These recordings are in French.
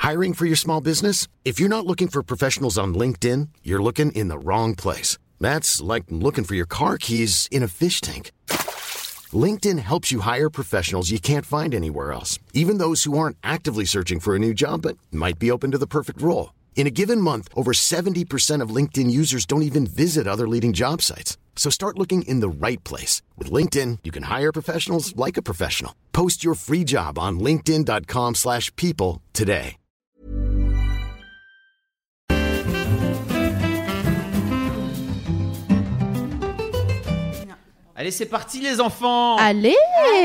Hiring for your small business? If you're not looking for professionals on LinkedIn, you're looking in the wrong place. That's like looking for your car keys in a fish tank. LinkedIn helps you hire professionals you can't find anywhere else, even those who aren't actively searching for a new job but might be open to the perfect role. In a given month, over 70% of LinkedIn users don't even visit other leading job sites. So start looking in the right place. With LinkedIn, you can hire professionals like a professional. Post your free job on linkedin.com/people today. Allez, c'est parti les enfants. Allez.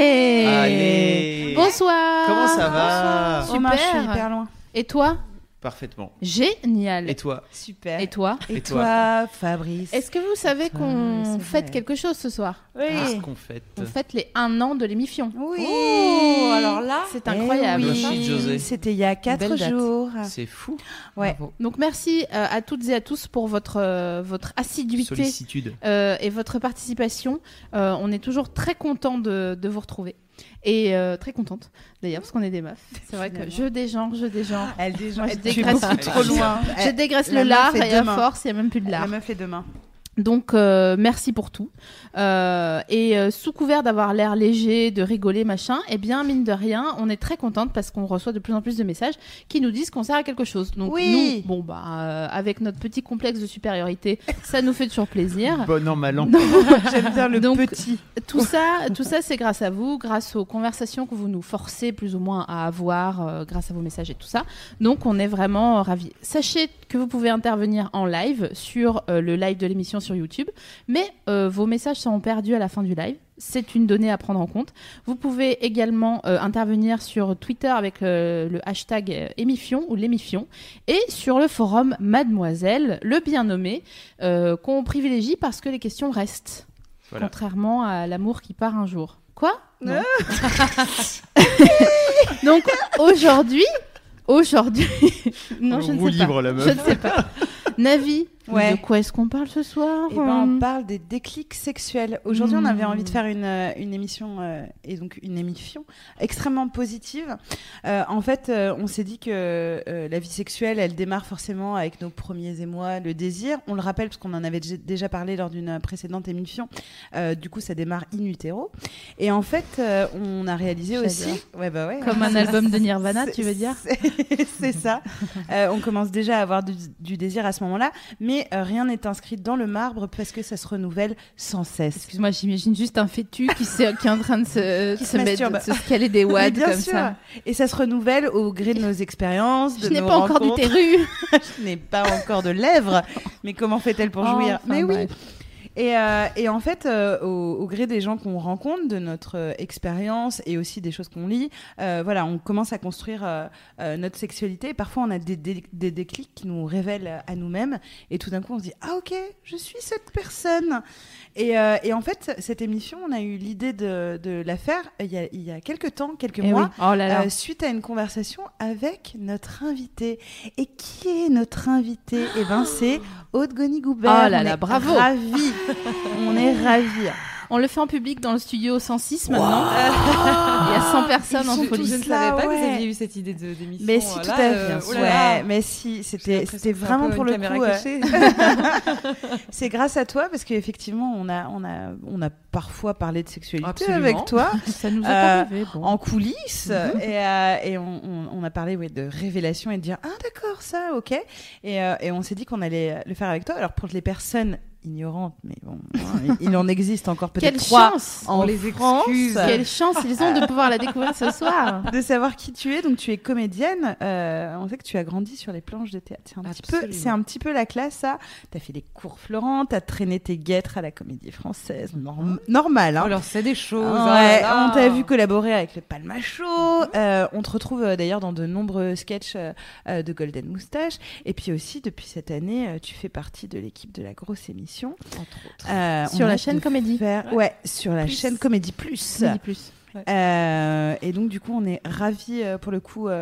Bonsoir. Comment ça va? Super. Omar, je suis hyper loin. Et toi? Parfaitement. Génial. Et toi? Super. Et toi? Et toi, Fabrice? Est-ce que vous savez qu'on fête quelque chose ce soir? Oui. Qu'est-ce qu'on fête? On fête les 1 an de l'émission. Oui. Oh, alors là, c'est incroyable. Oui. José. C'était il y a 4 Belle date. jours. C'est fou. Ouais. Bravo. Donc merci à toutes et à tous pour votre assiduité Sollicitude. et votre participation. On est toujours très contents de vous retrouver. Et très contente d'ailleurs parce qu'on est des meufs. C'est vrai que je dégenre. Elle déjà. Je Tu es dégraisse beaucoup trop loin. Je dégraisse La le meuf lard est et à demain. force, il n'y a même plus de lard. La meuf est demain. Donc merci pour tout. Sous couvert d'avoir l'air léger, de rigoler, machin, eh bien mine de rien, on est très contente parce qu'on reçoit de plus en plus de messages qui nous disent qu'on sert à quelque chose. Donc Oui. nous, avec notre petit complexe de supériorité, ça nous fait toujours plaisir. Bon an, mal an. J'aime bien le Donc, petit. Tout ça, c'est grâce à vous, grâce aux conversations que vous nous forcez plus ou moins à avoir, grâce à vos messages et tout ça. Donc, on est vraiment ravis. Sachez que vous pouvez intervenir en live sur le live de l'émission sur YouTube, mais vos messages seront perdus à la fin du live. C'est une donnée à prendre en compte. Vous pouvez également intervenir sur Twitter avec le hashtag émifion ou l'émifion et sur le forum Mademoiselle, le bien nommé, qu'on privilégie parce que les questions restent. Voilà. Contrairement à l'amour qui part un jour. Quoi? Non. Donc aujourd'hui, non, je ne sais libre, pas. la meuf. Je ne sais pas. Navi, Ouais. de quoi est-ce qu'on parle ce soir? Eh ben, on parle des déclics sexuels. Aujourd'hui, on avait envie de faire une émission et donc une émission extrêmement positive. En fait, on s'est dit que la vie sexuelle, elle démarre forcément avec nos premiers émois, le désir. On le rappelle parce qu'on en avait déjà parlé lors d'une précédente émission. Du coup, ça démarre in utero. Et en fait, on a réalisé aussi... Ouais, bah ouais. Comme un album de Nirvana, tu veux dire? C'est ça. On commence déjà à avoir du désir à ce moment-là. Mais rien n'est inscrit dans le marbre parce que ça se renouvelle sans cesse. Excuse-moi, j'imagine juste un fœtus qui est en train de se masturbe. mettre, de se scaler des wads bien comme sûr. ça. Et ça se renouvelle au gré de nos expériences, de Je n'ai nos pas encore rencontres. d'utérus. Je n'ai pas encore de lèvres. Mais comment fait-elle pour jouir? Enfin, Mais oui. bref. Et en fait, au gré des gens qu'on rencontre, de notre expérience et aussi des choses qu'on lit, voilà, on commence à construire notre sexualité. Et parfois, on a des déclics qui nous révèlent à nous-mêmes. Et tout d'un coup, on se dit « Ah ok, je suis cette personne !» Et en fait, cette émission, on a eu l'idée de la faire il y a quelques temps, quelques Eh mois, oui. Oh là là. suite à une conversation avec notre invité. Et qui est notre invité? Eh bien, c'est Aude Goni-Goubert. Oh là On là, est bravo. ravis. On est ravis. On le fait en public dans le studio 106 maintenant. Il y a 100 personnes en sont folie. tous Je ne savais pas que vous ouais. aviez eu cette idée d'émission. Mais si, tout à fait. oh là là. Ouais, mais si, c'était vraiment pour le coup. Cachée. C'est grâce à toi parce qu'effectivement, on a parfois parlé de sexualité Absolument. avec toi. Ça nous est arrivé. Bon. En coulisses et on a parlé de révélation et de dire ah d'accord ça ok et on s'est dit qu'on allait le faire avec toi. Alors pour les personnes ignorantes, mais bon, il en existe encore peut-être Quelle 3 chance en les France. excuse. Quelle chance ils ont de pouvoir la découvrir ce soir. De savoir qui tu es, donc tu es comédienne. On sait que tu as grandi sur les planches de théâtre. C'est un petit peu la classe, ça. T'as fait des cours Florent, t'as traîné tes guêtres à la Comédie Française, normal. Hein. Alors, c'est des choses. Ouais, on t'a vu collaborer avec le Palmacho. On te retrouve d'ailleurs dans de nombreux sketchs de Golden Moustache. Et puis aussi, depuis cette année, tu fais partie de l'équipe de la grosse émission. Entre autres. Sur la chaîne Comédie. Ouais, sur la chaîne Comédie Plus. Comédie Plus. Et donc du coup on est ravis pour le coup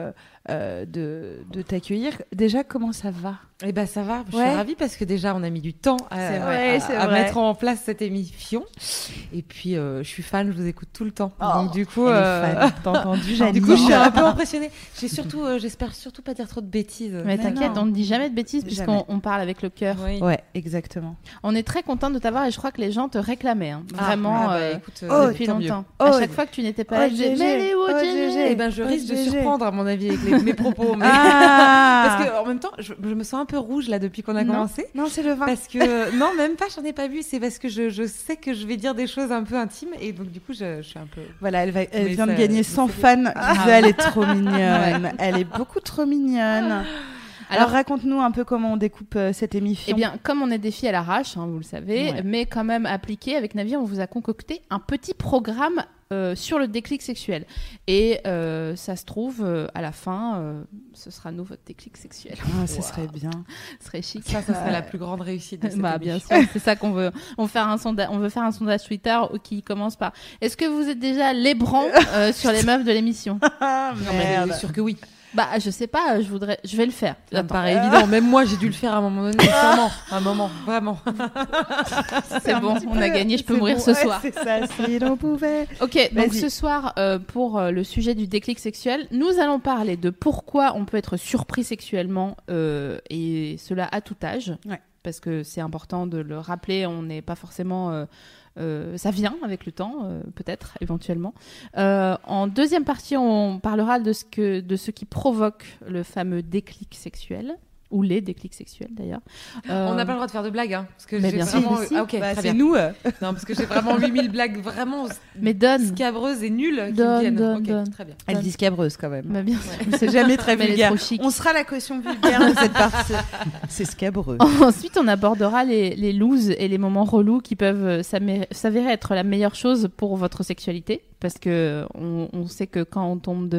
de t'accueillir. Déjà, comment ça va? Eh ben ça va, je Ouais. suis ravie parce que déjà on a mis du temps C'est vrai. à mettre en place cette émission. Et puis je suis fan, je vous écoute tout le temps. Oh, Donc du coup, Elle est fan. T'as entendu, Janine? du coup je suis un peu impressionnée. J'espère surtout pas dire trop de bêtises. Mais Mais t'inquiète, non. on ne dit jamais de bêtises puisqu'on Jamais. on parle avec le cœur. Oui. Ouais, exactement. On est très content de t'avoir et je crois que les gens te réclamaient. Vraiment, écoute, depuis tant mieux. longtemps. Oh, À chaque fois que tu n'étais pas là, je disais, GG. mais elle est où, Oh, GG? GG. Eh ben je risque de GG. surprendre à mon avis avec mes propos. Mais... Ah Parce que en même temps, je me sens un peu rouge là depuis qu'on a Non. commencé. Non, c'est le vin. Parce que non, même pas, j'en ai pas bu. C'est parce que je sais que je vais dire des choses un peu intimes et donc du coup, je suis un peu. Voilà, elle Mais vient de ça- gagner 100 fans qui disaient elle est trop mignonne. Elle est beaucoup trop mignonne. Alors raconte-nous un peu comment on découpe cette émission. Eh bien, comme on est des filles à l'arrache, vous le savez, Ouais. mais quand même appliqué, avec Navi, on vous a concocté un petit programme sur le déclic sexuel. Et ça se trouve, à la fin, ce sera nous, votre déclic sexuel. Ah, ça serait bien. Ce serait chic. Ça serait la plus grande réussite de cette Bah, bien émission. sûr, c'est ça qu'on veut. On veut faire un sondage Twitter qui commence par est-ce que vous êtes déjà lébrant sur les meufs de l'émission? Ah, Non, mais bien sûr que oui. Bah, je sais pas, je vais le faire. Ça me Attends. paraît évident. Même moi, j'ai dû le faire à un moment donné. Sûrement. Un moment, vraiment. C'est bon, on a gagné, je peux mourir ce soir. C'est ça, si l'on pouvait. Ok, donc Vas-y. ce soir, pour le sujet du déclic sexuel, nous allons parler de pourquoi on peut être surpris sexuellement, et cela à tout âge. Ouais. Parce que c'est important de le rappeler, on n'est pas forcément... ça vient avec le temps, peut-être, éventuellement. En deuxième partie, on parlera de ce qui provoque le fameux déclic sexuel, ou les déclics sexuels d'ailleurs. On n'a pas le droit de faire de blagues, hein, parce que Mais j'ai bien vraiment. sûr, mais si. Ah, ok, Bah, très c'est bien. nous. Non, parce que j'ai vraiment 8000 blagues vraiment Mais donne. scabreuses et nulles qui Donne, me viennent. donne, Ok, donne. très bien. Elle dit scabreuse quand même. Mais bien sûr. C'est jamais très Mais elle est vulgaire. trop chic. On sera la caution vulgaire de cette partie. C'est scabreux. Ensuite, on abordera les looses et les moments relous qui peuvent s'avérer être la meilleure chose pour votre sexualité. Parce que on sait que quand on tombe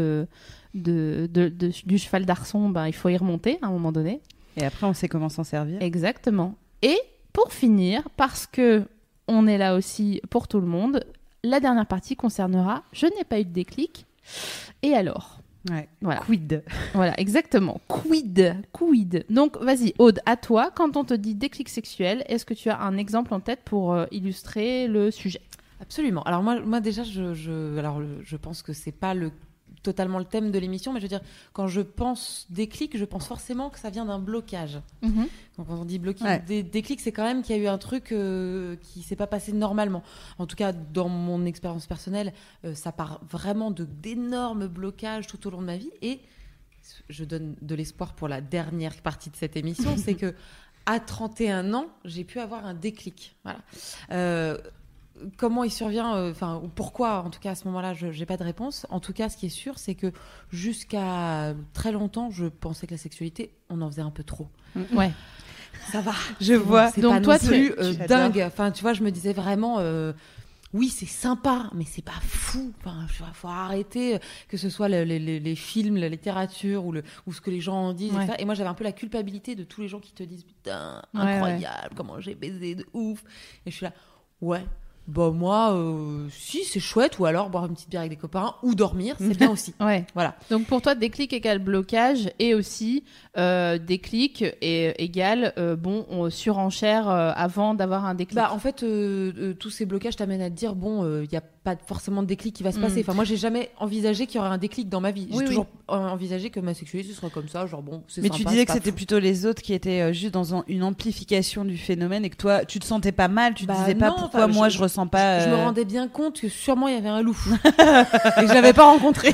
du cheval d'arçon, ben, il faut y remonter à un moment donné. Et après, on sait comment s'en servir. Exactement. Et pour finir, parce que on est là aussi pour tout le monde, la dernière partie concernera « Je n'ai pas eu de déclic ». Et alors ? Ouais. Voilà. Quid. Voilà, exactement. Quid. Donc, vas-y, Aude, à toi, quand on te dit déclic sexuel, est-ce que tu as un exemple en tête pour illustrer le sujet ? Absolument. Alors moi déjà, je pense que c'est pas totalement le thème de l'émission, mais je veux dire, quand je pense déclic, je pense forcément que ça vient d'un blocage. Donc quand on dit déclic, c'est quand même qu'il y a eu un truc qui s'est pas passé normalement. En tout cas, dans mon expérience personnelle, ça part vraiment d'énormes blocages tout au long de ma vie. Et je donne de l'espoir pour la dernière partie de cette émission, c'est que à 31 ans, j'ai pu avoir un déclic. Voilà. Comment il survient, ou pourquoi, en tout cas à ce moment-là, je n'ai pas de réponse. En tout cas, ce qui est sûr, c'est que jusqu'à très longtemps, je pensais que la sexualité, on en faisait un peu trop. Ouais. Ça va. Je vois. C'est Donc pas toi, non plus tu- dingue. Enfin, tu vois, je me disais vraiment, oui, c'est sympa, mais c'est pas fou. Enfin, faut arrêter, que ce soit les films, la littérature ou ce que les gens en disent. Ouais. Etc. Et moi, j'avais un peu la culpabilité de tous les gens qui te disent, putain, Ouais, incroyable, comment j'ai baisé de ouf. Et je suis là, ouais. Bah moi, si, c'est chouette, ou alors boire une petite bière avec des copains, ou dormir, c'est bien aussi. Ouais. Voilà. Donc pour toi, déclic égale blocage et aussi déclic égale surenchère avant d'avoir un déclic. Bah en fait, tous ces blocages t'amènent à te dire bon, il y a pas forcément de déclic qui va se passer. Enfin moi, j'ai jamais envisagé qu'il y aurait un déclic dans ma vie. J'ai Oui, toujours envisagé que ma sexualité ce serait comme ça, genre bon, c'est Mais sympa. tu disais c'est que pas c'était fou. plutôt les autres qui étaient juste dans une amplification du phénomène et que toi, tu te sentais pas mal, tu te Bah disais pas non, pourquoi enfin, moi je ressens pas. Je me rendais bien compte que sûrement il y avait un loup et que je l'avais pas rencontré.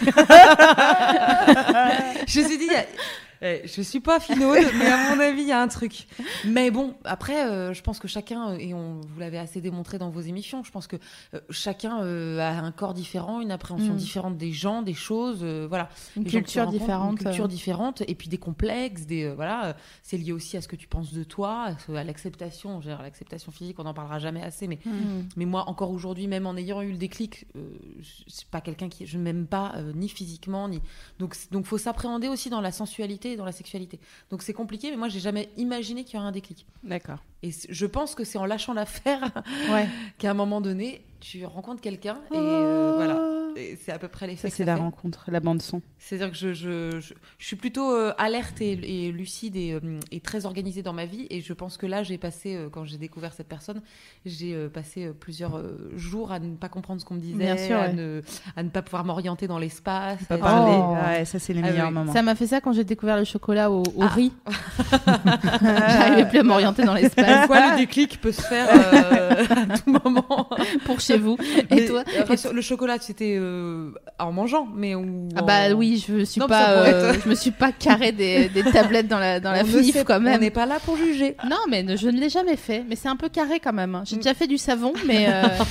Je me suis dit, je suis pas finaude, mais à mon avis, il y a un truc. Mais bon, après, je pense que chacun, et vous l'avez assez démontré dans vos émissions, je pense que chacun a un corps différent, une appréhension différente des gens, des choses, voilà. Une Les gens que tu culture rencontres, différente. Une culture différente, et puis des complexes, voilà. C'est lié aussi à ce que tu penses de toi, à l'acceptation. Genre, l'acceptation physique, on n'en parlera jamais assez, mais moi, encore aujourd'hui, même en ayant eu le déclic, c'est pas quelqu'un je ne m'aime pas ni physiquement, ni donc faut s'appréhender aussi dans la sensualité et dans la sexualité. Donc c'est compliqué, mais moi j'ai jamais imaginé qu'il y aurait un déclic. D'accord. Et je pense que c'est en lâchant l'affaire Ouais. qu'à un moment donné, tu rencontres quelqu'un et voilà. Et c'est à peu près l'effet Ça, que c'est ça la fait. rencontre, la bande-son. C'est-à-dire que je suis plutôt alerte et lucide et très organisée dans ma vie. Et je pense que là, j'ai passé, quand j'ai découvert cette personne, j'ai passé plusieurs jours à ne pas comprendre ce qu'on me disait, Bien sûr, à, ouais. à ne pas pouvoir m'orienter dans l'espace. Pas à- parler. Oh. Ouais, ça, c'est les Ah meilleurs oui. moments. Ça m'a fait ça quand j'ai découvert le chocolat au Ah. riz. J'arrivais plus à m'orienter dans l'espace Quoi, le déclic peut se faire à tout moment. pour chez vous. Et Mais, toi le chocolat, c'était en mangeant, mais ou Ah bah en- oui, je suis Non, pas, ça pourrait être- je me suis pas carré des tablettes dans la On ne FNIF sait- quand même. On n'est pas là pour juger. Non, mais je ne l'ai jamais fait. Mais c'est un peu carré quand même. J'ai déjà fait du savon, mais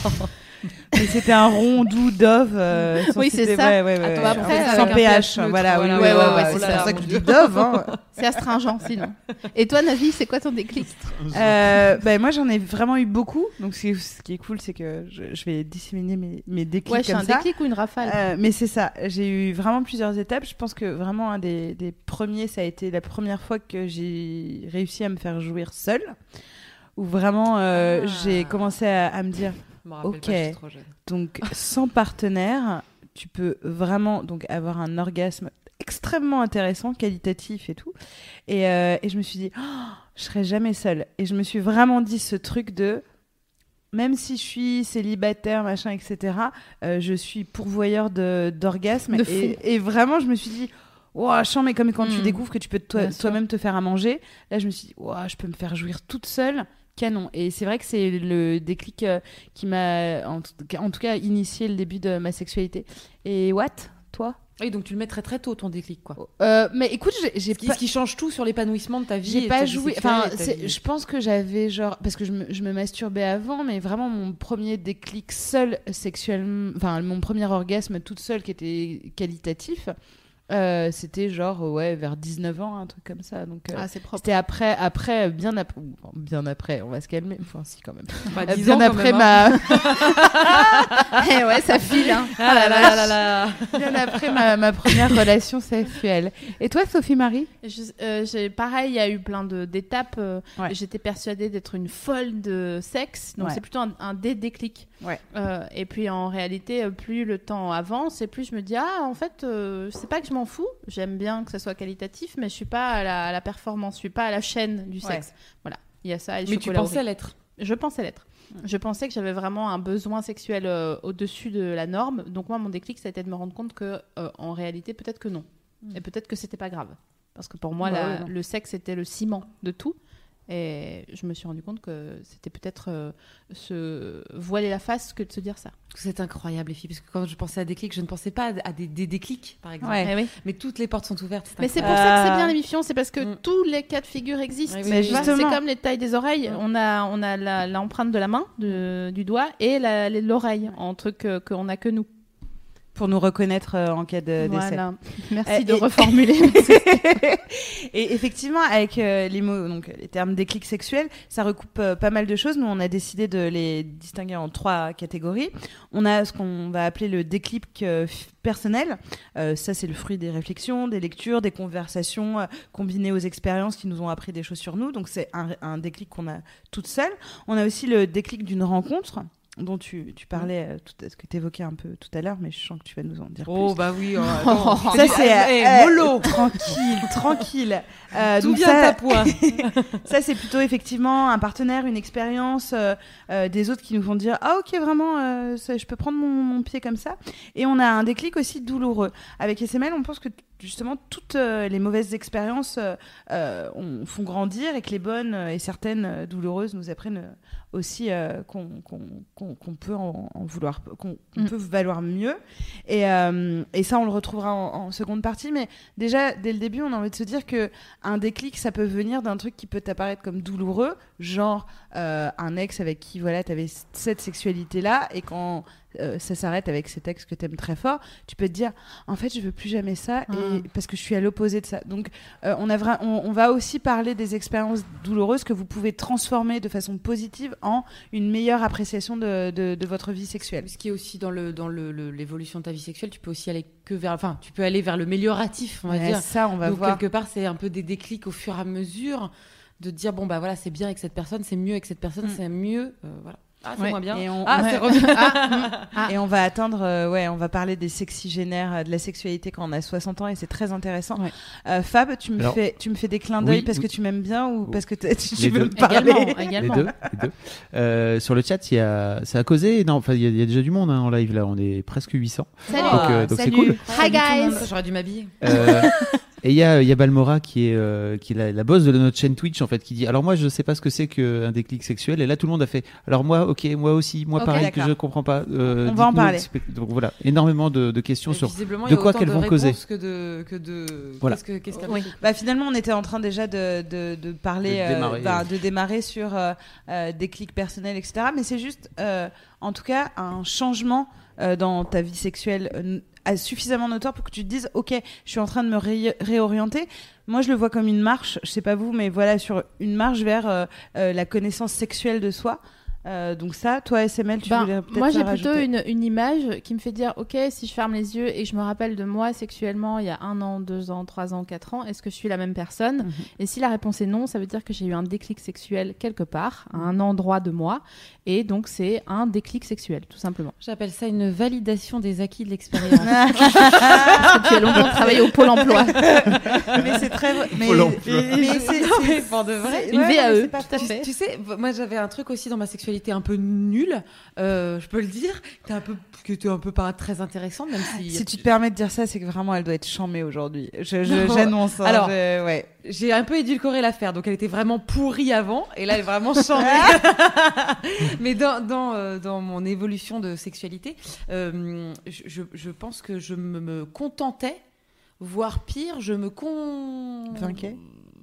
Mais c'était un rond doux Dove. Oui, c'est ça. Ouais, ouais, ouais, Attends, ouais. après, Sans avec un pH. neutre, Voilà, oui, voilà, oui, ouais, ouais, ouais, c'est c'est ça. ça, C'est pour ça mon que je Dieu. dis Dove. Hein. c'est astringent sinon. Et toi, Navi, c'est quoi ton déclic Moi, j'en ai vraiment eu beaucoup. Donc, ce qui est cool, c'est que je vais disséminer mes déclics Ouais, c'est comme un ça. déclic ou une rafale Mais c'est ça, j'ai eu vraiment plusieurs étapes. Je pense que vraiment un des premiers, ça a été la première fois que j'ai réussi à me faire jouir seule. Où vraiment j'ai commencé à me dire, Je me rappelle Ok. pas, je suis trop jeune. donc sans partenaire, tu peux vraiment donc avoir un orgasme extrêmement intéressant, qualitatif et tout. Et je me suis dit, je serai jamais seule. Et je me suis vraiment dit ce truc de... Même si je suis célibataire, machin, etc., je suis pourvoyeur d'orgasme. De fou. Et vraiment, je me suis dit, wow, chiant, mais comme quand tu Mm. découvres que tu peux Bien sûr. toi-même te faire à manger, là, je me suis dit, wow, je peux me faire jouir toute seule. Canon. Et c'est vrai que c'est le déclic qui m'a, en tout cas, initié le début de ma sexualité. Et what, toi? Oui, donc tu le mets très très tôt ton déclic, quoi. Mais écoute, j'ai Ce qui change tout sur l'épanouissement de ta vie. j'ai et pas ta vie joué. sexuelle Enfin, et ta vie. je pense que j'avais genre parce que je me masturbais avant, mais vraiment mon premier déclic seul sexuellement, enfin mon premier orgasme toute seule qui était qualitatif, c'était genre ouais vers 19 ans, un truc comme ça. Donc Ah, c'est propre. c'était bien après, on va se calmer. Enfin si quand même. Bah, 10 Bien ans, quand après même, hein. Eh ouais, ça file. Hein. Ah là là là là. bien après ma première relation sexuelle. Et toi, Sophie Marie? Pareil, il y a eu plein d'étapes. Ouais. J'étais persuadée d'être une folle de sexe, donc Ouais. c'est plutôt un déclic. Ouais. Et puis en réalité, plus le temps avance, et plus je me dis en fait, c'est pas que je m'en fous. J'aime bien que ça soit qualitatif, mais je suis pas à la performance, je suis pas à la chaîne du Ouais. sexe. Voilà, il y a ça. Et le Mais tu chocolat au pensais riz. l'être. Je pensais l'être. Je pensais que j'avais vraiment un besoin sexuel au-dessus de la norme. Donc moi, mon déclic, ça a été de me rendre compte que, en réalité, peut-être que non. Et peut-être que c'était pas grave. Parce que pour moi, Bah ouais, non. le sexe était le ciment de tout. Et je me suis rendu compte que c'était peut-être se voiler la face que de se dire ça. C'est incroyable, les filles, parce que quand je pensais à déclic, je ne pensais pas à des déclics, par exemple. Ouais. Eh oui. Mais toutes les portes sont ouvertes. Mais c'est pour incroyable. ça que c'est bien l'émission, c'est parce que Mm. tous les cas de figure existent. Oui, oui, Mais oui. Tu vois, justement. c'est comme les tailles des oreilles. Mm. On a l'empreinte de la main, du doigt, et l'oreille, en truc qu'on a que nous. Pour nous reconnaître en cas de décès. Voilà. Merci de Et- reformuler. Et effectivement, avec les mots, donc les termes déclic sexuel, ça recoupe pas mal de choses. Nous, on a décidé de les distinguer en 3 catégories. On a ce qu'on va appeler le déclic personnel. Ça, c'est le fruit des réflexions, des lectures, des conversations combinées aux expériences qui nous ont appris des choses sur nous. Donc, c'est un déclic qu'on a toute seule. On a aussi le déclic d'une rencontre dont tu parlais, ce que tu évoquais un peu tout à l'heure, mais je sens que tu vas nous en dire Oh, plus. bah oui. Attends. Ça, c'est mollo. tranquille. Tout Donc vient ça, à point. ça, c'est plutôt effectivement un partenaire, une expérience, des autres qui nous font dire ah ok vraiment, je peux prendre mon pied comme ça. Et on a un déclic aussi douloureux. Avec SML, on pense que justement toutes les mauvaises expériences font grandir et que les bonnes et certaines douloureuses nous apprennent aussi qu'on peut en vouloir, qu'on peut valoir mieux. Et ça, on le retrouvera en seconde partie. Mais déjà, dès le début, on a envie de se dire que un déclic, ça peut venir d'un truc qui peut t'apparaître comme douloureux, genre un ex avec qui voilà, t'avais cette sexualité-là, et quand ça s'arrête avec cet ex que t'aimes très fort, tu peux te dire en fait je veux plus jamais ça, et parce que je suis à l'opposé de ça. Donc on va aussi parler des expériences douloureuses que vous pouvez transformer de façon positive en une meilleure appréciation de votre vie sexuelle. Ce qui est aussi dans l'évolution de ta vie sexuelle, tu peux aussi aller tu peux aller vers le mélioratif, on va Ouais, dire. ça, on va Donc voir. quelque part, c'est un peu des déclics au fur et à mesure de te dire bon bah voilà, c'est bien avec cette personne, c'est mieux avec cette personne, c'est mieux, voilà. Ah, c'est moins bien. Et on, c'est revenu. Et on va attendre, on va parler des sexygénaires, de la sexualité quand on a 60 ans et c'est très intéressant. Ouais. Fab, tu me fais des clins d'œil parce que tu m'aimes bien ou parce que tu veux me parler? Également. Les deux. Sur le chat, c'est à causer. Non, enfin, il y a déjà du monde en live là. On est presque 800. Salut. Donc c'est cool. Hi guys. J'aurais dû m'habiller. Et il y a Balmora qui est la boss de notre chaîne Twitch en fait, qui dit alors moi je sais pas ce que c'est qu'un déclic sexuel, et là tout le monde a fait alors moi moi aussi pareil, d'accord. Que je comprends pas. On va en parler. Donc voilà, énormément de questions sur de quoi qu'elles vont causer. Que de voilà. Qu'est-ce qu'elle Bah finalement on était en train déjà de parler de démarrer sur déclic personnel, etc. Mais c'est juste en tout cas un changement dans ta vie sexuelle suffisamment notoire pour que tu te dises ok, je suis en train de me réorienter. Moi je le vois comme une marche, je sais pas vous, mais voilà, sur une marche vers la connaissance sexuelle de soi. Donc ça, toi SML, tu voulais peut-être moi j'ai rajouter. plutôt une image qui me fait dire ok, si je ferme les yeux et que je me rappelle de moi sexuellement il y a 1 an, 2 ans, 3 ans, 4 ans, est-ce que je suis la même personne? Et si la réponse est non, ça veut dire que j'ai eu un déclic sexuel quelque part, à un endroit de moi, et donc c'est un déclic sexuel tout simplement. J'appelle ça une validation des acquis de l'expérience. Parce que tu as longtemps travaillé au Pôle emploi. Mais c'est très mais c'est pour de vrai. Une VAE, tout à fait. Tu sais, moi j'avais un truc aussi dans ma sexualité un peu nulle, je peux le dire, que t'es un peu pas très intéressante, même si tu te permets de dire ça, c'est que vraiment elle doit être chambée aujourd'hui. J'annonce. Alors, j'ai un peu édulcoré l'affaire, donc elle était vraiment pourrie avant, et là elle est vraiment chambée. Mais dans mon évolution de sexualité, je pense que je me contentais, voire pire, je me confortais.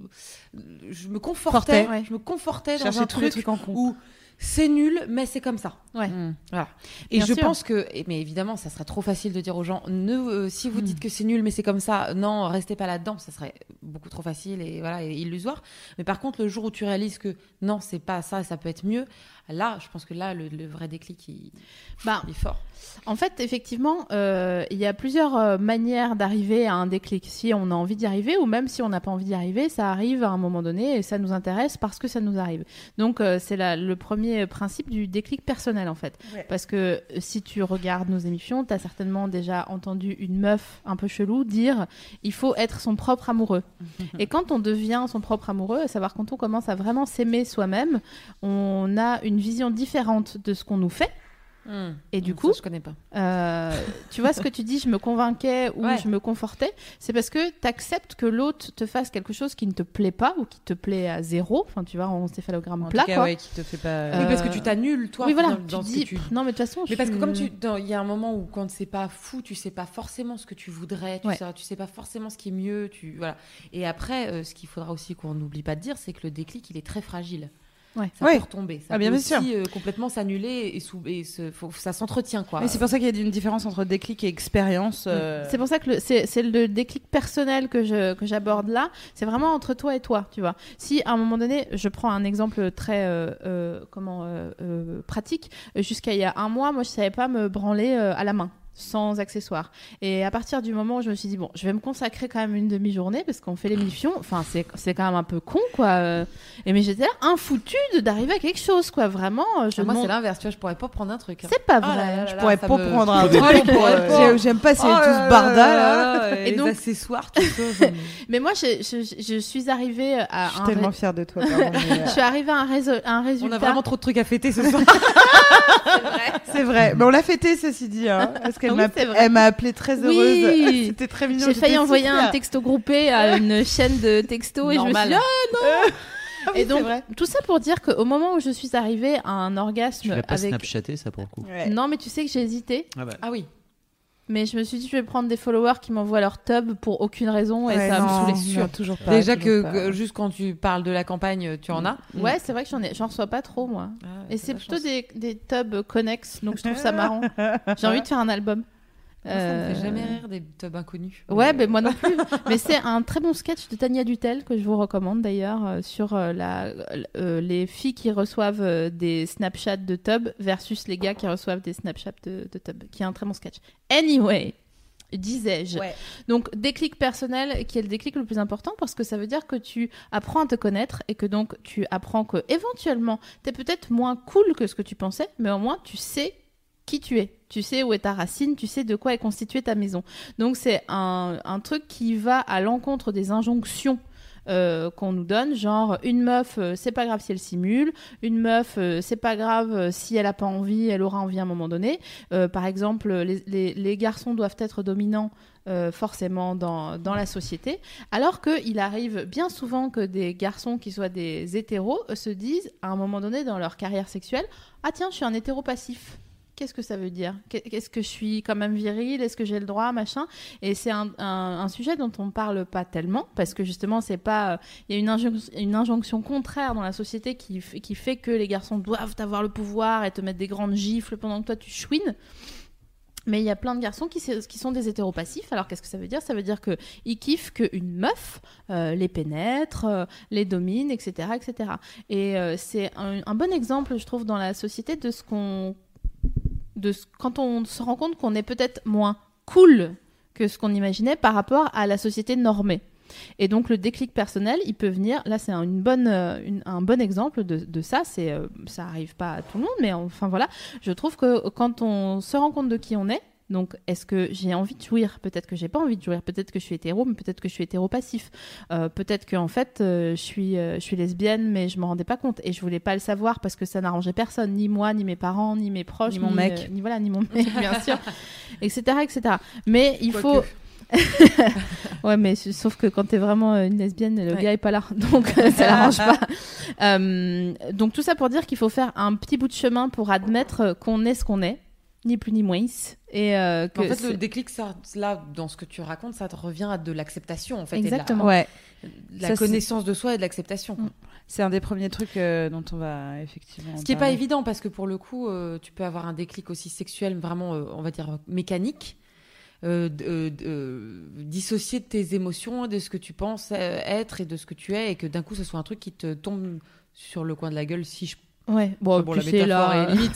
Je me confortais dans un truc où c'est nul, mais c'est comme ça. Ouais. Voilà. Et Bien je sûr. pense que, mais évidemment, ça serait trop facile de dire aux gens, si vous dites que c'est nul, mais c'est comme ça, non, restez pas là-dedans. Ça serait beaucoup trop facile et voilà, et illusoire. Mais par contre, le jour où tu réalises que non, c'est pas ça, ça peut être mieux. Là, je pense que là, le vrai déclic, il est fort. En fait, effectivement, il y a plusieurs manières d'arriver à un déclic. Si on a envie d'y arriver, ou même si on n'a pas envie d'y arriver, ça arrive à un moment donné et ça nous intéresse parce que ça nous arrive. Donc, c'est le premier principe du déclic personnel, en fait. Ouais. Parce que si tu regardes nos émissions, tu as certainement déjà entendu une meuf un peu chelou dire « il faut être son propre amoureux ». Et quand on devient son propre amoureux, à savoir quand on commence à vraiment s'aimer soi-même, on a une vision différente de ce qu'on nous fait. Et du coup, je connais pas. Tu vois ce que tu dis, je me convainquais ou je me confortais, c'est parce que tu acceptes que l'autre te fasse quelque chose qui ne te plaît pas ou qui te plaît à zéro, enfin tu vois, en céphalogramme plat, cas, quoi. Ouais, qui te fait pas. Oui, parce que tu t'annules toi. Oui, voilà. Dans tu dis, non mais de toute façon. Mais parce que comme il y a un moment où quand c'est pas fou, tu sais pas forcément ce que tu voudrais, tu sais pas forcément ce qui est mieux, voilà. Et après, ce qu'il faudra aussi qu'on n'oublie pas de dire, c'est que le déclic, il est très fragile. Ouais. Ça peut retomber, ça peut aussi complètement s'annuler et ça s'entretient quoi. Mais c'est pour ça qu'il y a une différence entre déclic et expérience. C'est pour ça que c'est le déclic personnel que j'aborde là. C'est vraiment entre toi et toi, tu vois. Si à un moment donné, je prends un exemple très pratique. Jusqu'à il y a 1 mois, moi je savais pas me branler à la main. Sans accessoires. Et à partir du moment où je me suis dit, bon, je vais me consacrer quand même une demi-journée parce qu'on fait l'émission, enfin, c'est quand même un peu con, quoi. Et mais j'étais là, infoutue d'arriver à quelque chose, quoi. Vraiment. Moi, c'est l'inverse, tu vois, je pourrais pas prendre un truc. C'est pas vrai. Je pourrais pas prendre un truc. J'aime pas, c'est tout ce bardal, là. Et donc, les accessoires, tout ça. Mais moi, je suis arrivée à Je suis tellement fière de toi. Je suis arrivée à un résultat. On a vraiment trop de trucs à fêter ce soir. C'est vrai. Mais on l'a fêté, ceci dit, hein. Parce qu'elle elle m'a appelée très heureuse. Oui. C'était très mignon. J'ai failli envoyer un texto groupé à une chaîne de texto et je me suis dit non. Et donc tout ça pour dire qu'au moment où je suis arrivée à un orgasme, tu l'as pas snapchaté ça pour le coup. Ouais. Non mais tu sais que j'ai hésité. Ah oui. Mais je me suis dit je vais prendre des followers qui m'envoient leur tub pour aucune raison et ça me saoulait sûr. Toujours pas. Déjà que juste quand tu parles de la campagne, tu en as. Ouais, c'est vrai que j'en reçois pas trop moi. Et c'est plutôt des tubs connexes, donc je trouve ça marrant. J'ai envie de faire un album. Ça me fait jamais rire des tubs inconnus. Ouais, mais moi non plus. Mais c'est un très bon sketch de Tania Dutel que je vous recommande d'ailleurs sur les filles qui reçoivent des Snapchats de tubs versus les gars qui reçoivent des Snapchats de tubs, qui est un très bon sketch. Anyway. disais-je. Donc, déclic personnel qui est le déclic le plus important parce que ça veut dire que tu apprends à te connaître et que donc tu apprends que éventuellement t'es peut-être moins cool que ce que tu pensais, mais au moins tu sais qui tu es. Tu sais où est ta racine, tu sais de quoi est constituée ta maison. Donc, c'est un truc qui va à l'encontre des injonctions qu'on nous donne, genre une meuf c'est pas grave si elle simule, une meuf c'est pas grave si elle a pas envie, elle aura envie à un moment donné, par exemple les garçons doivent être dominants forcément dans la société, alors qu'il arrive bien souvent que des garçons qui soient des hétéros se disent à un moment donné dans leur carrière sexuelle, ah tiens je suis un hétéro passif. Qu'est-ce que ça veut dire ? Est-ce que je suis quand même viril ? Est-ce que j'ai le droit, machin ? Et c'est un sujet dont on ne parle pas tellement, parce que justement, c'est pas... Il y a une injonction contraire dans la société qui fait que les garçons doivent avoir le pouvoir et te mettre des grandes gifles pendant que toi, tu chouines. Mais il y a plein de garçons qui sont des hétéros passifs. Alors, qu'est-ce que ça veut dire ? Ça veut dire qu'ils kiffent qu'une meuf les pénètre, les domine, etc. etc. Et c'est un bon exemple, je trouve, dans la société de ce qu'on... quand on se rend compte qu'on est peut-être moins cool que ce qu'on imaginait par rapport à la société normée. Et donc le déclic personnel, il peut venir, là c'est un bon exemple de ça, ça arrive pas à tout le monde, mais enfin voilà, je trouve que quand on se rend compte de qui on est, donc est-ce que j'ai envie de jouir ? Peut-être que j'ai pas envie de jouir, peut-être que je suis hétéro, mais peut-être que je suis hétéro-passif, peut-être que en fait je suis lesbienne mais je m'en rendais pas compte et je voulais pas le savoir parce que ça n'arrangeait personne, ni moi, ni mes parents, ni mes proches, ni mon mec, ni mon mec bien sûr, etc. Mais il faut... ouais mais sauf que quand t'es vraiment une lesbienne le gars est pas là donc ça l'arrange pas, donc tout ça pour dire qu'il faut faire un petit bout de chemin pour admettre qu'on est ce qu'on est, ni plus ni moins, et que en fait le déclic, ça, là dans ce que tu racontes, ça te revient à de l'acceptation en fait. Exactement. Et de la connaissance de soi et de l'acceptation. C'est un des premiers trucs dont on va effectivement ce qui est pas évident parce que pour le coup tu peux avoir un déclic aussi sexuel vraiment on va dire mécanique, dissocier de tes émotions, de ce que tu penses être et de ce que tu es, et que d'un coup ce soit un truc qui te tombe sur le coin de la gueule, si je... Ouais, bon la métaphore est limite,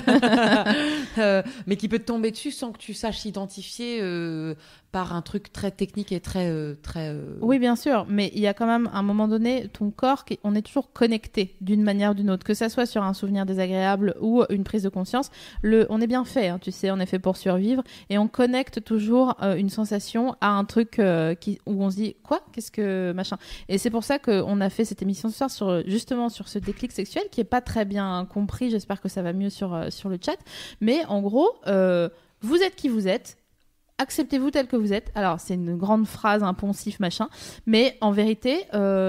mais qui peut te tomber dessus sans que tu saches identifier par un truc très technique et très... Oui, bien sûr, mais il y a quand même, à un moment donné, ton corps, on est toujours connecté d'une manière ou d'une autre, que ça soit sur un souvenir désagréable ou une prise de conscience. On est bien fait, hein, tu sais, on est fait pour survivre, et on connecte toujours une sensation à un truc où on se dit, quoi ? Qu'est-ce que... machin. Et c'est pour ça qu'on a fait cette émission ce soir justement sur ce déclic sexuel, qui est pas très bien compris, j'espère que ça va mieux sur le chat, mais en gros, vous êtes qui vous êtes, acceptez-vous tel que vous êtes. Alors, c'est une grande phrase, un poncif, machin, mais en vérité,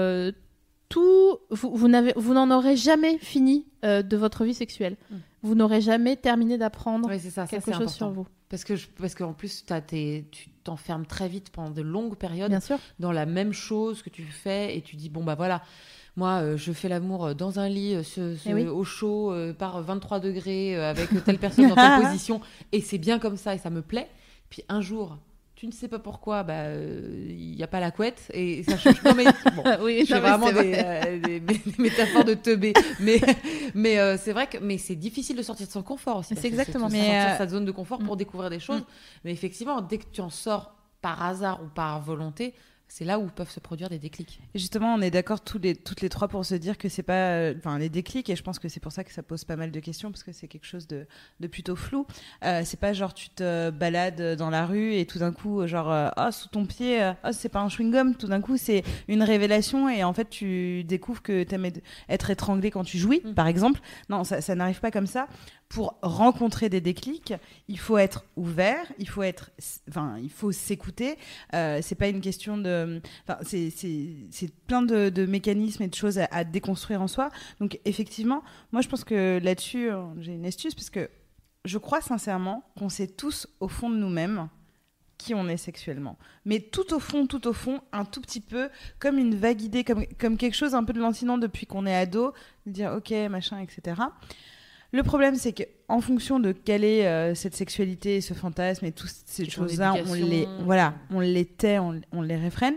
vous n'en aurez jamais fini de votre vie sexuelle. Vous n'aurez jamais terminé d'apprendre quelque chose sur vous. Parce qu'en plus, tu t'enfermes très vite pendant de longues périodes dans la même chose que tu fais, et tu dis, bon, bah voilà, moi, je fais l'amour dans un lit au chaud, par 23 degrés, avec telle personne dans telle position, et c'est bien comme ça, et ça me plaît. Puis un jour, tu ne sais pas pourquoi, il n'y a pas la couette, et ça change. Non mais bon, oui, c'est vraiment des métaphores de teubé. Mais c'est vrai que c'est difficile de sortir de son confort aussi. C'est exactement. Sortir de sa zone de confort pour découvrir des choses. Mais effectivement, dès que tu en sors par hasard ou par volonté, c'est là où peuvent se produire des déclics. Et justement, on est d'accord toutes les trois pour se dire que c'est pas, les déclics, et je pense que c'est pour ça que ça pose pas mal de questions, parce que c'est quelque chose de plutôt flou. C'est pas genre tu te balades dans la rue et tout d'un coup, sous ton pied, c'est pas un chewing-gum. Tout d'un coup, c'est une révélation, et en fait, tu découvres que t'aimes être étranglé quand tu jouis, par exemple. Non, ça n'arrive pas comme ça. Pour rencontrer des déclics, il faut être ouvert, il faut s'écouter. C'est pas une question de, c'est plein de mécanismes et de choses à déconstruire en soi. Donc effectivement, moi je pense que là-dessus, j'ai une astuce, parce que je crois sincèrement qu'on sait tous au fond de nous-mêmes qui on est sexuellement. Mais tout au fond, un tout petit peu, comme une vague idée, comme quelque chose un peu de lancinant depuis qu'on est ado, de dire ok, machin, etc. Le problème, c'est qu'en fonction de quelle est cette sexualité, ce fantasme et toutes ces choses-là, on les tait, on les réfrène.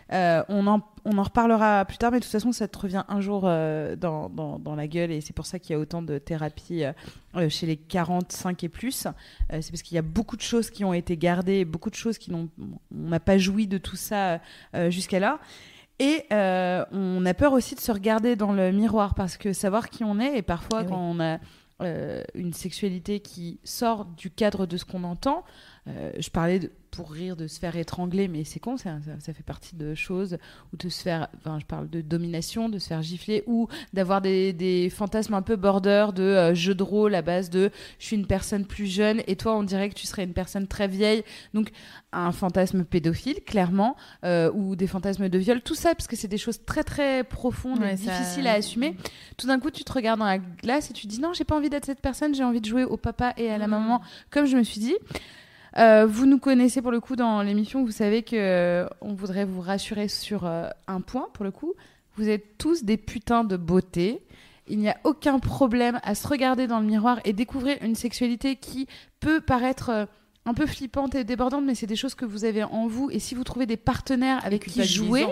On en reparlera plus tard, mais de toute façon, ça te revient un jour dans la gueule, et c'est pour ça qu'il y a autant de thérapies chez les 45 et plus. C'est parce qu'il y a beaucoup de choses qui ont été gardées, beaucoup de choses on n'a pas joui de tout ça jusqu'à là. Et on a peur aussi de se regarder dans le miroir, parce que savoir qui on est, et parfois quand on a une sexualité qui sort du cadre de ce qu'on entend, je parlais pour rire de se faire étrangler, mais c'est con, ça fait partie de choses, ou de se faire, je parle de domination, de se faire gifler, ou d'avoir des fantasmes un peu border de jeu de rôle à base de je suis une personne plus jeune et toi on dirait que tu serais une personne très vieille, donc un fantasme pédophile clairement, ou des fantasmes de viol, tout ça parce que c'est des choses très très profondes et difficiles à assumer. Tout d'un coup tu te regardes dans la glace et tu te dis non, j'ai pas envie d'être cette personne, j'ai envie de jouer au papa et à la maman, comme je me suis dit. Vous nous connaissez pour le coup dans l'émission, vous savez qu'on voudrait vous rassurer sur un point pour le coup. Vous êtes tous des putains de beauté. Il n'y a aucun problème à se regarder dans le miroir et découvrir une sexualité qui peut paraître un peu flippante et débordante, mais c'est des choses que vous avez en vous. Et si vous trouvez des partenaires avec qui jouer,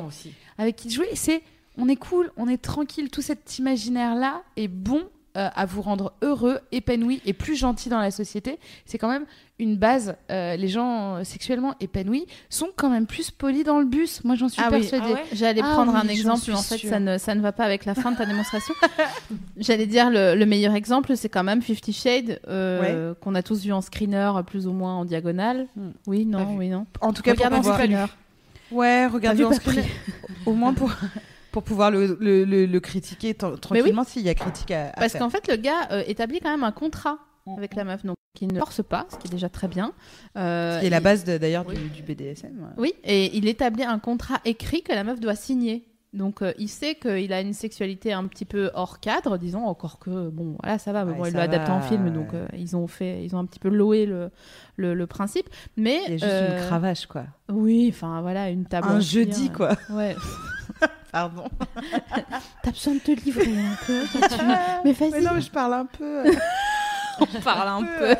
on est cool, on est tranquille. Tout cet imaginaire-là est bon à vous rendre heureux, épanoui et plus gentil dans la société. C'est quand même une base. Les gens sexuellement épanouis sont quand même plus polis dans le bus. Moi, j'en suis persuadée. J'allais prendre un exemple, en fait, ça ne va pas avec la fin de ta démonstration. J'allais dire, le meilleur exemple, c'est quand même 50 Shades, qu'on a tous vu en screener, plus ou moins en diagonale. Oui, non. En tout cas, regarde en screener. Ouais, regardez en screener. Au moins pour pouvoir le critiquer tranquillement, s'il y a critique à parce faire. Qu'en fait, le gars établit quand même un contrat avec la meuf, donc qui ne force pas, ce qui est déjà très bien. Ce qui est la base d'ailleurs du BDSM. Oui, et il établit un contrat écrit que la meuf doit signer. Donc il sait qu'il a une sexualité un petit peu hors cadre, disons, encore que bon, voilà, ça va. Mais bon, il l'a adapté en film, donc ils ont un petit peu loué le principe. Mais il y a juste une cravache, quoi. Oui, enfin voilà, une table. Un jeudi, quoi. Ouais. Pardon. T'as besoin de te livrer un peu. Mais vas-y. Mais non, mais je parle un peu. On parle un peu.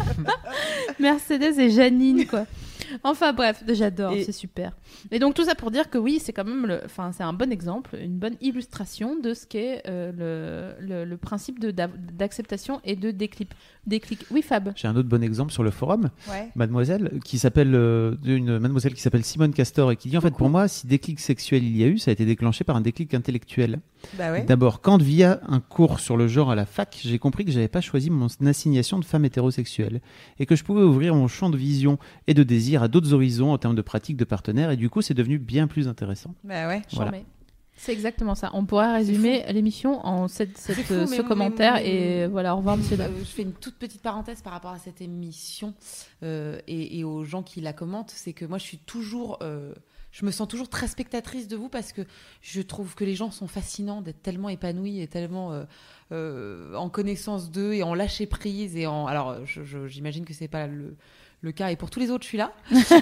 Mercedes et Janine, quoi. Enfin bref, j'adore, c'est super. Et donc tout ça pour dire que oui, c'est quand même c'est un bon exemple, une bonne illustration de ce qu'est le principe d'acceptation et de déclic. Oui, Fab. J'ai un autre bon exemple sur le forum. Ouais. Mademoiselle qui s'appelle Simone Castor et qui dit en fait pour moi, si déclic sexuel il y a eu, ça a été déclenché par un déclic intellectuel. Bah ouais. D'abord, quand via un cours sur le genre à la fac, j'ai compris que j'avais pas choisi mon assignation de femme hétérosexuelle et que je pouvais ouvrir mon champ de vision et de désir à d'autres horizons en termes de pratique de partenaires, et du coup c'est devenu bien plus intéressant. Bah ouais. Voilà. C'est exactement ça. On pourrait résumer l'émission en ce commentaire et voilà, au revoir monsieur. Je fais une toute petite parenthèse par rapport à cette émission et aux gens qui la commentent, c'est que moi je me sens toujours très spectatrice de vous parce que je trouve que les gens sont fascinants d'être tellement épanouis et tellement en connaissance d'eux et en lâcher prise alors j'imagine que c'est pas le cas et pour tous les autres je suis là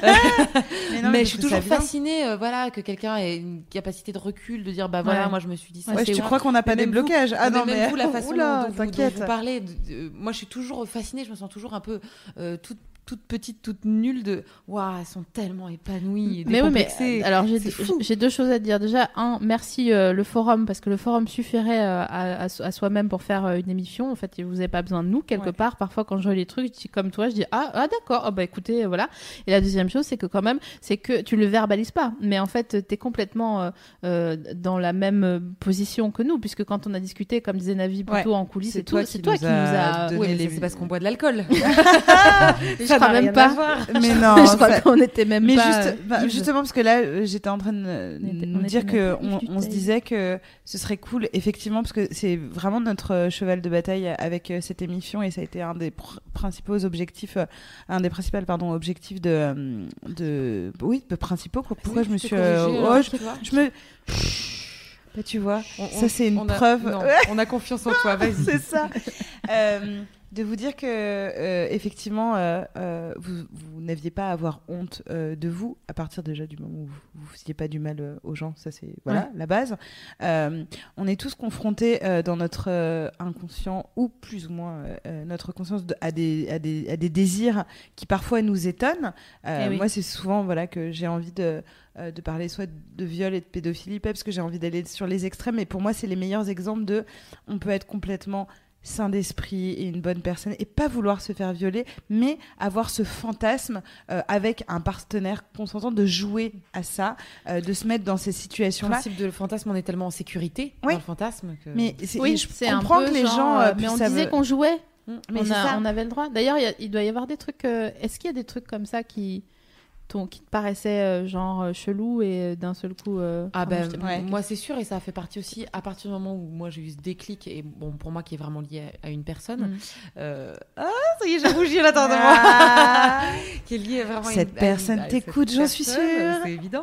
mais je suis toujours fascinée que quelqu'un ait une capacité de recul, de dire moi je me suis dit ça. Tu crois qu'on n'a pas des blocages? Vous, la façon dont vous parlez, moi je suis toujours fascinée, je me sens toujours un peu toute petite, toute nulle de waouh, elles sont tellement épanouies et décomplexées. Alors j'ai deux choses à dire. Déjà, merci le forum, parce que le forum suffirait à soi-même pour faire une émission. En fait, vous n'avez pas besoin de nous quelque part. Parfois, quand je lis les trucs, comme toi, je dis d'accord, écoutez, voilà. Et la deuxième chose, c'est que quand même, c'est que tu le verbalises pas, mais en fait, t'es complètement dans la même position que nous, puisque quand on a discuté, comme disait Navi plutôt en coulisses, c'est toi qui nous a donné c'est parce qu'on boit de l'alcool. Je crois même pas. Mais non, je crois qu'on était même mais pas. Justement, parce que là, j'étais en train de nous dire qu'on se disait que ce serait cool, effectivement, parce que c'est vraiment notre cheval de bataille avec cette émission, et ça a été un des principaux objectifs, objectifs principaux. Pourquoi je me suis, tu vois, ça c'est une preuve. Non, on a confiance en toi, vas-y. C'est ça. de vous dire que effectivement vous n'aviez pas à avoir honte de vous à partir déjà du moment où vous faisiez pas du mal aux gens, ça c'est la base. On est tous confrontés dans notre inconscient ou plus ou moins notre conscience à des désirs qui parfois nous étonnent. Moi c'est souvent que j'ai envie de parler soit de viol et de pédophilie, pas parce que j'ai envie d'aller sur les extrêmes, mais pour moi c'est les meilleurs exemples de on peut être complètement sain d'esprit et une bonne personne et pas vouloir se faire violer, mais avoir ce fantasme avec un partenaire consentant de jouer à ça, de se mettre dans ces situations-là. Le principe de le fantasme, on est tellement en sécurité dans le fantasme que... Mais je comprends que les gens... mais on disait qu'on jouait. Mais on avait le droit. D'ailleurs, il doit y avoir des trucs... Est-ce qu'il y a des trucs comme ça qui te paraissaient chelou et d'un seul coup moi c'est sûr, et ça fait partie aussi à partir du moment où moi j'ai eu ce déclic, et bon pour moi qui est vraiment lié à une personne ça y est j'ai rougi à l'intérieur de moi qui est lié vraiment cette personne t'écoute, j'en suis sûre, c'est évident.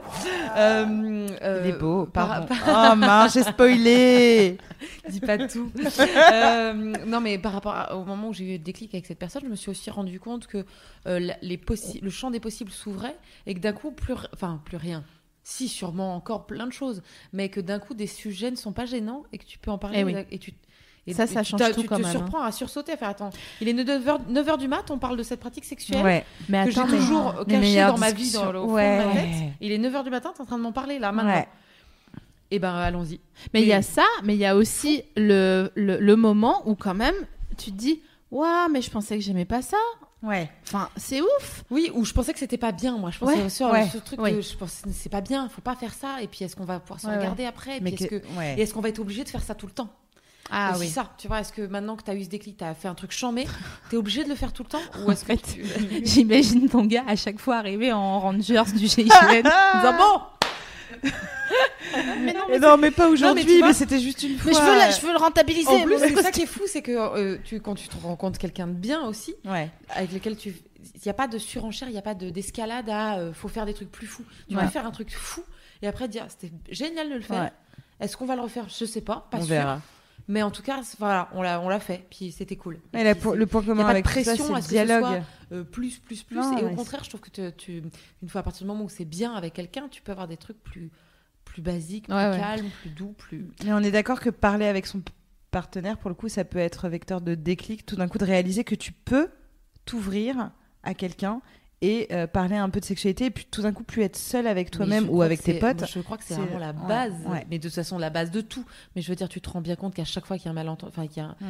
Il est beau, pardon. Oh mince, j'ai spoilé. Dis pas tout. Non mais par rapport au moment où j'ai eu le déclic avec cette personne, je me suis aussi rendu compte que le champ des possibles s'ouvrait, et que d'un coup plus rien, si sûrement encore plein de choses, mais que d'un coup des sujets ne sont pas gênants et que tu peux en parler. Ça change tout quand même. Tu te surprends à sursauter, à faire attends, il est 9h du mat, on parle de cette pratique sexuelle mais que j'ai toujours cachée dans ma vie, au fond de ma tête. Il est 9h du matin, t'es en train de m'en parler là maintenant. Et ben allons-y. Mais il y a ça, mais il y a aussi le moment où quand même tu te dis waouh, mais je pensais que j'aimais pas ça. Enfin, c'est ouf. Oui, ou je pensais que c'était pas bien. Moi, je pensais ce truc que je pensais c'est pas bien, faut pas faire ça. Et puis est-ce qu'on va pouvoir se regarder après, et puis est-ce qu'on va être obligé de faire ça tout le temps? C'est ça, tu vois, est-ce que maintenant que t'as eu ce déclic, t'as fait un truc chambé, t'es obligé de le faire tout le temps, ou est-ce que j'imagine ton gars à chaque fois arriver en Rangers du GIGN en disant bon. mais pas aujourd'hui, mais c'était juste une fois. Mais je veux le rentabiliser. En plus, c'est ça qui est fou, c'est que quand tu te rencontres quelqu'un de bien aussi, avec lequel il n'y a pas de surenchère, il n'y a pas d'escalade faut faire des trucs plus fous. Tu peux faire un truc fou et après dire c'était génial de le faire. Est-ce qu'on va le refaire? Je sais pas, pas sûr. Verra. Mais en tout cas, voilà, on l'a fait, puis c'était cool. Et le point commun avec ça, c'est le dialogue. Plus. Non, et au contraire, je trouve que une fois à partir du moment où c'est bien avec quelqu'un, tu peux avoir des trucs plus basiques, plus calmes, plus doux, plus... Mais on est d'accord que parler avec son partenaire, pour le coup, ça peut être vecteur de déclic, tout d'un coup de réaliser que tu peux t'ouvrir à quelqu'un et parler un peu de sexualité, et puis tout d'un coup plus être seul avec toi-même ou avec tes potes. Je crois que c'est vraiment la base, mais de toute façon la base de tout. Mais je veux dire, tu te rends bien compte qu'à chaque fois qu'il y a un malentendu, enfin qu'il y a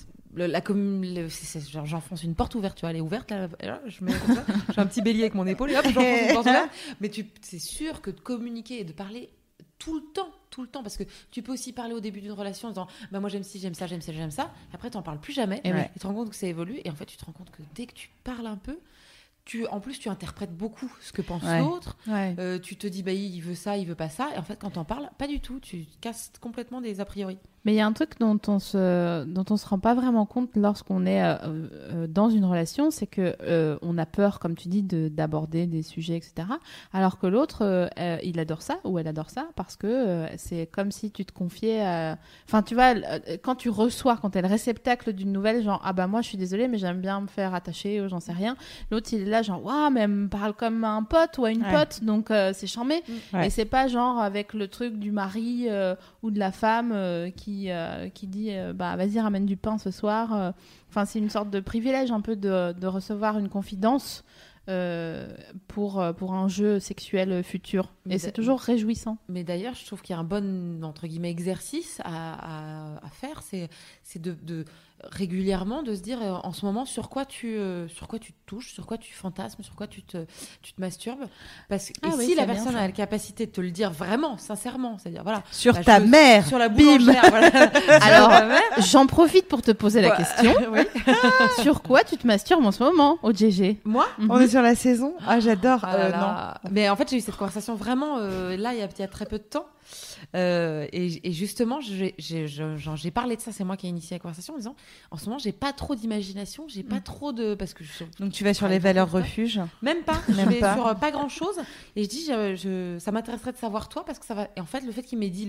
j'enfonce une porte ouverte, tu vois, elle est ouverte là, je mets comme ça, j'ai un petit bélier avec mon épaule et hop, j'enfonce une porte ouverte. Mais c'est sûr que de communiquer et de parler tout le temps, parce que tu peux aussi parler au début d'une relation en disant moi j'aime ci, j'aime ça, après tu n'en parles plus jamais, et tu te rends compte que ça évolue, et en fait tu te rends compte que dès que tu parles un peu, en plus tu interprètes beaucoup ce que pense l'autre, tu te dis il veut ça, il veut pas ça, et en fait quand t'en parles, pas du tout, tu casses complètement des a priori. Mais il y a un truc dont on se rend pas vraiment compte lorsqu'on est dans une relation, c'est que on a peur, comme tu dis, d'aborder des sujets, etc. Alors que l'autre, il adore ça ou elle adore ça, parce que c'est comme si tu te confiais. Enfin, tu vois, quand tu reçois, quand t'es le réceptacle d'une nouvelle, genre moi je suis désolée, mais j'aime bien me faire attacher ou j'en sais rien. L'autre il est là genre waouh, mais elle me parle comme un pote ou à une pote, donc c'est charmé. Et c'est pas genre avec le truc du mari ou de la femme qui dit vas-y ramène du pain ce soir. Enfin c'est une sorte de privilège un peu de recevoir une confidence pour un jeu sexuel futur. Et c'est toujours réjouissant. Mais d'ailleurs je trouve qu'il y a un bon entre guillemets exercice à faire, c'est de régulièrement de se dire en ce moment sur quoi tu te touches, sur quoi tu fantasmes, sur quoi tu te masturbes, parce que si la personne a la capacité de te le dire vraiment sincèrement, c'est-à-dire voilà sur ta mère, sur la boulangère, voilà. Alors j'en profite pour te poser la question. Sur quoi tu te masturbes en ce moment au GG? Moi on est sur la saison, j'adore. Non, mais en fait j'ai eu cette conversation vraiment là il y a très peu de temps. Et justement j'ai parlé de ça, c'est moi qui ai initié la conversation en disant en ce moment j'ai pas trop d'imagination, j'ai pas trop de donc tu vas sur les valeurs refuges? Même pas, je vais sur pas grand chose, et je dis ça m'intéresserait de savoir toi, parce que ça va, et en fait le fait qu'il m'ait dit lui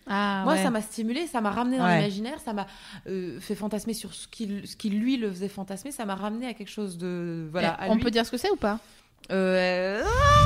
Moi, ça m'a stimulé, ça m'a ramené dans l'imaginaire, ça m'a fait fantasmer sur ce qui lui le faisait fantasmer, ça m'a ramené à quelque chose de à on lui. peut dire ce que c'est ou pas? La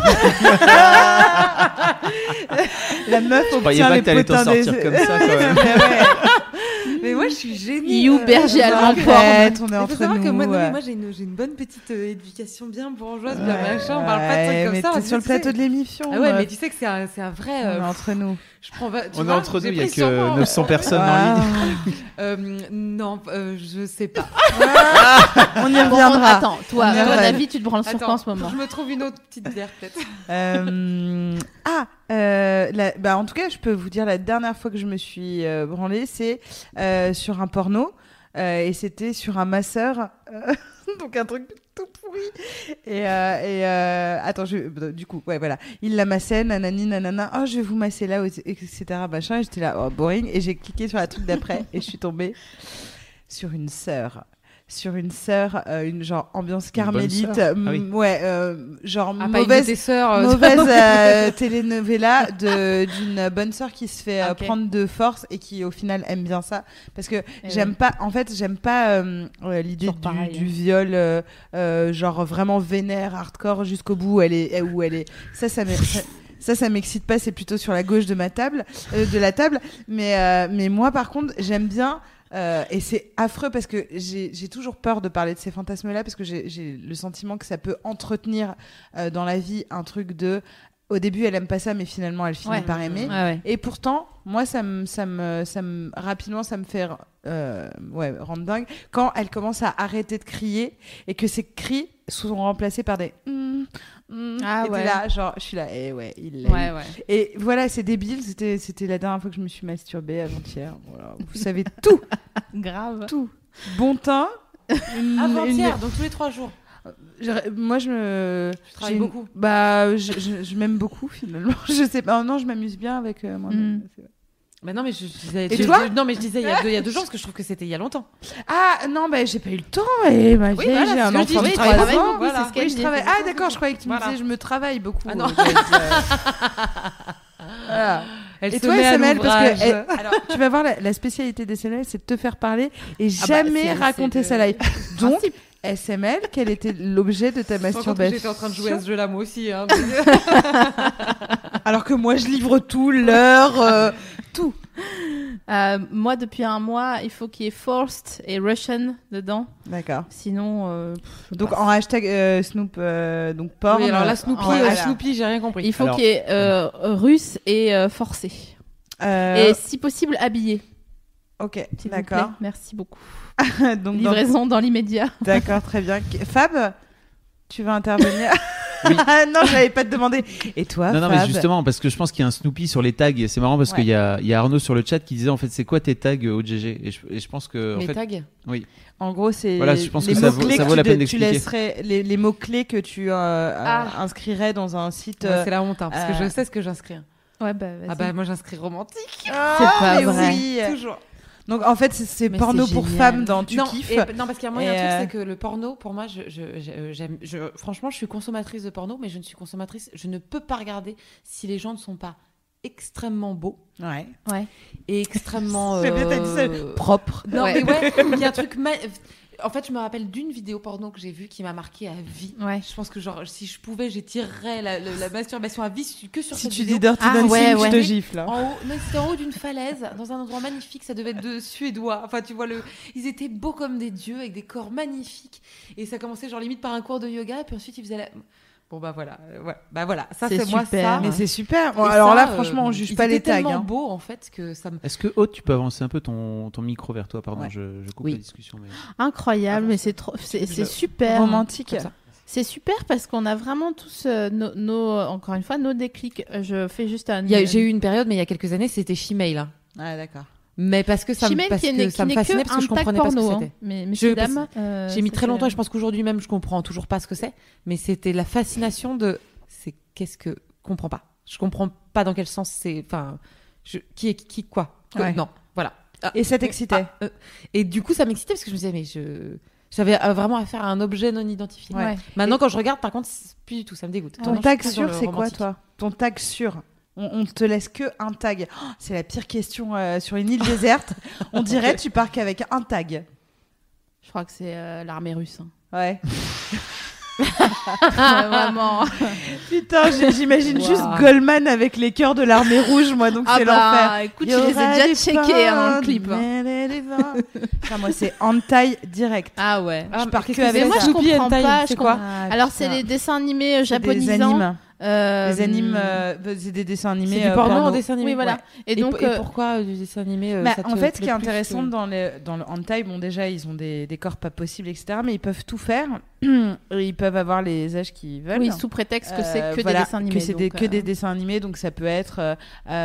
meuf obtient les potins des... comme ça quand même. Mais moi je suis génie. You berger allemand porn. On est entre nous. Moi j'ai une bonne petite éducation bien bourgeoise, bien machin. On parle pas de trucs comme ça. T'es sur le plateau de l'émission. Ah ouais, mais tu sais que c'est un vrai. On est entre nous. On est entre nous. Il y a que 900 personnes en ligne. Non, je sais pas. On y reviendra. Attends, toi, à ton avis, tu te branles sur quoi en ce moment? Je me trouve une autre petite bière peut-être. En tout cas, je peux vous dire la dernière fois que je me suis branlée, c'est sur un porno et c'était sur un masseur, donc un truc tout pourri. Et attends, du coup, voilà, il la massait, nanani, nanana. Oh, je vais vous masser là, etc. Machin. Et j'étais là, oh, boring. Et j'ai cliqué sur la truc d'après et je suis tombée sur une sœur. Une genre ambiance carmélite, genre mauvaise telenovela d'une bonne sœur qui se fait prendre de force et qui au final aime bien ça parce que j'aime pas l'idée du viol genre vraiment vénère hardcore jusqu'au bout où elle est ça m'excite pas, c'est plutôt sur la gauche de la table mais moi par contre j'aime bien. Et c'est affreux parce que j'ai toujours peur de parler de ces fantasmes-là parce que j'ai le sentiment que ça peut entretenir dans la vie un truc de au début elle aime pas ça mais finalement elle finit par aimer et pourtant moi rapidement ça me fait rendre dingue quand elle commence à arrêter de crier et que ces cris sont remplacés par des là genre je suis là il l'a eu. Et voilà, c'est débile, c'était la dernière fois que je me suis masturbée avant-hier, voilà. Vous savez tout. Grave tout, bon teint avant-hier, donc tous les 3 jours. Moi je travaille beaucoup. Je m'aime beaucoup finalement. Je sais pas, non, je m'amuse bien avec moi-même. Bah non mais je disais. Et toi je disais il y a 2 jours parce que je trouve que c'était il y a longtemps. Ah non j'ai pas eu le temps et j'ai un enfant de 3 ans. Voilà. C'est ce je travaille. Ah d'accord, je croyais que tu me disais je me travaille beaucoup. Ah non. Voilà. Elle et se toi met SML parce que Alors, tu vas voir la spécialité des SML, c'est de te faire parler et jamais raconter sa life. Donc SML, quel était l'objet de ta masturbation? J'étais en train de jouer à ce jeu-là moi aussi. Hein, alors que moi je livre tout, l'heure, tout. Moi depuis un mois, il faut qu'il y ait forced et Russian dedans. D'accord. Sinon. Donc en hashtag Snoop, donc porn. Oui, alors là Snoopy, j'ai rien compris. Il faut qu'il y ait russe et forcé. Et si possible habillé. Ok, s'il d'accord. vous plaît. Merci beaucoup. Donc, livraison dans l'immédiat. D'accord, très bien. Fab, tu vas intervenir? Oui. Non, je n'avais pas te demander. Et toi, non, Fab? mais justement, parce que je pense qu'il y a un Snoopy sur les tags. Et c'est marrant parce qu'il y a Arnaud sur le chat qui disait en fait, c'est quoi tes tags au GG et je pense que. Les tags. Oui. En gros, c'est. Voilà, je pense que ça vaut la peine d'expliquer. Tu laisserais les mots-clés que tu inscrirais dans un site. C'est la honte, parce que je sais ce que j'inscris. Ouais, vas-y. Moi j'inscris romantique. C'est pas vrai. Oui. Toujours. Donc en fait c'est porno pour femmes dans Tu kiffes. Non parce qu'il y a un moyen, truc, c'est que le porno pour moi j'aime franchement je suis consommatrice de porno mais je ne peux pas regarder si les gens ne sont pas extrêmement beaux et extrêmement propres. Non mais il y a un truc en fait, je me rappelle d'une vidéo porno que j'ai vue qui m'a marquée à vie. Je pense que genre, si je pouvais, j'étirerais la masturbation à vie que sur cette vidéo. Si tu dis Dirty Dancing, je te gifle. C'était en haut d'une falaise, dans un endroit magnifique. Ça devait être de Suédois. Enfin, tu vois, ils étaient beaux comme des dieux, avec des corps magnifiques. Et ça commençait genre limite par un cours de yoga. Et puis ensuite, ils faisaient Bon voilà, ça c'est moi ça. Mais c'est super. Bon, alors là franchement on juge pas les tags. C'est tellement beau en fait que ça me. Est-ce que Aude, tu peux avancer un peu ton micro vers toi, pardon, je coupe la discussion. Mais... Incroyable, mais c'est super romantique. C'est super parce qu'on a vraiment tous encore une fois nos déclics. Je fais juste j'ai eu une période, mais il y a quelques années, c'était Shemale. Ah d'accord. Mais parce que ça me fascinait parce que je comprenais pas ce que c'était. Mais j'ai mis très longtemps et je pense qu'aujourd'hui même je comprends toujours pas ce que c'est. Mais c'était la fascination de qu'est-ce que comprends pas. Je comprends pas dans quel sens c'est. Enfin, qui est qui quoi. Non, voilà. Et ça t'excitait. Et du coup ça m'excitait parce que je me disais mais j'avais vraiment affaire à un objet non identifié. Maintenant quand je regarde par contre plus du tout, ça me dégoûte. Ton tag sûr c'est quoi toi? Ton tag sûr On te laisse que un tag. Oh, c'est la pire question sur une île déserte. On dirait tu pars qu'avec un tag. Je crois que c'est l'armée russe. Ouais. Vraiment. Putain, j'imagine juste Goldman avec les cœurs de l'armée rouge, moi, donc c'est l'enfer. Écoute, je les ai déjà checkés dans le clip. Enfin, moi, c'est hentai direct. Ah ouais. Je pars que Mais avec moi, ça. je comprends pas. C'est quoi Alors, c'est les dessins animés japonisants. Les animes, c'est des dessins animés. C'est du porno porno. en dessin animé. Oui, voilà. Ouais. Et donc, et pourquoi du dessin animé En fait, ce qui est intéressant dans le hentai, bon, déjà, ils ont des corps pas possibles, etc. Mais ils peuvent tout faire. Ils peuvent avoir les âges qu'ils veulent. oui, sous prétexte que c'est que voilà, des dessins animés. Que c'est que des dessins animés, donc ça peut être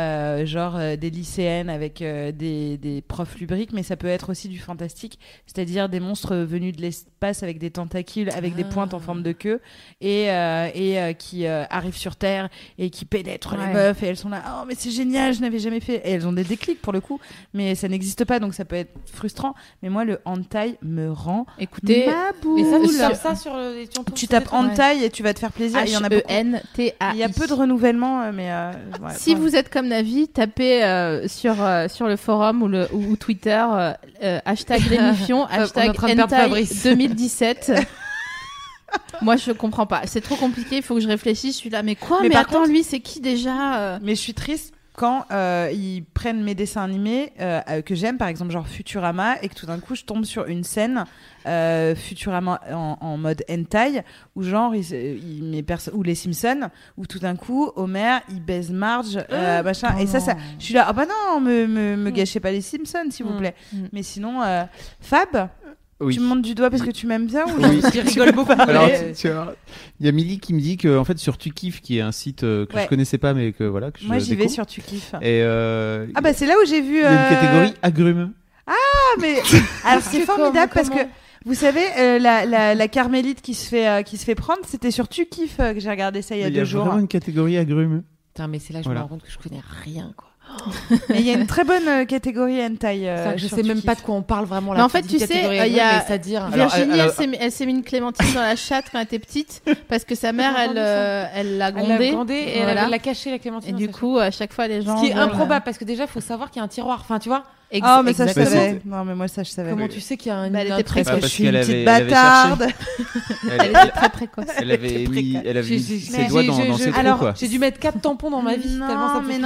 des lycéennes avec des profs lubriques, mais ça peut être aussi du fantastique, c'est-à-dire des monstres venus de l'espace avec des tentacules, avec des pointes en forme de queue, et qui arrivent sur Terre et qui pénètrent les meufs, et elles sont là, oh mais c'est génial, je n'avais jamais fait. Et elles ont des déclics pour le coup, mais ça n'existe pas, donc ça peut être frustrant. Mais moi, le hentai me rend ma boule. Et ça, tu tapes ça sur tu tapes hentai et tu vas te faire plaisir. Il y en a beaucoup. H-E-N-T-A-I. Il y a peu de renouvellement, mais si vous êtes comme Navi, tapez sur le forum ou Twitter hashtag l'émission, hashtag hentai 2017. Moi, je comprends pas. C'est trop compliqué. Il faut que je réfléchisse. Je suis là, mais quoi? Mais attends, lui, c'est qui déjà Mais je suis triste quand ils prennent mes dessins animés que j'aime, par exemple genre Futurama, et que tout d'un coup je tombe sur une scène Futurama en mode hentai, où genre ou les Simpsons, où tout d'un coup Homer il baise Marge, machin, et ça je suis là, ah bah non, me gâchez pas les Simpsons s'il vous plaît. Mais sinon Fab, oui. Tu me montres du doigt parce que tu m'aimes bien ou oui. tu rigoles beaucoup? Alors, il y a Milly qui me dit que en fait sur TuKiff, qui est un site que je connaissais pas, mais que voilà que moi j'y vais sur TuKiff. Et ah bah c'est là où j'ai vu. Il y a une catégorie agrumes. Ah mais alors c'est formidable parce que vous savez la carmélite qui se fait prendre, c'était sur TuKiff que j'ai regardé ça il y a 2 jours. Il y a vraiment une catégorie agrumes. Putain, mais c'est là que je me rends compte que je connais rien quoi. Mais il y a une très bonne catégorie hentai. Je sais même pas de quoi on parle vraiment là. Mais en fait, tu sais, il y a Virginie, elle s'est mis une clémentine dans la chatte quand elle était petite parce que sa mère, elle l'a grondée et elle l'a cachée la clémentine. Et du coup, à chaque fois, les gens. Ce qui est improbable parce que déjà, il faut savoir qu'il y a un tiroir. Enfin, tu vois. Oh, mais ça, je savais. Non, mais moi, ça, je savais. Comment tu sais qu'il y a une elle était précoce. Parce que je suis une petite bâtarde. Elle était très précoce. Elle avait mis ses doigts dans ses trous, quoi. J'ai dû mettre 4 tampons dans ma vie. Non, mais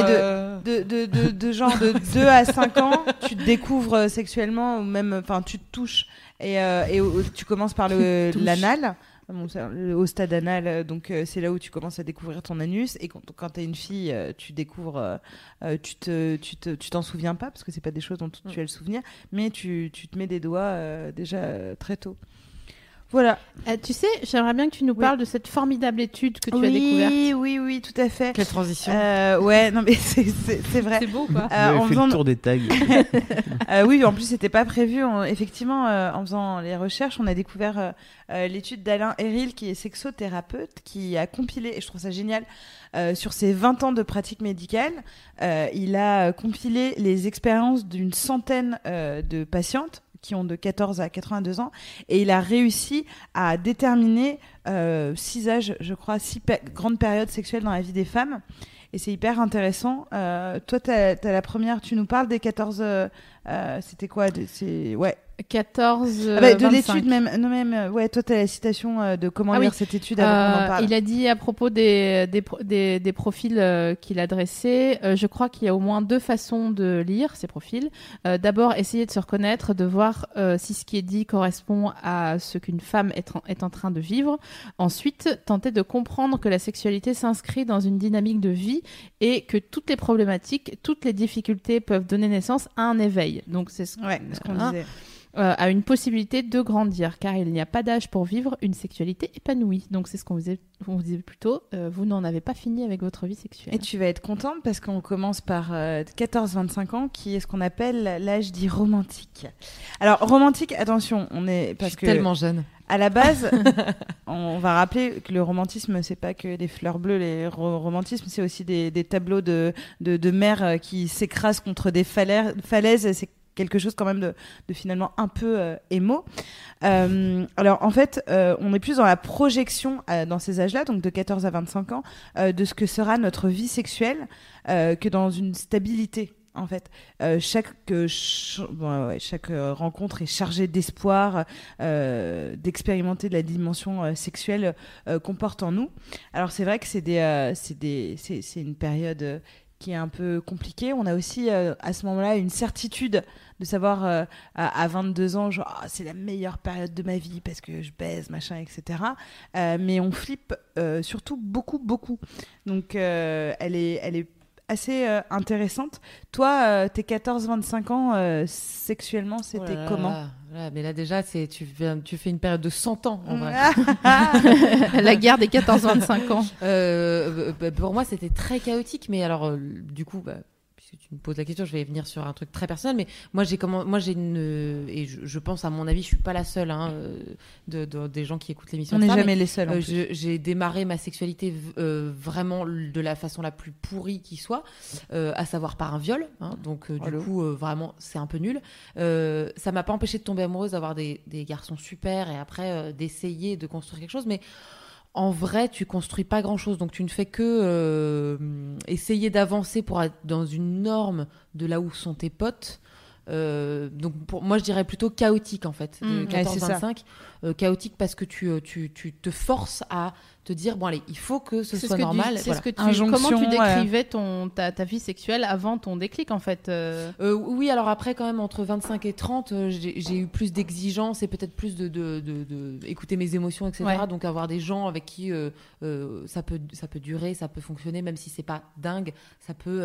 de genre de 2 à 5 ans, tu te découvres sexuellement, ou même, enfin, tu te touches. Et tu commences par l'anal. Au stade anal, donc c'est là où tu commences à découvrir ton anus, et quand t'es une fille, tu découvres, tu t'en souviens pas parce que c'est pas des choses dont tu as le souvenir, mais tu te mets des doigts déjà très tôt. Voilà. Tu sais, j'aimerais bien que tu nous parles de cette formidable étude que tu as découverte. Oui, tout à fait. Quelle transition. Ouais, non mais c'est vrai. C'est beau quoi. On fait le tour des tags. Oui, en plus c'était pas prévu. Effectivement, en faisant les recherches, on a découvert l'étude d'Alain Héril, qui est sexothérapeute, qui a compilé, et je trouve ça génial, sur ses 20 ans de pratique médicale, il a compilé les expériences d'une centaine de patientes qui ont de 14 à 82 ans, et il a réussi à déterminer 6 âges, je crois, 6 grandes périodes sexuelles dans la vie des femmes, et c'est hyper intéressant. Toi, t'as la première, tu nous parles des 14... c'était quoi 14 de l'étude même. Non, même ouais, toi tu as la citation de comment lire cette étude avant qu'on en parle. Il a dit à propos des profils qu'il a dressés, je crois qu'il y a au moins 2 façons de lire ces profils. D'abord, essayer de se reconnaître, de voir si ce qui est dit correspond à ce qu'une femme est en train de vivre. Ensuite, tenter de comprendre que la sexualité s'inscrit dans une dynamique de vie et que toutes les problématiques, toutes les difficultés peuvent donner naissance à un éveil. Donc c'est ce qu'on disait. À une possibilité de grandir, car il n'y a pas d'âge pour vivre une sexualité épanouie. Donc c'est ce qu'on vous disait plus tôt, vous n'en avez pas fini avec votre vie sexuelle. Et tu vas être contente parce qu'on commence par 14-25 ans, qui est ce qu'on appelle l'âge dit romantique. Alors romantique, attention, je suis tellement jeune. À la base, on va rappeler que le romantisme, c'est pas que des fleurs bleues. Les romantismes, c'est aussi des tableaux de mers qui s'écrasent contre des falaises. C'est quelque chose quand même de finalement un peu émo. Alors en fait, on est plus dans la projection dans ces âges-là, donc de 14 à 25 ans, de ce que sera notre vie sexuelle que dans une stabilité. En fait, chaque rencontre est chargée d'espoir, d'expérimenter de la dimension sexuelle qu'on porte en nous. Alors c'est vrai que c'est une période qui est un peu compliquée. On a aussi à ce moment-là une certitude de savoir à 22 ans, genre c'est la meilleure période de ma vie parce que je baise, machin, etc. Mais on flippe surtout beaucoup. Donc elle est assez intéressante. Toi, tes 14-25 ans, sexuellement, c'était comment ? Mais là déjà, tu fais une période de 100 ans en vrai. La guerre des 14-25 ans. Pour moi, c'était très chaotique. Mais alors, du coup, puisque tu me poses la question, je vais venir sur un truc très personnel. Mais moi, et je pense, à mon avis, je suis pas la seule des gens qui écoutent l'émission. On n'est jamais les seuls. J'ai démarré ma sexualité vraiment de la façon la plus pourrie qui soit, à savoir par un viol. Donc, du coup, vraiment, c'est un peu nul. Ça m'a pas empêché de tomber amoureuse, d'avoir des garçons super et après d'essayer de construire quelque chose. Mais en vrai, tu construis pas grand-chose, donc tu ne fais que essayer d'avancer pour être dans une norme de là où sont tes potes. Donc pour moi, je dirais plutôt chaotique en fait, de 14-25. Chaotique parce que tu te forces à te dire, bon allez, il faut que ce soit normal. Comment tu décrivais ta vie sexuelle avant ton déclic en fait Oui, alors après quand même, entre 25 et 30, j'ai eu plus d'exigences et peut-être plus de écouter mes émotions, etc. Ouais. Donc avoir des gens avec qui ça peut durer, ça peut fonctionner, même si c'est pas dingue, ça peut,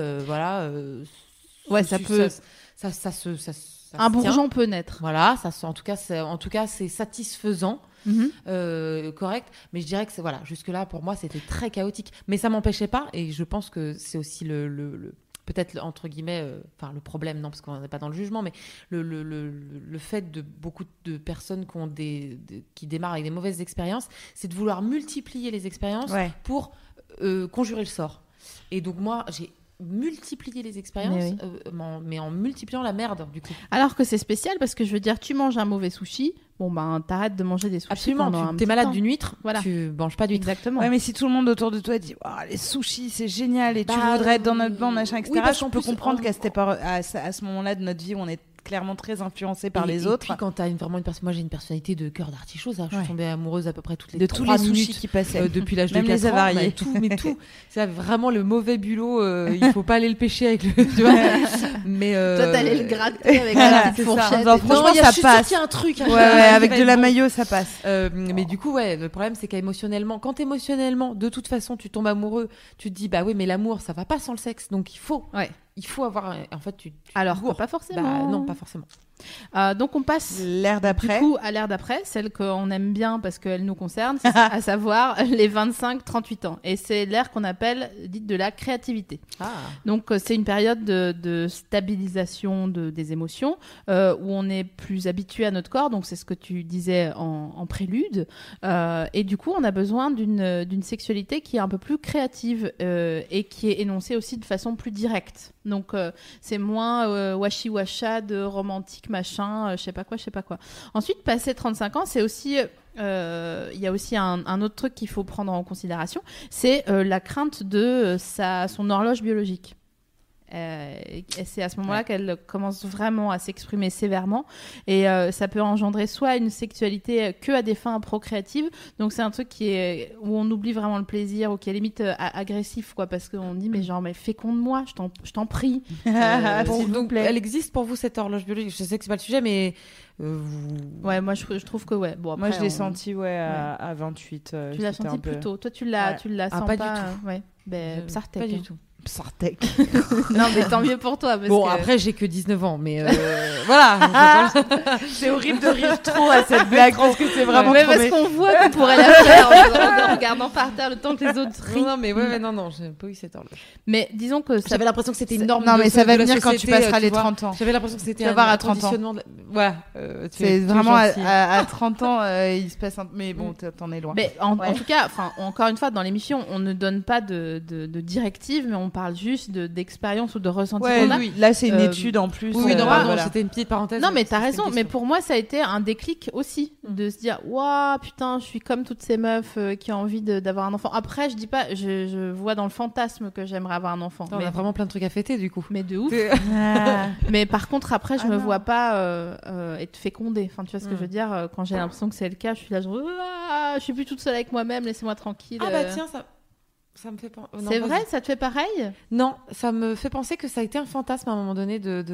un bourgeon peut naître. Voilà, en tout cas, c'est satisfaisant. Correct, mais je dirais que jusque-là pour moi c'était très chaotique, mais ça m'empêchait pas, et je pense que c'est aussi le peut-être entre guillemets le problème, non, parce qu'on n'est pas dans le jugement, mais le fait de beaucoup de personnes qui démarrent avec des mauvaises expériences, c'est de vouloir multiplier les expériences pour conjurer le sort. Et donc moi j'ai multiplier les expériences, mais en multipliant la merde du coup. Alors que c'est spécial parce que je veux dire, tu manges un mauvais sushi, t'arrêtes de manger des sushis. Absolument, t'es malade d'une huître, tu manges pas d'huître. Exactement. Ouais, mais si tout le monde autour de toi dit les sushis c'est génial et tu voudrais être dans notre bande, machin, etc. Je peux comprendre qu'à ce moment-là de notre vie où on est clairement très influencé par les autres. Et puis quand t'as vraiment une personne, moi j'ai une personnalité de cœur d'artichot, ça, je suis tombée amoureuse à peu près toutes les de 3 tous les minutes sushis qui passaient, depuis l'âge de 4 ans. Même les avariés. Tout. C'est vraiment le mauvais bulot, il faut pas aller le pêcher avec le, tu vois. Mais toi t'allais le gratter avec la fourchette. Franchement, ça passe. Il y a un truc. Avec de la maillot, ça passe. Mais du coup, le problème c'est qu'émotionnellement, quand émotionnellement, de toute façon, tu tombes amoureux, tu te dis oui, mais l'amour, ça va pas sans le sexe, donc il faut avoir. En fait, alors pas forcément. Non, pas forcément. Donc on passe l'ère d'après. Du coup à l'ère d'après, celle qu'on aime bien parce qu'elle nous concerne, à savoir les 25-38 ans. Et c'est l'ère qu'on appelle dite de la créativité. Donc c'est une période de stabilisation des émotions où on est plus habitué à notre corps. Donc c'est ce que tu disais en prélude. Et du coup on a besoin d'une sexualité qui est un peu plus créative et qui est énoncée aussi de façon plus directe. Donc c'est moins washi-washa de romantique machin, je sais pas quoi. Ensuite, passé 35 ans, c'est aussi il y a aussi un autre truc qu'il faut prendre en considération, c'est la crainte de son horloge biologique. Et c'est à ce moment-là qu'elle commence vraiment à s'exprimer sévèrement, et ça peut engendrer soit une sexualité que à des fins procréatives, donc c'est un truc où on oublie vraiment le plaisir, ou qui est limite agressif, quoi, parce qu'on dit mais féconde-moi, je t'en prie. S'il vous plaît. Elle existe pour vous cette horloge biologique? Je sais que c'est pas le sujet, mais ouais, moi je trouve que bon, après, moi je l'ai senti à 28. Tu l'as senti plus tôt. Toi tu l'as sens pas du tout. Ouais. Psartec. Pas du tout. Psartec. Non, mais tant mieux pour toi. Après, j'ai que 19 ans, mais voilà. C'est horrible de rire trop à cette blague parce que c'est vraiment trop. Parce qu'on voit qu'on pourrait la faire en regardant par terre le temps que les autres rient. Non, mais non, j'ai pas eu cette horloge. Mais disons que j'avais l'impression que c'était une norme. Non, mais ça va venir quand tu passeras les 30 ans. J'avais l'impression que c'était un conditionnement. Ouais, c'est vraiment à 30 ans, il se passe un... Mais bon, t'en es loin. Mais en tout cas, encore une fois, dans l'émission, on ne donne pas de directives, mais on parle juste d'expérience ou de ressenti qu'on a. Oui. Là, c'est une étude en plus. Oui, non, pardon, c'était une petite parenthèse. Non, mais t'as raison. Mais pour moi, ça a été un déclic aussi de se dire, waouh, putain, je suis comme toutes ces meufs qui ont envie d'avoir un enfant. Après, je dis pas, je vois dans le fantasme que j'aimerais avoir un enfant. On a vraiment plein de trucs à fêter, du coup. Mais de ouf. Mais par contre, après, je me vois pas être fécondée. Enfin, tu vois ce que je veux dire, quand j'ai l'impression que c'est le cas, je suis là, genre, je suis plus toute seule avec moi-même, laissez-moi tranquille. Ah bah tiens, ça me fait penser. C'est vrai, ça te fait pareil ? Non, ça me fait penser que ça a été un fantasme à un moment donné de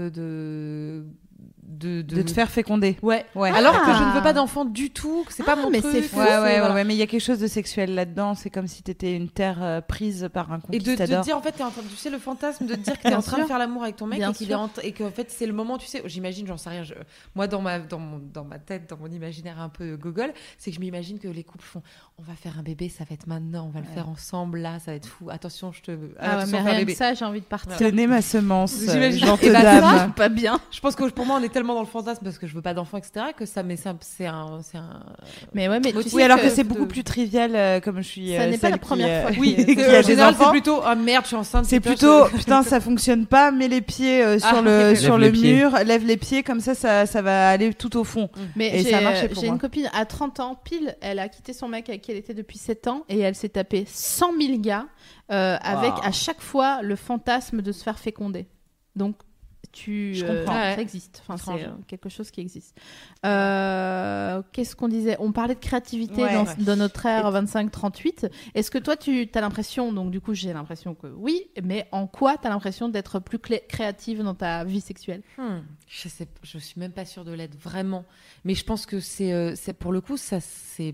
te faire féconder. Ouais. Alors que je ne veux pas d'enfant du tout, que c'est pas mon mais truc. c'est fou. Ouais, mais il y a quelque chose de sexuel là-dedans. C'est comme si t'étais une terre prise par un conquistador. Et de dire, en fait, tu sais, le fantasme de te dire que t'es en train de faire l'amour avec ton mec et qu'en fait, c'est le moment, tu sais, j'imagine, j'en sais rien. Moi, dans ma tête, dans mon imaginaire un peu gogol, c'est que je m'imagine que les couples font, on va faire un bébé, ça va être maintenant, on va le faire ensemble, là, ça va être fou. Attention, mais rien que ça, j'ai envie de partir. Tenez ma semence, j'en te dame. Pas bien. Je pense que pour moi, on est tellement dans le fantasme parce que je veux pas d'enfant, etc., que ça, mais c'est un. Mais ouais, mais oui, alors que c'est beaucoup plus trivial, comme je suis. Ça n'est pas la première fois. Oui, qui a des enfants. C'est plutôt merde, je suis enceinte. C'est plutôt putain, ça fonctionne pas. Mets les pieds sur le mur, lève les pieds, comme ça va aller tout au fond. Mais ça a marché pour moi. J'ai une copine à 30 ans pile, elle a quitté son mec avec qui elle était depuis 7 ans et elle s'est tapé 100 000 gars avec à chaque fois le fantasme de se faire féconder. Donc je comprends. Ça existe. Enfin, c'est quelque chose qui existe. Qu'est-ce qu'on disait ? On parlait de créativité dans notre ère 25-38. Est-ce que toi, tu as l'impression, donc du coup, j'ai l'impression que oui, mais en quoi tu as l'impression d'être plus créative dans ta vie sexuelle ? Je suis même pas sûre de l'être vraiment. Mais je pense que c'est pour le coup, ça c'est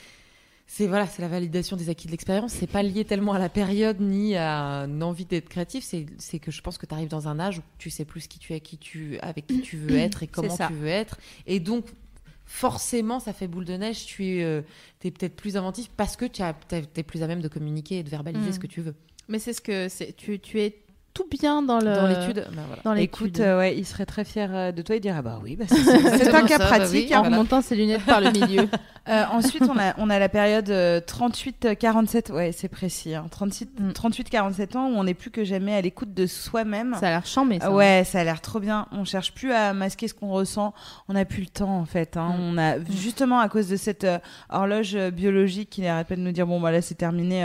la validation des acquis de l'expérience. C'est pas lié tellement à la période ni à une envie d'être créatif. C'est que je pense que tu arrives dans un âge où tu sais plus qui tu es, avec qui tu veux être et comment tu veux être. Et donc, forcément, ça fait boule de neige. Tu es peut-être plus inventif parce que tu es plus à même de communiquer et de verbaliser ce que tu veux. Mais c'est ce que c'est. Tu es tout bien dans l'étude. Dans l'étude. Écoute, il serait très fier de toi. Il dirait bah oui, c'est un cas pratique. En remontant ses lunettes par le milieu. Ensuite, on a la période 38-47. Ouais, c'est précis. 38-47 ans où on n'est plus que jamais à l'écoute de soi-même. Ça a l'air chambé, ça. Ouais, ça a l'air trop bien. On cherche plus à masquer ce qu'on ressent. On n'a plus le temps, en fait. On a justement à cause de cette horloge biologique qui n'arrête pas de nous dire bon bah là c'est terminé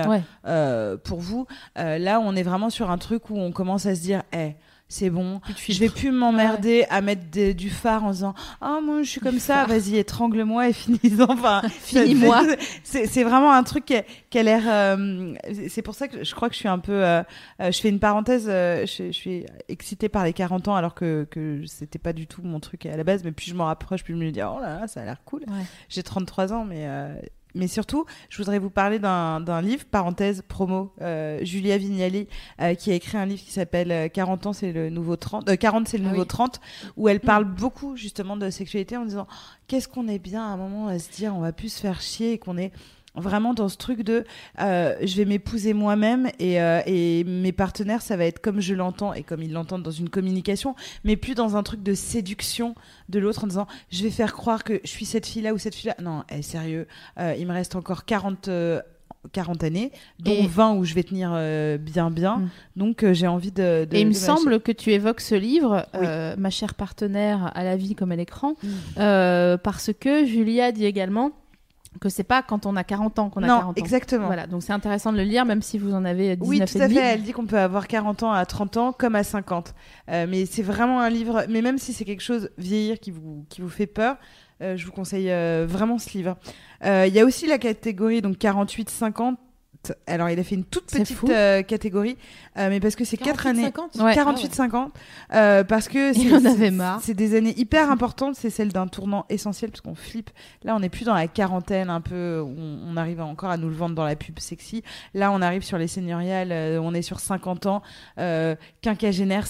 pour vous. Là, on est vraiment sur un truc où on commence à se dire c'est bon, je vais plus m'emmerder à mettre du phare en disant moi je suis comme ça, vas-y étrangle-moi et finis-moi. C'est vraiment un truc qui a l'air c'est pour ça que je crois que je suis un peu je fais une parenthèse, je suis excitée par les 40 ans alors que c'était pas du tout mon truc à la base, mais plus je m'en rapproche, plus je me dis oh là là, ça a l'air cool. J'ai 33 ans mais surtout, je voudrais vous parler d'un livre, parenthèse promo, Julia Vignali, qui a écrit un livre qui s'appelle 40 ans, c'est le nouveau 30, 40 c'est le nouveau 30, où elle parle beaucoup justement de sexualité en disant qu'est-ce qu'on est bien à un moment à se dire on va plus se faire chier et qu'on est vraiment dans ce truc de je vais m'épouser moi-même et mes partenaires ça va être comme je l'entends et comme ils l'entendent dans une communication, mais plus dans un truc de séduction de l'autre en disant je vais faire croire que je suis cette fille-là ou cette fille-là. Non, sérieux, il me reste encore 40 années, dont 20 où je vais tenir bien. Donc j'ai envie de et il me semble que tu évoques ce livre, Ma chère partenaire à la vie comme à l'écran, parce que Julia dit également que c'est pas quand on a 40 ans qu'on a 40 ans. Exactement. Voilà, donc c'est intéressant de le lire, même si vous en avez 19 Oui, tout à et demi. fait. Elle dit qu'on peut avoir 40 ans à 30 ans comme à 50. Mais c'est vraiment un livre... Mais même si c'est quelque chose, vieillir, qui vous fait peur, je vous conseille vraiment ce livre. Il y a aussi la catégorie donc 48-50. Alors, il a fait une toute petite catégorie, mais parce que c'est 4 années. 48-50. Parce que il en avait marre. C'est des années hyper importantes. C'est celle d'un tournant essentiel, parce qu'on flippe. Là, on n'est plus dans la quarantaine, un peu, où on arrive encore à nous le vendre dans la pub sexy. Là, on arrive sur les seigneuriales, on est sur 50 ans. Quinquagénaire,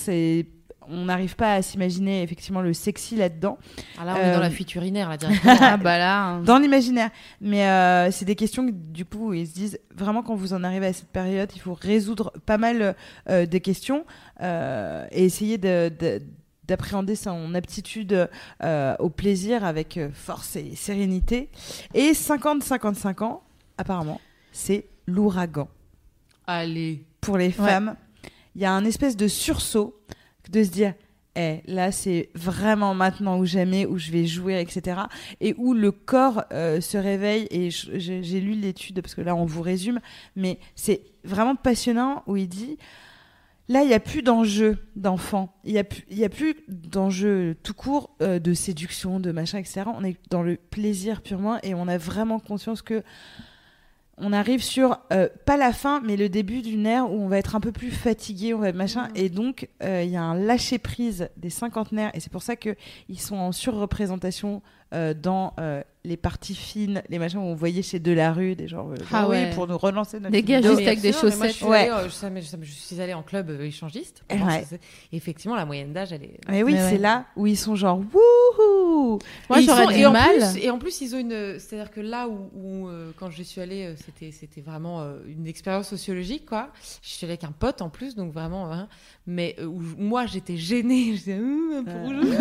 on n'arrive pas à s'imaginer effectivement le sexy là-dedans. Ah là, on est dans la fuite urinaire, là, directement. Dans l'imaginaire. Mais c'est des questions que, du coup, ils se disent vraiment quand vous en arrivez à cette période, il faut résoudre pas mal des questions et essayer d'appréhender son aptitude au plaisir avec force et sérénité. Et 50-55 ans, apparemment, c'est l'ouragan. Allez. Pour les femmes, il y a un espèce de sursaut de se dire là, c'est vraiment maintenant ou jamais, où je vais jouer, etc. Et où le corps se réveille. Et j'ai lu l'étude, parce que là, on vous résume, mais c'est vraiment passionnant, où il dit... Là, il n'y a plus d'enjeu d'enfant. Il n'y a plus d'enjeu tout court de séduction, de machin, etc. On est dans le plaisir purement et on a vraiment conscience que on arrive sur, pas la fin, mais le début d'une ère où on va être un peu plus fatigué, on va être machin. Et donc, il y a un lâcher-prise des cinquantenaires. Et c'est pour ça qu'ils sont en surreprésentation dans les parties fines, les machins où on voyait chez Delarue, des gens pour nous relancer notre des gars juste avec des chaussettes. Je suis allée en club échangiste. Et effectivement, la moyenne d'âge, elle est... Mais oui, c'est là où ils sont genre wouhou. Moi, j'aurais du mal. Et en plus, ils ont une... C'est-à-dire que là où quand je suis allée, c'était vraiment une expérience sociologique, quoi. Je suis allée avec un pote en plus, donc vraiment... Hein, mais où moi, j'étais gênée. J'étais un peu rouge.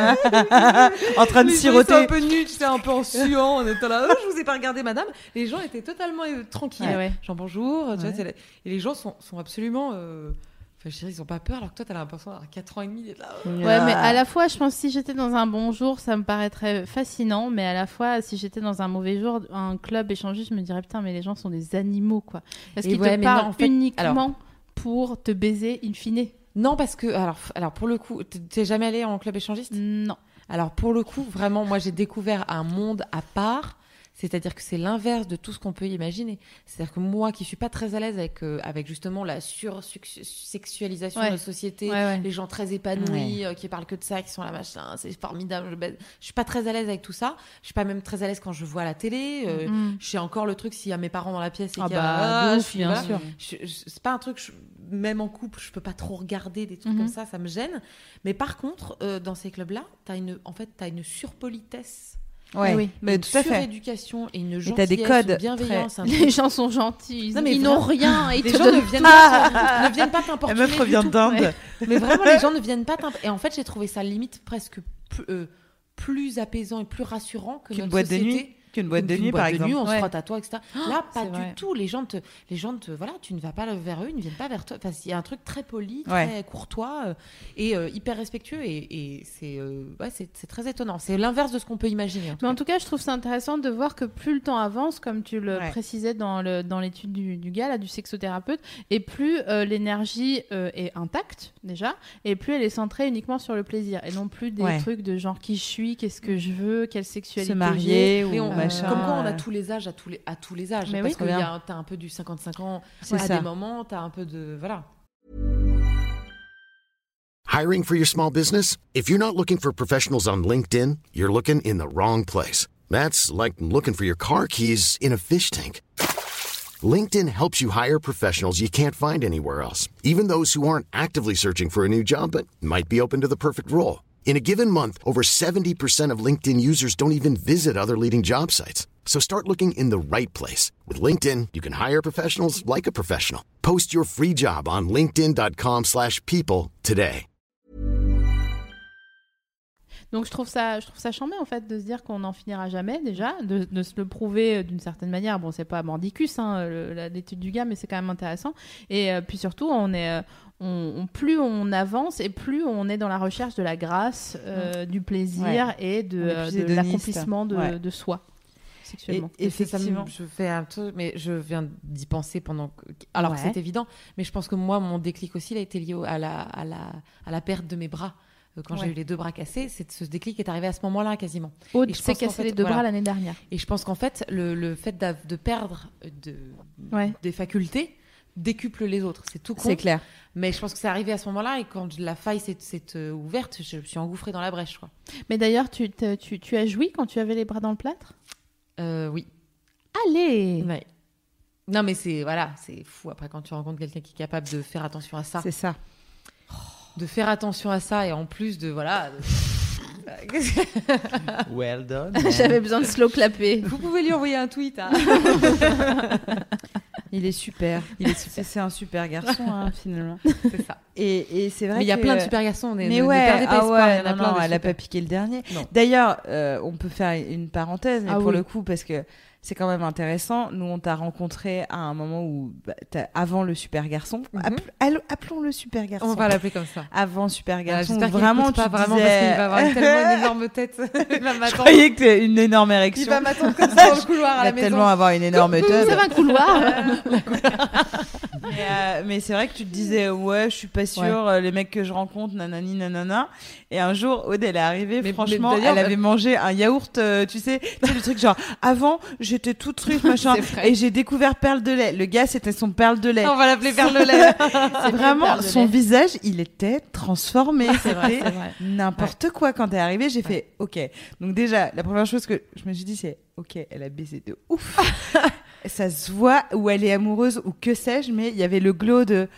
En train de siroter. Un peu nu, j'étais un peu en suant, on était là, je vous ai pas regardé madame. Les gens étaient totalement tranquilles. Genre bonjour, tu vois, et les gens sont absolument enfin, je dirais, ils ont pas peur, alors que toi t'as l'impression d'avoir 4 ans et demi d'être là. Ouais, mais à la fois, je pense que si j'étais dans un bon jour, ça me paraîtrait fascinant, mais à la fois, si j'étais dans un mauvais jour, un club échangiste, je me dirais putain, mais les gens sont des animaux, quoi. Parce qu'ils te parlent uniquement pour te baiser in fine. Non, parce que alors pour le coup, t'es jamais allé en club échangiste ? Non. Alors pour le coup, vraiment, moi j'ai découvert un monde à part. C'est-à-dire que c'est l'inverse de tout ce qu'on peut imaginer. C'est-à-dire que moi, qui suis pas très à l'aise avec justement la sursexualisation de la société, les gens très épanouis, qui parlent que de ça, qui sont là, machin, c'est formidable. Je suis pas très à l'aise avec tout ça. Je suis pas même très à l'aise quand je vois la télé. Je sais encore le truc s'il y a mes parents dans la pièce et qu'il y a... bien sûr. C'est pas un truc... Même en couple, je peux pas trop regarder des trucs comme ça me gêne. Mais par contre, dans ces clubs-là, t'as une surpolitesse. Mais tout à fait. Suréducation et une gentillesse, et t'as des codes, une bienveillance. Les gens sont gentils, ils n'ont rien. Les gens ne viennent pas t'importuner. La meuf revient d'Inde. Mais vraiment, les gens ne viennent pas t'importuner. Et en fait, j'ai trouvé ça limite presque plus apaisant et plus rassurant que notre boîte société. de nuit. Qu'une boîte de nuit, par exemple. On se frotte à toi, etc. Là, pas du tout. Les gens voilà, tu ne vas pas vers eux, ils ne viennent pas vers toi. Enfin, il y a un truc très poli, très courtois et hyper respectueux. Et c'est très étonnant. C'est l'inverse de ce qu'on peut imaginer. Mais en tout cas, je trouve ça intéressant de voir que plus le temps avance, comme tu le précisais dans l'étude du gars, là, du sexothérapeute, et plus l'énergie est intacte, déjà, et plus elle est centrée uniquement sur le plaisir, et non plus des trucs de genre qui je suis, qu'est-ce que je veux, quelle sexualité se marier ou comme quoi on a tous les âges à tous les âges. Mais parce que t'as un peu du 55 ans des moments, t'as un peu de... Voilà. Hiring for your small business? If you're not looking for professionals on LinkedIn, you're looking in the wrong place. That's like looking for your car keys in a fish tank. LinkedIn helps you hire professionals you can't find anywhere else, even those who aren't actively searching for a new job but might be open to the perfect role. In a given month, over 70% of LinkedIn users don't even visit other leading job sites. So start looking in the right place. With LinkedIn, you can hire professionals like a professional. Post your free job on linkedin.com/people today. Donc je trouve ça chambé en fait de se dire qu'on n'en finira jamais déjà, de se le prouver d'une certaine manière. Bon, c'est pas mordicus l'étude du gars, mais c'est quand même intéressant. Et puis surtout, plus on avance et plus on est dans la recherche de la grâce, du plaisir et de l'accomplissement de soi sexuellement. Et effectivement, je fais un truc, mais je viens d'y penser pendant. Alors que c'est évident, mais je pense que moi, mon déclic aussi, il a été lié à la perte de mes bras. Quand j'ai eu les 2 bras cassés, ce déclic est arrivé à ce moment-là quasiment. Aude s'est cassé les 2 bras l'année dernière. Et je pense qu'en fait, le fait de perdre des facultés décuple les autres. C'est tout con. C'est clair. Mais je pense que c'est arrivé à ce moment-là et quand la faille s'est ouverte, je me suis engouffrée dans la brèche, quoi. Mais d'ailleurs, tu as joui quand tu avais les bras dans le plâtre ? Oui. Allez. Ouais. Non, mais c'est fou après quand tu rencontres quelqu'un qui est capable de faire attention à ça. C'est ça. De faire attention à ça et en plus de Well done. J'avais besoin de slow clapper. Vous pouvez lui envoyer un tweet. Hein. Il est super. C'est un super garçon, finalement. C'est ça. Et c'est vrai mais il y a que... plein de super garçons. Mais ne ouais, perdez pas espoir. Il y en a non, plein de elle a super. pas piqué le dernier. Non. D'ailleurs, on peut faire une parenthèse mais pour oui. le coup, parce que c'est quand même intéressant. Nous, on t'a rencontré à un moment où, avant le super garçon. Appelons-le super garçon. On va l'appeler comme ça. Avant super garçon. J'espère qu'il vraiment, n'écoute pas tu vraiment disais... parce qu'il va avoir tellement une énorme tête. Il va Je m'attendre. croyais que t'as une énorme érection. Il va m'attendre comme ça dans le couloir Il à la va maison. tellement avoir une énorme Vous tête. avez un couloir. Mais c'est vrai que tu te disais, ouais, je suis pas sûre, les mecs que je rencontre, nanani, nanana. Et un jour, Aude, elle est arrivée, franchement, mais d'ailleurs, elle avait mangé un yaourt, tu sais, le truc genre, avant, j'étais toute truffe, machin, et j'ai découvert Perle de lait. Le gars, c'était son Perle de lait. On va l'appeler Perle de lait. C'est vraiment, Perle de son lait. visage, il était transformé. C'est vrai, C'était c'est vrai. n'importe quoi. Quand t'es arrivée, j'ai fait, ok. Donc déjà, la première chose que je me suis dit, c'est, ok, elle a baisé de ouf. Ça se voit où elle est amoureuse ou que sais-je, mais il y avait le glow de...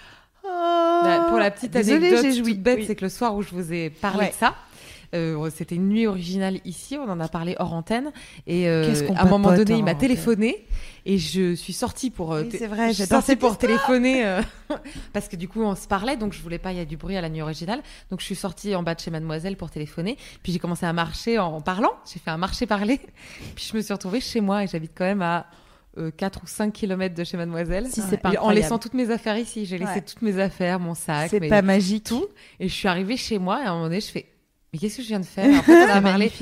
Pour la petite Désolée, anecdote j'ai joui. toute bête, Oui. c'est que le soir où je vous ai parlé Ouais. de ça, c'était une nuit originale ici, on en a parlé hors antenne, et Qu'est-ce qu'on à un moment papote donné, il hors m'a antenne. téléphoné, et je suis sortie pour... Oui, c'est vrai, je suis j'adore sortie cette pour téléphoner, parce que du coup, on se parlait, donc je voulais pas, il y a du bruit à la nuit originale, donc je suis sortie en bas de chez Mademoiselle pour téléphoner, puis j'ai commencé à marcher en parlant, j'ai fait un marché-parler, puis je me suis retrouvée chez moi, et j'habite quand même à... 4 ou 5 kilomètres de chez Mademoiselle. Si c'est pas Et en incroyable. laissant toutes mes affaires ici. J'ai laissé Ouais. toutes mes affaires, mon sac, C'est mes- pas magique. tout. Et je suis arrivée chez moi et à un moment donné, je fais mais qu'est-ce que je viens de faire? En fait, on a parlé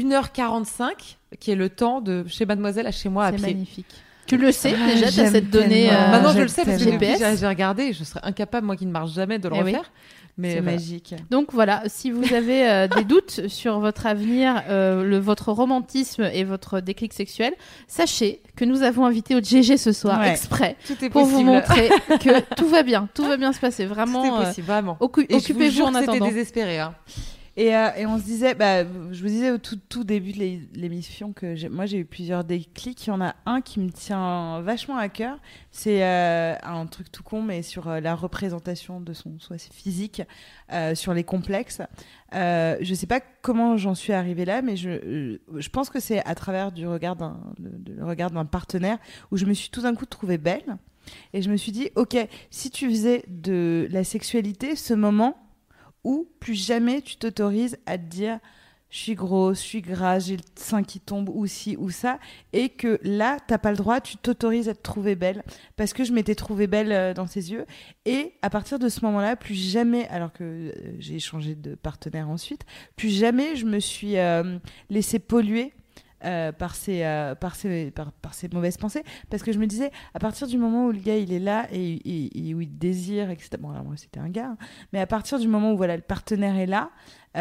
1h45, qui est le temps de chez Mademoiselle à chez moi à C'est pied. magnifique. Tu le sais déjà, t'as j'aime cette donnée. tellement. Maintenant, je j'aime le sais parce que tellement. depuis, GPS. j'ai regardé, je serais incapable, moi qui ne marche jamais, de le Eh oui. refaire. Mais C'est voilà. magique. Donc voilà, si vous avez des doutes sur votre avenir, votre romantisme et votre déclic sexuel, sachez que nous avons invité au GG ce soir Ouais. exprès Tout est pour vous possible. montrer que tout va bien se passer. Tout Vraiment, est possible, vraiment. occu- Et je vous occupez-vous jure en que c'était attendant. désespéré. Hein. Et on se disait, je vous disais au tout début de l'émission que moi j'ai eu plusieurs déclics. Il y en a un qui me tient vachement à cœur. C'est un truc tout con, mais sur la représentation de son soi physique, sur les complexes. Je sais pas comment j'en suis arrivée là, mais je pense que c'est à travers le regard d'un partenaire où je me suis tout d'un coup trouvée belle. Et je me suis dit, ok, si tu faisais de la sexualité ce moment où plus jamais tu t'autorises à te dire je suis grosse, je suis grasse, j'ai le sein qui tombe ou ci ou ça, et que là t'as pas le droit, tu t'autorises à te trouver belle parce que je m'étais trouvée belle dans ses yeux. Et à partir de ce moment-là, plus jamais, alors que j'ai changé de partenaire ensuite, plus jamais je me suis laissée polluer par ces mauvaises pensées, parce que je me disais, à partir du moment où le gars il est là et où il désire, etc. Bon, alors moi c'était un gars, hein, mais à partir du moment où voilà, le partenaire est là,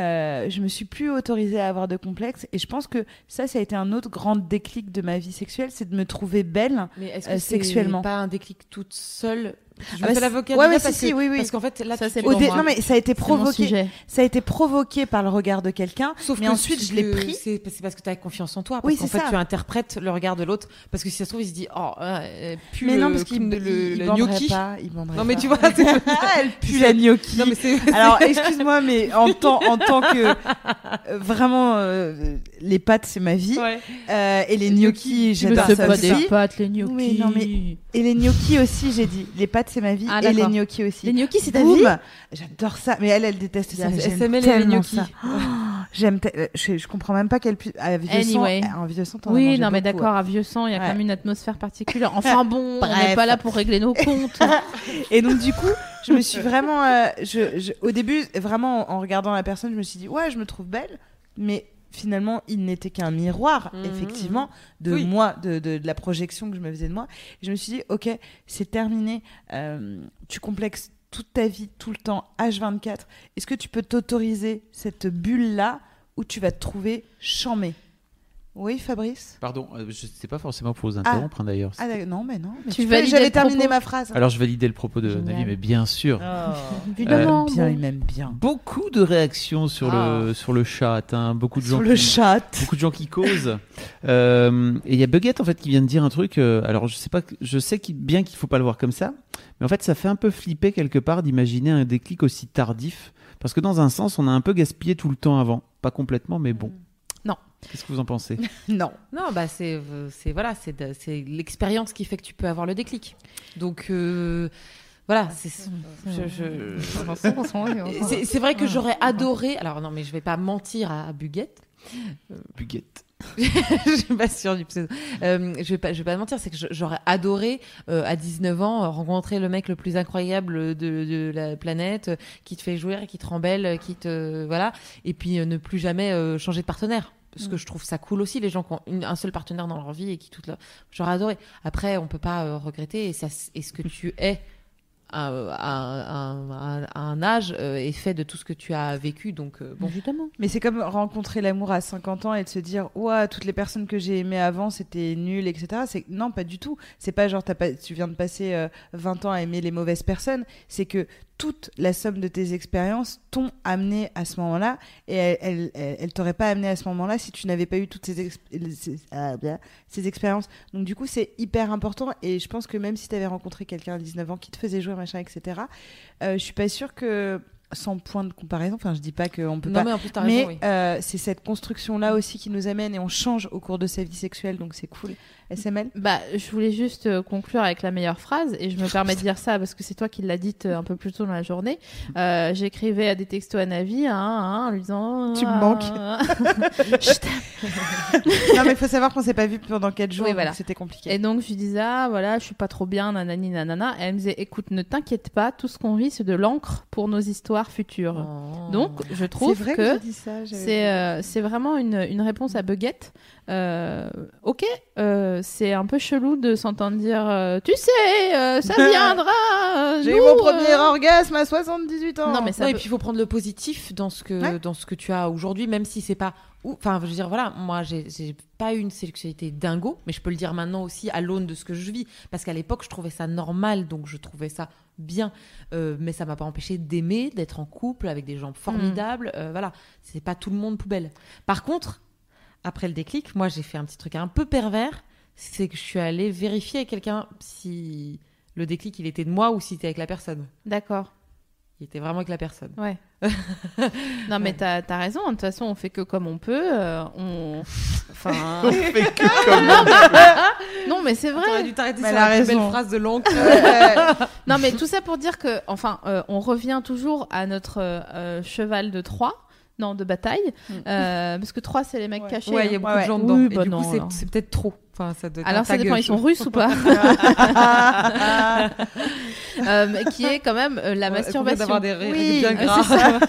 je me suis plus autorisée à avoir de complexe, et je pense que ça a été un autre grand déclic de ma vie sexuelle, c'est de me trouver belle. Mais est-ce que sexuellement. c'est pas un déclic toute seule? Je Ah me bah fais l'avocat ouais, du mais diable si, oui. parce qu'en fait là Ça, tu c'est te pour vends, moi. Non mais ça a été C'est mon provoqué. sujet. Ça a été provoqué par le regard de quelqu'un, Sauf mais que ensuite je l'ai pris. C'est parce que tu as confiance en toi. Parce Oui, qu'en c'est fait, ça. tu interprètes le regard de l'autre. Parce que si ça se trouve, il se dit oh, plus Mais le, non, parce qu'il le banderait gnocchi. pas, il banderait Non, mais pas. tu vois, c'est- Elle pue la gnocchi. Non, mais c'est. Alors, excuse-moi, mais en tant que vraiment, les pâtes, c'est ma vie. Ouais. Et les gnocchis, Mais j'adore c'est ça pas aussi. des pâtes, les gnocchis. Oui, non, mais- Et les gnocchis aussi, j'ai dit. Les pâtes, c'est ma vie. Ah, et les d'accord. gnocchis aussi. Les gnocchis, c'est ta Boum. vie. J'adore ça. Mais elle déteste ça. Mais j'aime SML et les tellement gnocchis. ça. Je comprends même pas qu'elle puisse. À Vieux-Sang, Anyway. en Vieux-Sang, t'en as Oui, mangé non, mais beaucoup, d'accord, à Vieux-Sang, il y a quand Ouais. même une atmosphère particulière. Enfin bon, on Bref. n'est pas là pour régler nos comptes. Et donc du coup, je me suis vraiment, au début, vraiment en regardant la personne, je me suis dit ouais, je me trouve belle, mais finalement, il n'était qu'un miroir, Mhm. effectivement, de Oui. moi, de la projection que je me faisais de moi. Et je me suis dit ok, c'est terminé. Tu complexes toute ta vie, tout le temps, H24. Est-ce que tu peux t'autoriser cette bulle-là où tu vas te trouver chambé? Oui, Fabrice. Pardon, je sais pas forcément pour vous interrompre hein, d'ailleurs. Ah non, mais non. Mais Tu peux- validais J'avais le terminé propos ma phrase. Alors je validais le propos de Génial. Navi, mais bien sûr. Évidemment. Bien, bon. il m'aime bien. Beaucoup de réactions sur le chat, hein, beaucoup de gens Sur le qui- chat. beaucoup de gens qui causent. Et il y a Buggette en fait qui vient de dire un truc. Alors je sais bien qu'il faut pas le voir comme ça, mais en fait ça fait un peu flipper quelque part d'imaginer un déclic aussi tardif, parce que dans un sens on a un peu gaspillé tout le temps avant. Pas complètement, mais bon. Non. Qu'est-ce que vous en pensez ? Non. Non, bah c'est l'expérience qui fait que tu peux avoir le déclic. Donc voilà, c'est vrai que j'aurais adoré. Alors non, mais je vais pas mentir à Buguette. Buguette. Je suis pas sûre du pseudo. Je vais pas mentir, c'est que j'aurais adoré à 19 ans rencontrer le mec le plus incroyable de la planète, qui te fait jouir, qui te rend belle, qui te voilà, et puis ne plus jamais changer de partenaire. Parce que je trouve ça cool aussi, les gens qui ont un seul partenaire dans leur vie et qui j'aurais adoré. Après, on peut pas regretter, et ce que tu es à un âge est fait de tout ce que tu as vécu, donc bon. Évidemment. Mais c'est comme rencontrer l'amour à 50 ans et de se dire ouah, toutes les personnes que j'ai aimées avant c'était nul, etc. Non, pas du tout. C'est pas genre tu viens de passer 20 ans à aimer les mauvaises personnes, c'est que toute la somme de tes expériences t'ont amené à ce moment-là, et elle t'aurait pas amené à ce moment-là si tu n'avais pas eu toutes ces expériences. Donc du coup, c'est hyper important, et je pense que même si tu avais rencontré quelqu'un à 19 ans qui te faisait jouer, machin, etc., je suis pas sûre que, sans point de comparaison, enfin je dis pas qu'on peut non, pas, mais en plus, t'as raison, oui. c'est cette construction-là aussi qui nous amène, et on change au cours de sa vie sexuelle, donc c'est cool. SML ? Bah, je voulais juste conclure avec la meilleure phrase, et je me permets de dire ça parce que c'est toi qui l'as dite un peu plus tôt dans la journée. J'écrivais à des textos à Navi en lui disant tu me manques. Je t'aime. Non, mais il faut savoir qu'on s'est pas vu pendant 4 jours, oui, voilà. donc c'était compliqué. Et donc je lui disais voilà, je suis pas trop bien, nanani nanana, et elle me disait écoute, ne t'inquiète pas, tout ce qu'on vit c'est de l'encre pour nos histoires futures. Donc je trouve c'est vrai que j'ai dit ça, c'est vraiment une réponse à Buguette. Ok, c'est un peu chelou de s'entendre dire tu sais, ça viendra. J'ai eu mon premier orgasme à 78 ans. Non, mais ça et puis il faut prendre le positif dans ce que tu as aujourd'hui, même si c'est pas. Enfin, je veux dire, voilà, moi j'ai pas eu une sexualité dingo, mais je peux le dire maintenant aussi à l'aune de ce que je vis, parce qu'à l'époque je trouvais ça normal, donc je trouvais ça bien, mais ça m'a pas empêché d'aimer, d'être en couple avec des gens formidables. Voilà, c'est pas tout le monde poubelle. Par contre, après le déclic, moi j'ai fait un petit truc un peu pervers, c'est que je suis allée vérifier avec quelqu'un si le déclic il était de moi ou si c'était avec la personne. D'accord. Il était vraiment avec la personne. Ouais. Non, mais t'as raison. De toute façon, on fait que comme on peut. On fait que comme on peut. Non, mais c'est vrai. T'aurais dû t'arrêter sur la plus belle phrase de l'oncle. Non, mais tout ça pour dire que, enfin, on revient toujours à notre cheval de Troie. Non, de bataille. Parce que 3, c'est les mecs cachés. Ouais, il y a beaucoup de gens dedans. Oui, et bah du non, coup, c'est peut-être trop. Enfin, ça doit être alors, ça dépend, ils sont russes ou pas qui est quand même la masturbation. D'avoir des rires oui, bien gras. c'est ça.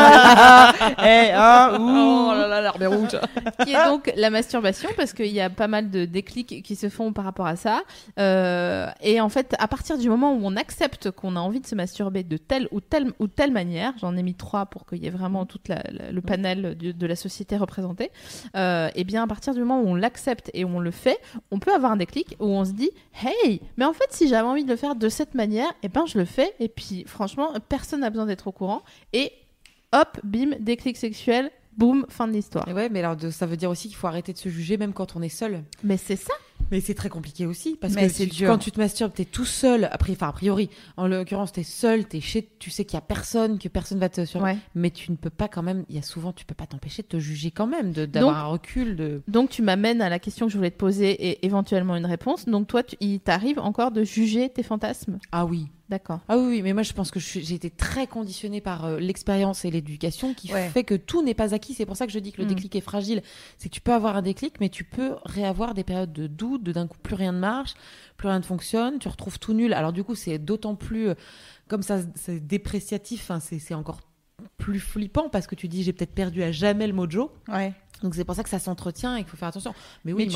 Oh là là, l'arbre est rouge. Qui est donc la masturbation, parce qu'il y a pas mal de déclics qui se font par rapport à ça. Et en fait, à partir du moment où on accepte qu'on a envie de se masturber de telle ou telle manière, j'en ai mis 3 pour qu'il y ait vraiment tout le panel de la société représentée, et bien à partir du moment où on l'accepte et on le fait, on peut avoir un déclic où on se dit hey, mais en fait si j'avais envie de le faire de cette manière, et ben je le fais, et puis franchement personne n'a besoin d'être au courant, et hop, bim, déclic sexuel, boum, fin de l'histoire. Et ouais, mais alors ça veut dire aussi qu'il faut arrêter de se juger même quand on est seul. Mais c'est ça. Mais c'est très compliqué aussi, parce mais que quand tu te masturbes, t'es tout seul. A priori, en l'occurrence, t'es seul, tu sais qu'il y a personne, que personne va te surveiller. Ouais. Mais tu ne peux pas quand même, tu peux pas t'empêcher de te juger quand même, d'avoir un recul. Donc tu m'amènes à la question que je voulais te poser et éventuellement une réponse. Donc toi, il t'arrive encore de juger tes fantasmes ? Ah oui. D'accord. Ah oui, mais moi je pense que j'ai été très conditionnée par l'expérience et l'éducation qui fait que tout n'est pas acquis. C'est pour ça que je dis que le déclic est fragile. C'est que tu peux avoir un déclic, mais tu peux réavoir des périodes de doute, d'un coup plus rien ne marche, plus rien ne fonctionne, tu retrouves tout nul. Alors du coup c'est d'autant plus comme ça, c'est dépréciatif, hein, c'est encore plus flippant parce que tu dis j'ai peut-être perdu à jamais le mojo. Ouais. Donc c'est pour ça que ça s'entretient et qu'il faut faire attention. Mais oui,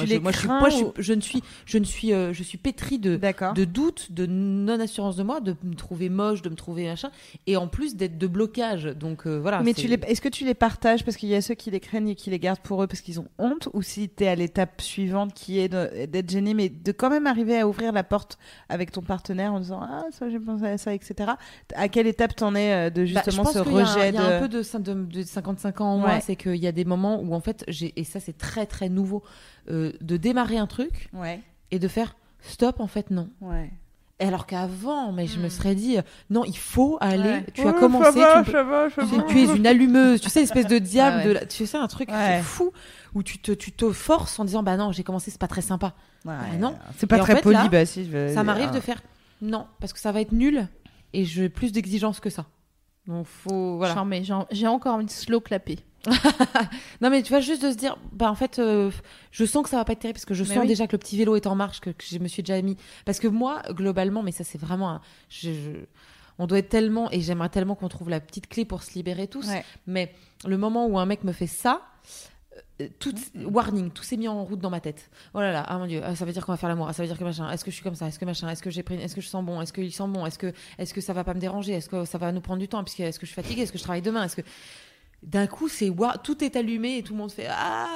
je suis pétrie de doutes, de non-assurance de moi, de me trouver moche, de me trouver machin, et en plus de blocage. Donc voilà. Mais est-ce que tu les partages parce qu'il y a ceux qui les craignent et qui les gardent pour eux parce qu'ils ont honte, ou si t'es à l'étape suivante qui est d'être gêné, mais de quand même arriver à ouvrir la porte avec ton partenaire en disant ah ça j'ai pensé à ça, etc. À quelle étape t'en es de justement ce rejet? Il y a un peu de 55 ans en moi, c'est qu'il y a des moments où en fait et ça c'est très très nouveau, de démarrer un truc et de faire stop, en fait non. Alors qu'avant, mais je me serais dit, non, il faut aller. Ouais. Tu as commencé. Tu es une allumeuse. Tu sais, espèce de diable. Ah ouais. Tu sais, un truc Ouais. fou où tu te forces en disant, bah non, j'ai commencé, c'est pas très sympa. Ouais. non. C'est pas Et en très fait, poli. là, Bah, si, je veux Ça dire. m'arrive de faire non, parce que ça va être nul et j'ai plus d'exigences que ça. Donc, faut. Voilà. Charmé, j'ai encore envie de slow clapper. Non, mais tu vois, juste de se dire, bah en fait, je sens que ça va pas être terrible parce que je Mais sens oui. déjà que le petit vélo est en marche, que je me suis déjà mis. Parce que moi, globalement, mais ça, c'est vraiment. On doit être tellement. Et j'aimerais tellement qu'on trouve la petite clé pour se libérer tous. Ouais. Mais le moment où un mec me fait ça. Warning, tout s'est mis en route dans ma tête. Oh là là, ah mon dieu, ça veut dire qu'on va faire l'amour, ça veut dire que machin, est-ce que je suis comme ça, est-ce que machin, est-ce que je sens bon, est-ce qu'il sent bon, est-ce que ça va pas me déranger, est-ce que ça va nous prendre du temps, est-ce que je suis fatiguée, est-ce que je travaille demain, est-ce que d'un coup tout est allumé et tout le monde fait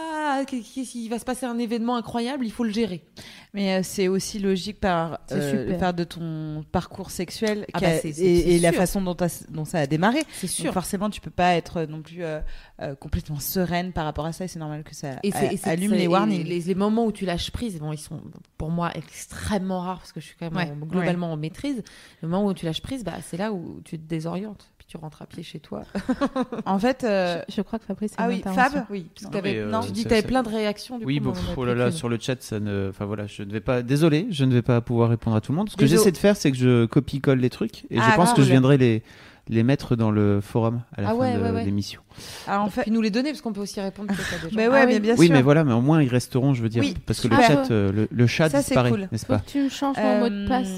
il va se passer un événement incroyable, il faut le gérer. Mais c'est aussi logique par C'est super. le fait de ton parcours sexuel C'est et la sûr. façon dont ça a démarré. C'est sûr. Donc forcément, tu peux pas être non plus complètement sereine par rapport à ça. Et c'est normal que ça allume les warnings. Les moments où tu lâches prise, bon, ils sont pour moi extrêmement rares parce que je suis quand même globalement en maîtrise. Le moment où tu lâches prise, bah, c'est là où tu te désorientes. Puis tu rentres à pied chez toi. En fait, Je crois que Fabrice. ah oui, Fab. Oui, parce Non, mais, tu dis ça- que tu avais ça- plein de réactions. Du Oui, coup, bon, on en a oh là là, pris sur le chat, ça ne. Enfin voilà, je ne vais pas. Désolé, je ne vais pas pouvoir répondre à tout le monde. Ce que Désolé. j'essaie de faire, c'est que je copie-colle les trucs et Ah, je pense que cool. je viendrai les mettre dans le forum à la Ah fin ouais, de ouais. l'émission. Alors en une. fait, Puis nous les donner parce qu'on peut aussi répondre peut-être à des gens. mais ouais, Ah mais oui. bien Oui, sûr. mais voilà, mais au moins ils resteront, je veux dire, Oui, parce que le super. chat, le chat Ça, c'est disparaît, cool. n'est-ce Faut pas? que tu me changes mon mot de passe.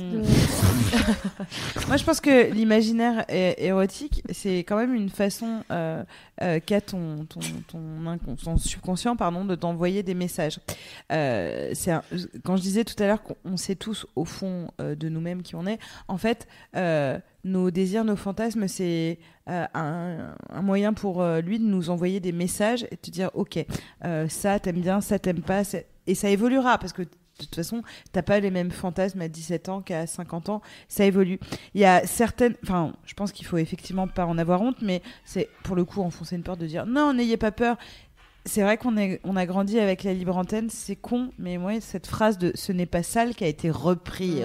Moi, je pense que l'imaginaire érotique, c'est quand même une façon qu'a ton subconscient, pardon, de t'envoyer des messages. Quand je disais tout à l'heure qu'on sait tous au fond de nous-mêmes qui on est, en fait, nos désirs, nos fantasmes, c'est un moyen pour lui de nous envoyer des messages et de te dire, ok, ça t'aimes bien, ça t'aime pas, et ça évoluera parce que de toute façon, t'as pas les mêmes fantasmes à 17 ans qu'à 50 ans, ça évolue. Il y a certaines, enfin, je pense qu'il faut effectivement pas en avoir honte, mais c'est pour le coup enfoncer une porte de dire non, n'ayez pas peur. C'est vrai qu'on a grandi avec la libre antenne, c'est con, mais moi, cette phrase de ce n'est pas sale qui a été repris.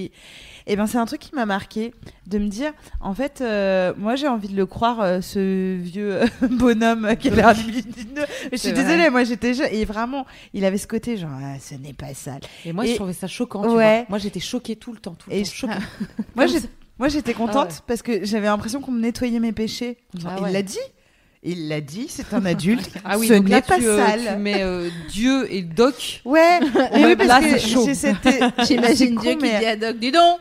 Et ben, c'est un truc qui m'a marqué de me dire, en fait, moi, j'ai envie de le croire, ce vieux bonhomme qui a l'air lumineux. Je suis désolée, moi, j'étais jeune et vraiment, il avait ce côté genre, ce n'est pas sale. Et moi, je trouvais ça choquant. Tu Ouais. vois. Moi, j'étais choquée tout le temps. Et Choquée. Moi, j'étais contente Ah ouais. parce que j'avais l'impression qu'on me nettoyait mes péchés. Genre, Ah ouais. Il l'a dit, c'est un adulte. Ah oui, ce donc là, n'est pas tu sale. mets Dieu et Doc. Ouais, mais oui, parce là, que c'est chaud. j'ai cette... J'imagine c'est Dieu con, qui mais- dit à Doc, dis donc.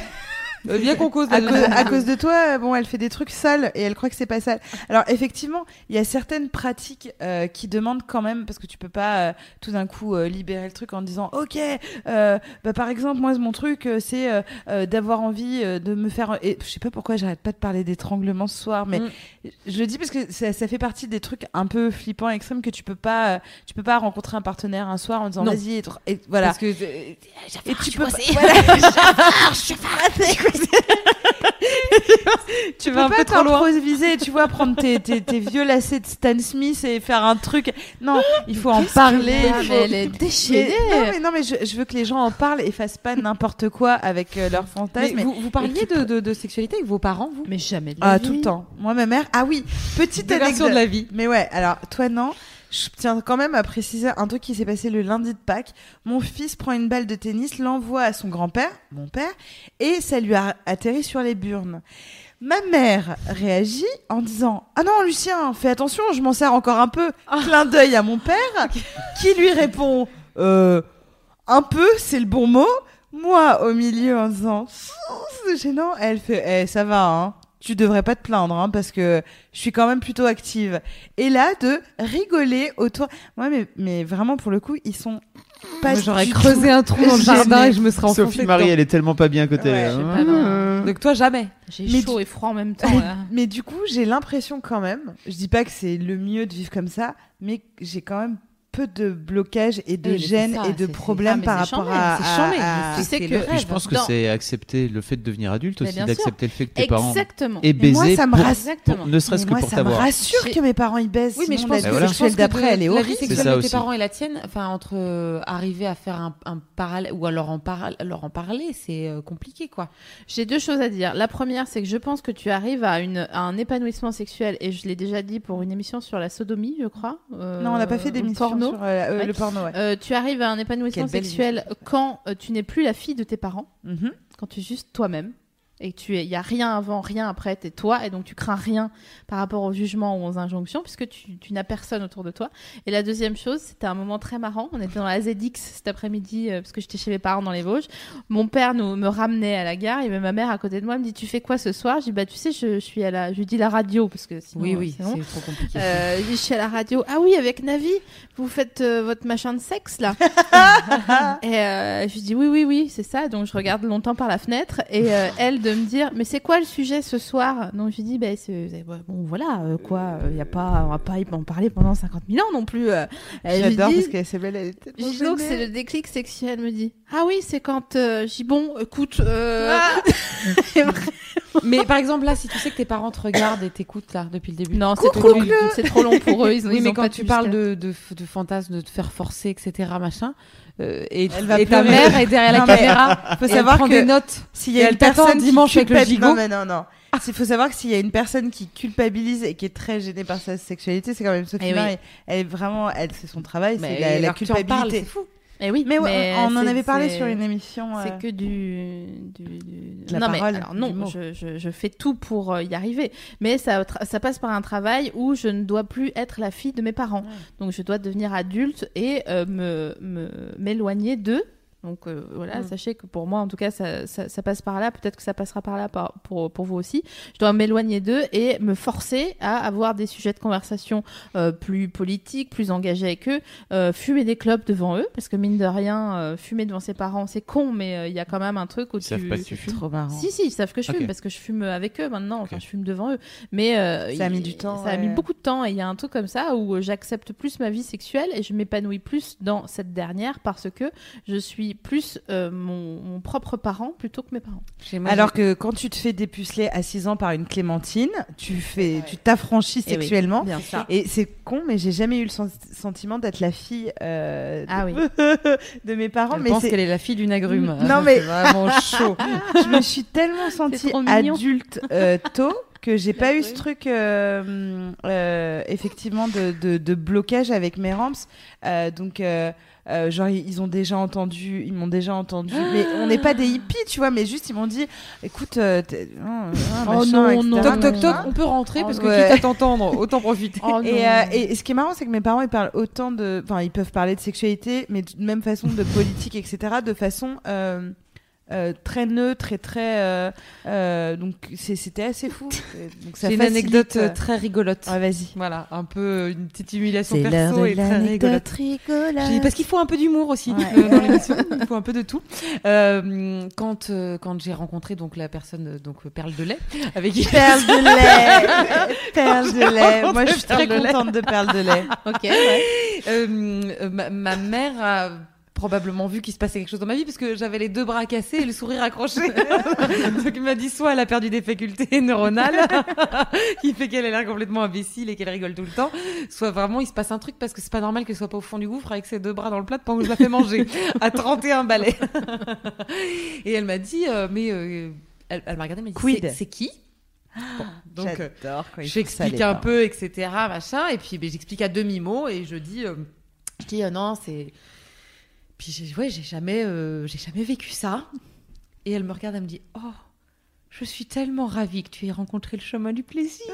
Bien qu'on cause à cause de toi, bon, elle fait des trucs sales et elle croit que c'est pas sale. Alors effectivement, il y a certaines pratiques qui demandent quand même, parce que tu peux pas tout d'un coup libérer le truc en disant ok, bah, par exemple moi mon truc c'est d'avoir envie de me faire, et je sais pas pourquoi j'arrête pas de parler d'étranglement ce soir, mais je le dis parce que ça fait partie des trucs un peu flippants, extrêmes, que tu peux pas rencontrer un partenaire un soir en disant Non. vas-y, et voilà. Parce que Et tu peux pas, tu vas un peu trop improviser, tu vois, prendre tes vieux lacets de Stan Smith et faire un truc. Non, il faut en parler. il faut- Elle est déchaînée. Non, mais je veux que les gens en parlent et fassent pas n'importe quoi avec leurs fantasmes. Mais vous parliez de sexualité avec vos parents, vous? Mais jamais de la Ah, vie. tout le temps. Moi, ma mère. Ah oui, petite Des versions anecdote. de la vie. Mais ouais, alors toi non. Je tiens quand même à préciser un truc qui s'est passé le lundi de Pâques. Mon fils prend une balle de tennis, l'envoie à son grand-père, mon père, et ça lui a atterri sur les burnes. Ma mère réagit en disant « Ah non, Lucien, fais attention, je m'en sers encore un peu. » Clin d'œil à mon père, qui lui répond « Un peu, c'est le bon mot. » Moi, au milieu, en disant « C'est gênant. » Elle fait ça va, hein. Tu devrais pas te plaindre, hein, parce que je suis quand même plutôt active. » Et là, de rigoler autour. Moi, mais vraiment, pour le coup, ils sont pas. Moi, j'aurais du creusé tout un trou dans le jardin gênés. et je me serais enfoncée Sophie Marie, dedans. elle est tellement pas bien côté. Ouais, je sais pas, non. Donc toi, jamais. J'ai Mais chaud et froid en même temps. Là. Mais du coup, j'ai l'impression quand même, je dis pas que c'est le mieux de vivre comme ça, mais j'ai quand même peu de blocage et de Oui, mais gêne c'est ça, et de c'est- problèmes c'est- par ah, mais rapport c'est à... chambé, tu sais c'est que- le Puis rêve. je pense que c'est accepter le fait de devenir adulte Mais aussi, bien d'accepter le fait que tes parents Exactement. aient Mais baisé, moi, ça me Exactement. ne serait-ce Mais que moi, pour ça me t'avoir. rassure J'ai- que mes parents y baissent. Oui, mais je sinon, pense la que vie voilà. sexuelle d'après, elle est la horrible. vie C'est sexuelle ça de tes aussi. parents et la tienne, enfin entre arriver à faire un parallèle ou à leur en parler, c'est compliqué quoi. J'ai 2 choses à dire. La première, c'est que je pense que tu arrives à un épanouissement sexuel, et je l'ai déjà dit pour une émission sur la sodomie, je crois. Non, on n'a pas fait d'émission porno. sur Ouais. le porno, ouais. Tu arrives à un épanouissement Quelle belle sexuel quand tu n'es plus la fille de tes parents, Mhm. quand tu es juste toi-même. Et il n'y a rien avant, rien après, t'es toi, et donc tu crains rien par rapport au jugement ou aux injonctions, puisque tu n'as personne autour de toi. Et la deuxième chose, c'était un moment très marrant. On était dans la ZX cet après-midi, parce que j'étais chez mes parents dans les Vosges. Mon père me ramenait à la gare, et ma mère à côté de moi me dit: tu fais quoi ce soir? Je dis: bah tu sais, je suis à je lui dis la radio, parce que sinon, Oui, c'est long. c'est trop compliqué. Je dis: je suis à la radio. Ah oui, avec Navi, vous faites votre machin de sexe là. Et je lui dis: oui, c'est ça. Donc je regarde longtemps par la fenêtre, et elle de me dire: mais c'est quoi le sujet ce soir? Donc je lui dis: bon voilà, quoi, y a pas, on va pas en parler pendant 50 000 ans non plus. J'adore parce qu'elle est belle, elle est tellement Je dis: donc c'est gênée. le déclic sexuel. Elle me dit: ah oui, c'est quand je dis: bon, écoute, Mais par exemple là, si tu sais que tes parents te regardent et t'écoutent là depuis le début. non, c'est trop long pour eux. Oui, mais ont quand pas tu pu parles jusqu'à- de fantasmes, de te faire forcer, etc., machin, et Elle va ta pleurer. mère est derrière la Non, mais caméra, faut et savoir elle prend que des notes. S'il y Et a elle une t'attend personne dimanche qui avec le gigot. Non, mais non. Il faut savoir que s'il y a une personne qui culpabilise et qui est très gênée par sa sexualité, c'est quand même Sophie Eh oui. Marie. Elle est vraiment, c'est son travail, c'est Mais la alors que tu en parles, culpabilité. c'est fou. Eh oui, Mais ouais, on en c'est- avait parlé c'est- sur une émission. C'est que la non, parole, mais alors non, du mot. je fais tout pour y arriver. Mais ça passe par un travail où je ne dois plus être la fille de mes parents. Donc je dois devenir adulte et m'éloigner d'eux. Donc voilà, sachez que pour moi, en tout cas, ça passe par là. Peut-être que ça passera par là pour vous aussi. Je dois m'éloigner d'eux et me forcer à avoir des sujets de conversation plus politiques, plus engagés avec eux. Fumer des clopes devant eux, parce que mine de rien, fumer devant ses parents, c'est con, mais il y a quand même un truc où Ils savent pas que tu fumes. trop marrant. Si, ils savent que je fume, Ok. parce que je fume avec eux maintenant, enfin Ok. je fume devant eux. Mais Ça a mis du temps, Ça a mis ouais. beaucoup de temps, et il y a un truc comme ça où j'accepte plus ma vie sexuelle et je m'épanouis plus dans cette dernière parce que je suis plus mon propre parent plutôt que mes parents. Alors que quand tu te fais dépuceler à 6 ans par une Clémentine, tu t'affranchis Eh oui, sexuellement. bien sûr. Et c'est con, mais j'ai jamais eu le sentiment d'être la fille Ah oui. de mes parents. Elle mais pense c'est- qu'elle est la fille d'une agrume. Non, mais- C'est vraiment chaud. je me suis tellement sentie trop mignon. adulte tôt que j'ai pas eu ce truc effectivement de blocage avec mes ramps. Donc genre ils m'ont déjà entendu, mais on n'est pas des hippies, tu vois, mais juste ils m'ont dit: écoute, Oh non, non. Toc toc toc, on peut rentrer parce que Ouais. quitte à t'entendre, autant profiter. Oh, Et, non. et ce qui est marrant, c'est que mes parents, ils parlent autant de... Enfin, ils peuvent parler de sexualité, mais de même façon de politique, etc., de façon très neutre et très... donc, c'était assez fou. Donc, ça J'ai une facilite, anecdote très rigolote. Ouais, vas-y. Voilà, un peu une petite humiliation C'est l'heure perso de et très rigolote. rigolote. J'ai dit, parce qu'il faut un peu d'humour aussi Ouais. dans l'émission, il faut un peu de tout. Quand j'ai rencontré donc la personne Perle de lait avec qui Perle de lait. Perle de lait. Vraiment Moi, je suis très perle de lait. contente de perle de lait. Ok, ouais. ma mère a probablement vu qu'il se passait quelque chose dans ma vie parce que j'avais les 2 bras cassés et le sourire accroché. Donc il m'a dit soit elle a perdu des facultés neuronales qui fait qu'elle a l'air complètement imbécile et qu'elle rigole tout le temps, soit vraiment il se passe un truc parce que c'est pas normal qu'elle soit pas au fond du gouffre avec ses 2 bras dans le plat pendant que je la fais manger à 31 balais. Et elle m'a dit elle m'a regardé, elle m'a dit Quid. c'est qui? Bon, donc J'adore quand ils font ça, j'explique les un parents. peu, etc. machin, et puis j'explique à demi-mot et je dis non, c'est. Puis j'ai jamais vécu ça. Et elle me regarde, elle me dit: oh, je suis tellement ravie que tu aies rencontré le chemin du plaisir.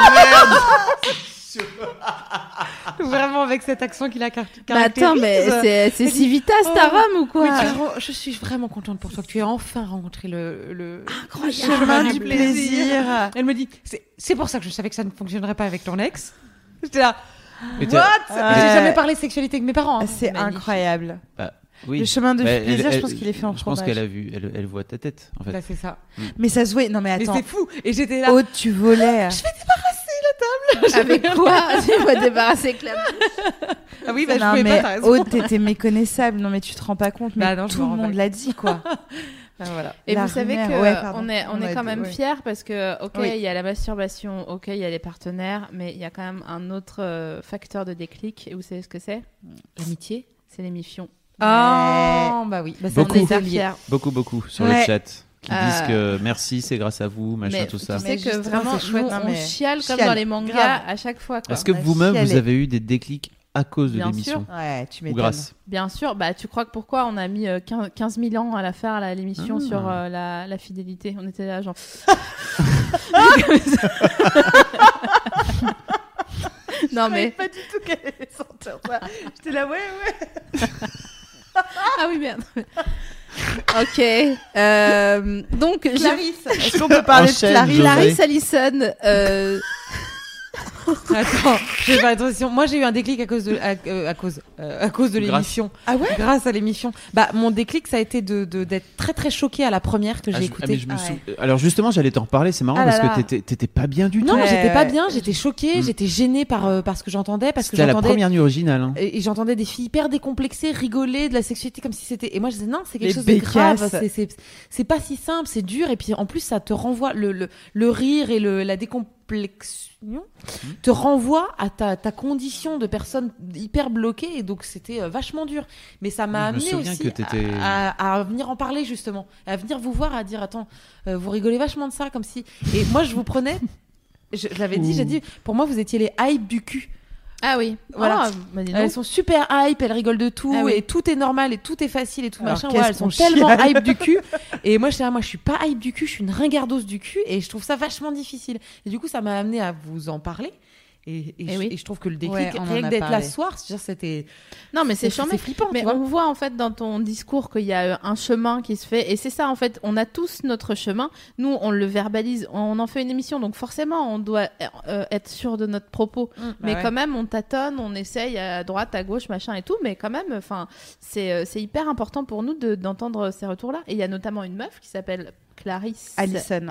Vraiment avec cet accent qui la caractérise. Bah attends, mais c'est Civitas ta Rome ou quoi? Je suis vraiment contente pour toi que tu aies enfin rencontré le Chemin du plaisir. Elle me dit: c'est pour ça que je savais que ça ne fonctionnerait pas avec ton ex. J'étais là. Mais What? t'as- Mais j'ai jamais parlé de sexualité avec mes parents. hein. C'est Magnifique. incroyable. Bah, oui. Le chemin du Bah, plaisir, je pense qu'il est fait en Je pense fromage. qu'elle a vu, elle voit ta tête, en fait. Là, c'est ça. Mais ça se voit. Non, mais Mais attends. c'est fou. Et j'étais là. Aude, tu volais. Je vais débarrasser la table. Avec quoi tu vas débarrasser avec la Ah oui, bah, je non, pouvais mais pas, t'as raison. Aude, t'étais méconnaissable. Non, mais tu te rends pas compte. Mais non, je tout me le rends monde pas l'a dit, quoi. Voilà. Et La vous savez rumeur, que ouais, pardon. on est quand même ouais. fiers parce que, ok, Oui. il y a la masturbation, ok, il y a les partenaires, mais il y a quand même un autre facteur de déclic. Et vous savez ce que c'est ? L'amitié. C'est l'émission. Ah, bah oui. Bah, ça, Beaucoup. on est hyper fiers. Beaucoup sur Ouais. le chat qui disent que merci, c'est grâce à vous, machin, Mais tout ça. tu sais Mais que justement, vraiment, c'est chouette, nous, non, on mais chiale comme chiale, dans les mangas grave. à chaque fois. Quoi. Est-ce que on a vous-même, vous chialé. avez eu des déclics à cause de Bien l'émission Ouais, tu ou m'étonnes. grâce? Bien sûr, bah, tu crois que pourquoi on a mis 15 000 ans à la faire, l'émission Ah. sur la fidélité. On était là, genre. Non, mais. pas du tout qu'elle allait sortir ça. J'étais là, ouais. Ah oui, merde. Ok. Donc, Clarisse. Est-ce qu'on peut parler de Enchaîne, Clarisse José. Clarisse Allison. Attends, je vais faire attention. Moi, j'ai eu un déclic à cause de Grâce. l'émission. Ah ouais. Grâce à l'émission. Bah, mon déclic, ça a été d'être très très choquée à la première que j'ai écoutée. mais je me Alors justement, j'allais t'en reparler, c'est marrant Ah là parce là. que t'étais pas bien du Non, tout. Ouais, j'étais pas ouais. bien, j'étais choquée, Mm. j'étais gênée par ce que j'entendais parce que C'était la j'entendais première nuit originale. Hein. et j'entendais des filles hyper décomplexées rigoler de la sexualité comme si c'était, et moi je disais non, c'est quelque Les chose de grave, bécasses. c'est pas si simple, c'est dur, et puis en plus ça te renvoie le rire et la décomplexion te renvoie à ta condition de personne hyper bloquée, et donc c'était vachement dur, mais ça m'a Je me amené souviens aussi que t'étais- à venir en parler justement, à venir vous voir, à dire attends, vous rigolez vachement de ça comme si, et moi je vous prenais, je l'avais dit, j'ai dit pour moi vous étiez les hype du cul. Ah oui. Voilà. Ah, bah, dis donc. Elles sont super hype, elles rigolent de tout, Ah oui. et tout est normal, et tout est facile, et tout Alors, machin. qu'est-ce Ouais, elles sont qu'on tellement chiale. hype du cul. Et moi, je suis pas hype du cul, je suis une ringardose du cul, et je trouve ça vachement difficile. Et du coup, ça m'a amené à vous en parler. Et oui. je trouve que le déclic, Ouais, on en rien a que d'être là parlé. ce soir, c'est-à-dire, c'était. Non, mais c'est charmé. flippant, Mais tu vois. on voit en fait dans ton discours qu'il y a un chemin qui se fait, et c'est ça en fait. On a tous notre chemin. Nous, on le verbalise, on en fait une émission, donc forcément, on doit être sûr de notre propos. Mais ouais. quand même, on tâtonne, on essaye à droite, à gauche, machin et tout. Mais quand même, enfin, c'est hyper important pour nous d'entendre ces retours-là. Et il y a notamment une meuf qui s'appelle Clarisse Allison,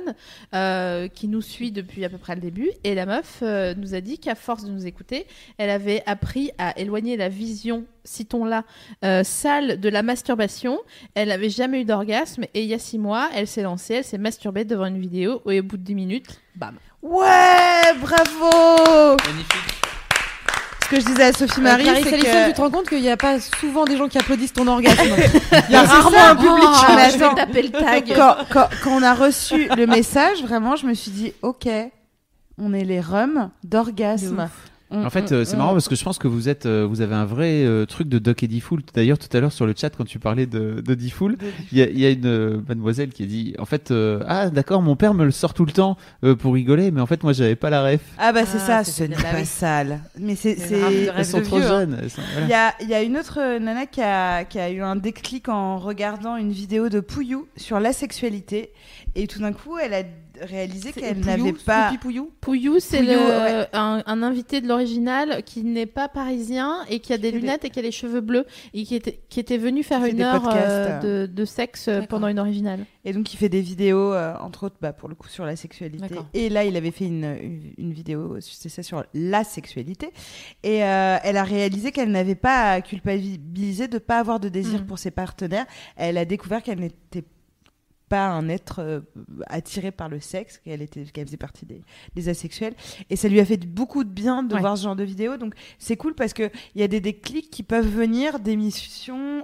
qui nous suit depuis à peu près le début, et la meuf nous a dit qu'à force de nous écouter, elle avait appris à éloigner la vision, citons-la, sale de la masturbation. Elle n'avait jamais eu d'orgasme, et il y a 6 mois, elle s'est lancée, elle s'est masturbée devant une vidéo, et au bout de 10 minutes, bam. Ouais, bravo. Magnifique. Ce que je disais à Sophie Marie, Clarisse c'est Allison, que... tu te rends compte qu'il n'y a pas souvent des gens qui applaudissent ton orgasme. Il y a rarement un public. Oh, Mais je vais attends, taper le tag. quand on a reçu le message, vraiment, je me suis dit, ok, on est les rums d'orgasme. En fait, c'est marrant parce que je pense que vous avez un vrai truc de Doc et Diffoul. D'ailleurs, tout à l'heure sur le chat, quand tu parlais de Diffoul, il y a une mademoiselle qui a dit, en fait, ah d'accord, mon père me le sort tout le temps pour rigoler, mais en fait, moi, j'avais pas la ref. Ah bah c'est Ah, ça, c'est ce n'est génial. Bah pas oui. sale. Mais c'est... rêve Elles sont de trop vieux, hein. jeunes. Voilà. Il y a une autre nana qui a eu un déclic en regardant une vidéo de Pouillou sur la sexualité, et tout d'un coup elle a réalisé qu'elle n'avait pas... Snoopy Pouillou. Pouillou, c'est Pouillou, ouais. un invité de l'original qui n'est pas parisien et qui a des fait des- lunettes et qui a les cheveux bleus et qui était venu faire Qui fait une des heure podcasts. de sexe D'accord. pendant une originale. Et donc il fait des vidéos, entre autres, pour le coup, sur la sexualité. D'accord. Et là, il avait fait une vidéo, c'est ça, sur la sexualité. Et elle a réalisé qu'elle n'avait pas à culpabiliser de ne pas avoir de désir pour ses partenaires. Elle a découvert qu'elle n'était pas un être attiré par le sexe, qu'elle faisait partie des asexuels. Et ça lui a fait beaucoup de bien de Ouais. voir ce genre de vidéo. Donc c'est cool parce qu'il y a des déclics qui peuvent venir d'émissions,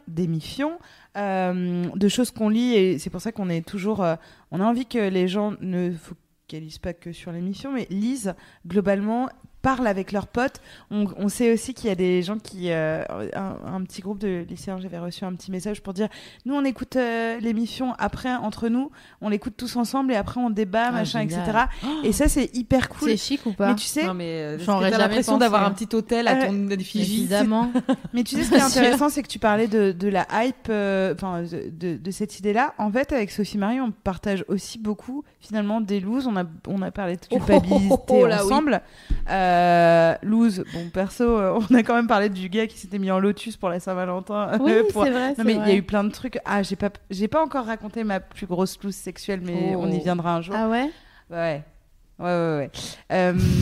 de choses qu'on lit, et c'est pour ça qu'on est toujours... on a envie que les gens ne focalisent pas que sur l'émission, mais lisent globalement, parlent avec leurs potes. On sait aussi qu'il y a des gens qui... un petit groupe de lycéens, j'avais reçu un petit message pour dire, nous on écoute l'émission après, entre nous, on l'écoute tous ensemble, et après on débat, machin, génial. etc. Et ça c'est hyper cool. C'est chic ou pas? Mais tu sais, Non, mais J'aurais t'as jamais l'impression pensé. d'avoir un petit hôtel à ton effigie. Évidemment. Mais tu sais, ce qui est Bien sûr. intéressant, c'est que tu parlais de la hype, de cette idée-là. En fait, avec Sophie Marie, on partage aussi beaucoup, finalement, des looses. On a parlé de culpabilité là, oui. ensemble. Loose, bon, perso, on a quand même parlé du gars qui s'était mis en lotus pour la Saint-Valentin. Oui, pour- c'est vrai. Non, mais il y a eu plein de trucs. Ah, j'ai pas encore raconté ma plus grosse loose sexuelle, mais Oh. on y viendra un jour. Ah ouais? Ouais.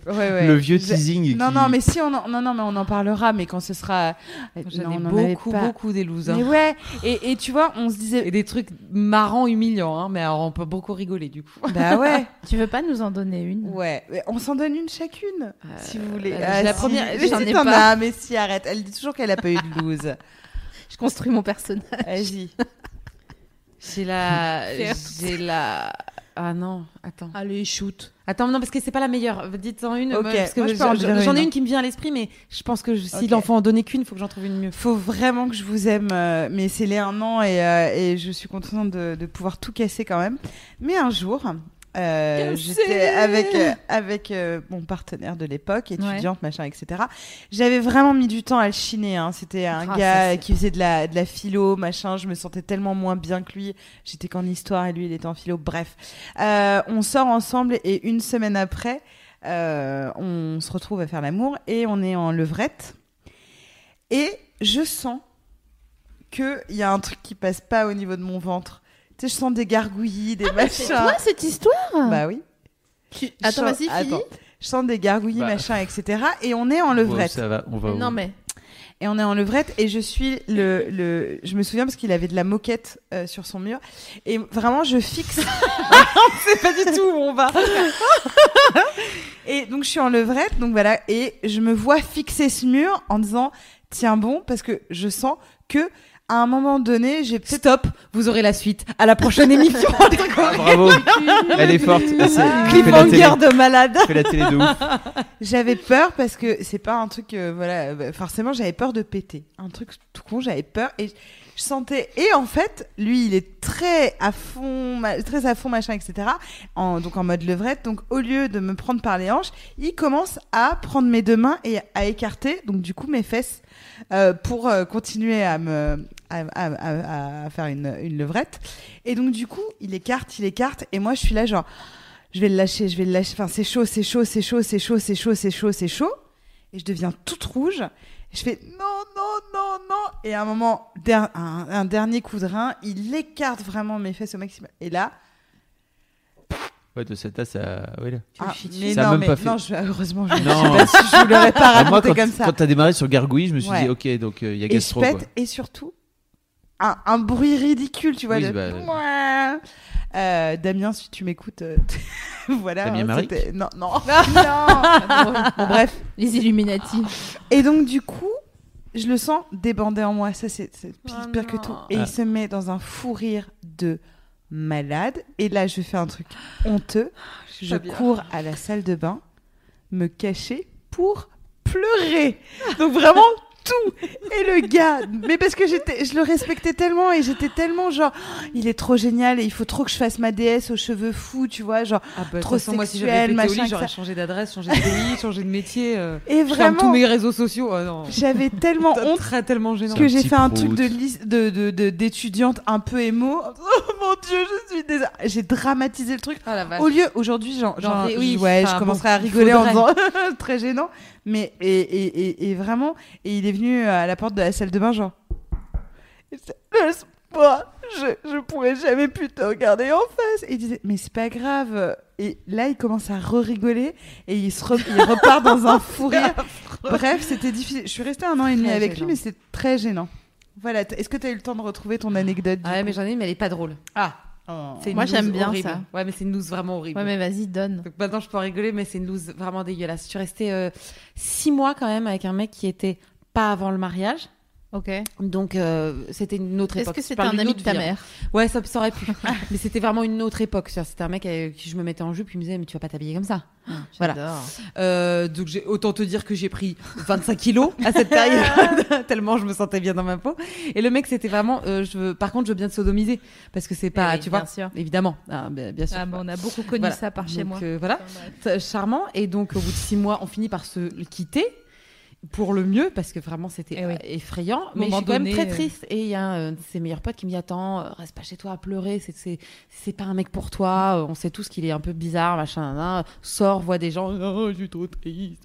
Le vieux teasing. Non, mais si on en parlera, mais quand ce sera. J'en ai beaucoup des losers. Mais ouais, et tu vois, on se disait. Et des trucs marrants, humiliants, hein, mais alors on peut beaucoup rigoler du coup. Bah ouais. Tu veux pas nous en donner une? Ouais, on s'en donne une chacune, si vous voulez. La première, j'en ai pas. Mais si, arrête. Elle dit toujours qu'elle a pas eu de lose. Je construis mon personnage. Vas-y. J'ai la. Ah non, attends. Allez, shoot. Attends, non, parce que c'est pas la meilleure. Dites-en une. Ok, parce que moi, je peux en dire j'en ai une. une qui me vient à l'esprit, mais je pense que si Ok. l'enfant en donnait qu'une, il faut que j'en trouve une mieux. Faut vraiment que je vous aime, mais c'est les 1 an et je suis contente de pouvoir tout casser quand même. Mais un jour, j'étais avec mon partenaire de l'époque, étudiante, machin, etc. J'avais vraiment mis du temps à le chiner. Hein. C'était un gars qui faisait de la philo, machin. Je me sentais tellement moins bien que lui. J'étais qu'en histoire et lui, il était en philo. Bref, on sort ensemble et une semaine après, on se retrouve à faire l'amour et on est en levrette. Et je sens qu'il y a un truc qui passe pas au niveau de mon ventre. Tu sais, je sens des gargouillis, des machins. C'est toi cette histoire? Bah oui. Attends, vas-y, finis. Je sens des gargouillis, machin, etc. Et on est en levrette. Ça va, on va. Non, mais. Et on est en levrette et je suis je me souviens parce qu'il avait de la moquette sur son mur et vraiment je fixe. On sait pas du tout où on va. Et donc je suis en levrette, donc voilà, et je me vois fixer ce mur en disant tiens bon, parce que je sens que à un moment donné, j'ai peut-être... Stop, vous aurez la suite à la prochaine émission. Ah, bravo, elle est forte. Cliffhanger de malade. Fait la télé de ouf. J'avais peur parce que c'est pas un truc, voilà, forcément j'avais peur de péter. Un truc tout con, j'avais peur et je sentais. Et en fait, lui, il est très à fond, machin, etc. Donc en mode levrette. Donc au lieu de me prendre par les hanches, il commence à prendre mes 2 mains et à écarter, donc du coup mes fesses, pour continuer à faire une levrette. Et donc du coup, il écarte, et moi je suis là genre, je vais le lâcher. Enfin, c'est chaud. Et je deviens toute rouge. Et je fais non. Et à un moment, un dernier coup de rein, il écarte vraiment mes fesses au maximum. Et là. Ouais, de cette tasse à. Ouais, là. Mais ça non, même pas fait. non, heureusement, je ne l'aurais pas raconté moi, comme ça. Quand t'as démarré sur Gargouille, je me suis Ouais. dit, ok, donc il y a Et gastro. je pète, Quoi. et surtout, un bruit ridicule, tu vois. Oui, Damien, si tu m'écoutes, voilà. Damien Marie. Non. Bon, bref. Les Illuminati. Et donc, du coup, je le sens débander en moi. Ça, c'est pire que tout. Et Ah. il se met dans un fou rire de malade. Et là, je fais un truc honteux. Je cours à la salle de bain, me cacher pour pleurer. Donc vraiment tout. Et le gars, mais parce que je le respectais tellement et j'étais tellement genre, il est trop génial et il faut trop que je fasse ma déesse aux cheveux fous, tu vois, genre trop sexuel, moi si j'avais pété au machin. lit, j'aurais changé d'adresse, changé de pays, changé de métier. Et je ferme vraiment, tous mes réseaux sociaux. Oh, non. j'avais tellement honte Tellement gênant. que j'ai petit fait un prout. truc d'étudiante un peu émo. Oh mon dieu, je suis désolée. J'ai dramatisé le truc. Ah la vache. Au lieu, aujourd'hui, je commencerai à rigoler en disant très gênant. Mais et vraiment, et il est venu à la porte de la salle de bain, genre laisse-moi, je pourrais jamais plus te regarder en face. Et il disait mais c'est pas grave. Et là, il commence à rigoler et il repart dans un fou rire. Bref, c'était difficile. Je suis restée 1 an et demi Très avec gênant. lui, mais c'était très gênant. Voilà. Est-ce que tu as eu le temps de retrouver ton anecdote du Ah ouais, coup mais j'en ai une, mais elle est pas drôle. C'est une Moi, j'aime loose bien horrible. ça. Ouais, mais c'est une loose vraiment horrible. Ouais, mais vas-y, donne. Donc maintenant, je peux en rigoler, mais c'est une loose vraiment dégueulasse. Je suis restée 6 mois quand même avec un mec qui était pas avant le mariage. Ok. Donc c'était une autre Est-ce époque. que Je c'était parle un d'une ami autre de ta vie, hein. mère? Ouais, ça aurait pu. Mais c'était vraiment une autre époque. C'était un mec avec qui je me mettais en jupe, il me disait mais tu vas pas t'habiller comme ça. Voilà. J'adore. Donc autant te dire que j'ai pris 25 kilos à cette période, tellement je me sentais bien dans ma peau. Et le mec c'était vraiment, par contre je veux bien te sodomiser parce que c'est pas, oui, tu vois, bien sûr. évidemment, bien sûr. Ah, bon, on a beaucoup connu Voilà. ça par chez Donc, moi. voilà, charmant. Et donc au bout de 6 mois, on finit par se quitter. Pour le mieux, parce que vraiment c'était Eh oui. effrayant, mais je Moment suis quand même donné, très triste. Et il y a un de ses meilleurs potes qui me dit attends, reste pas chez toi à pleurer, c'est pas un mec pour toi, on sait tous qu'il est un peu bizarre, machin, sors, vois des gens, oh, je suis trop triste,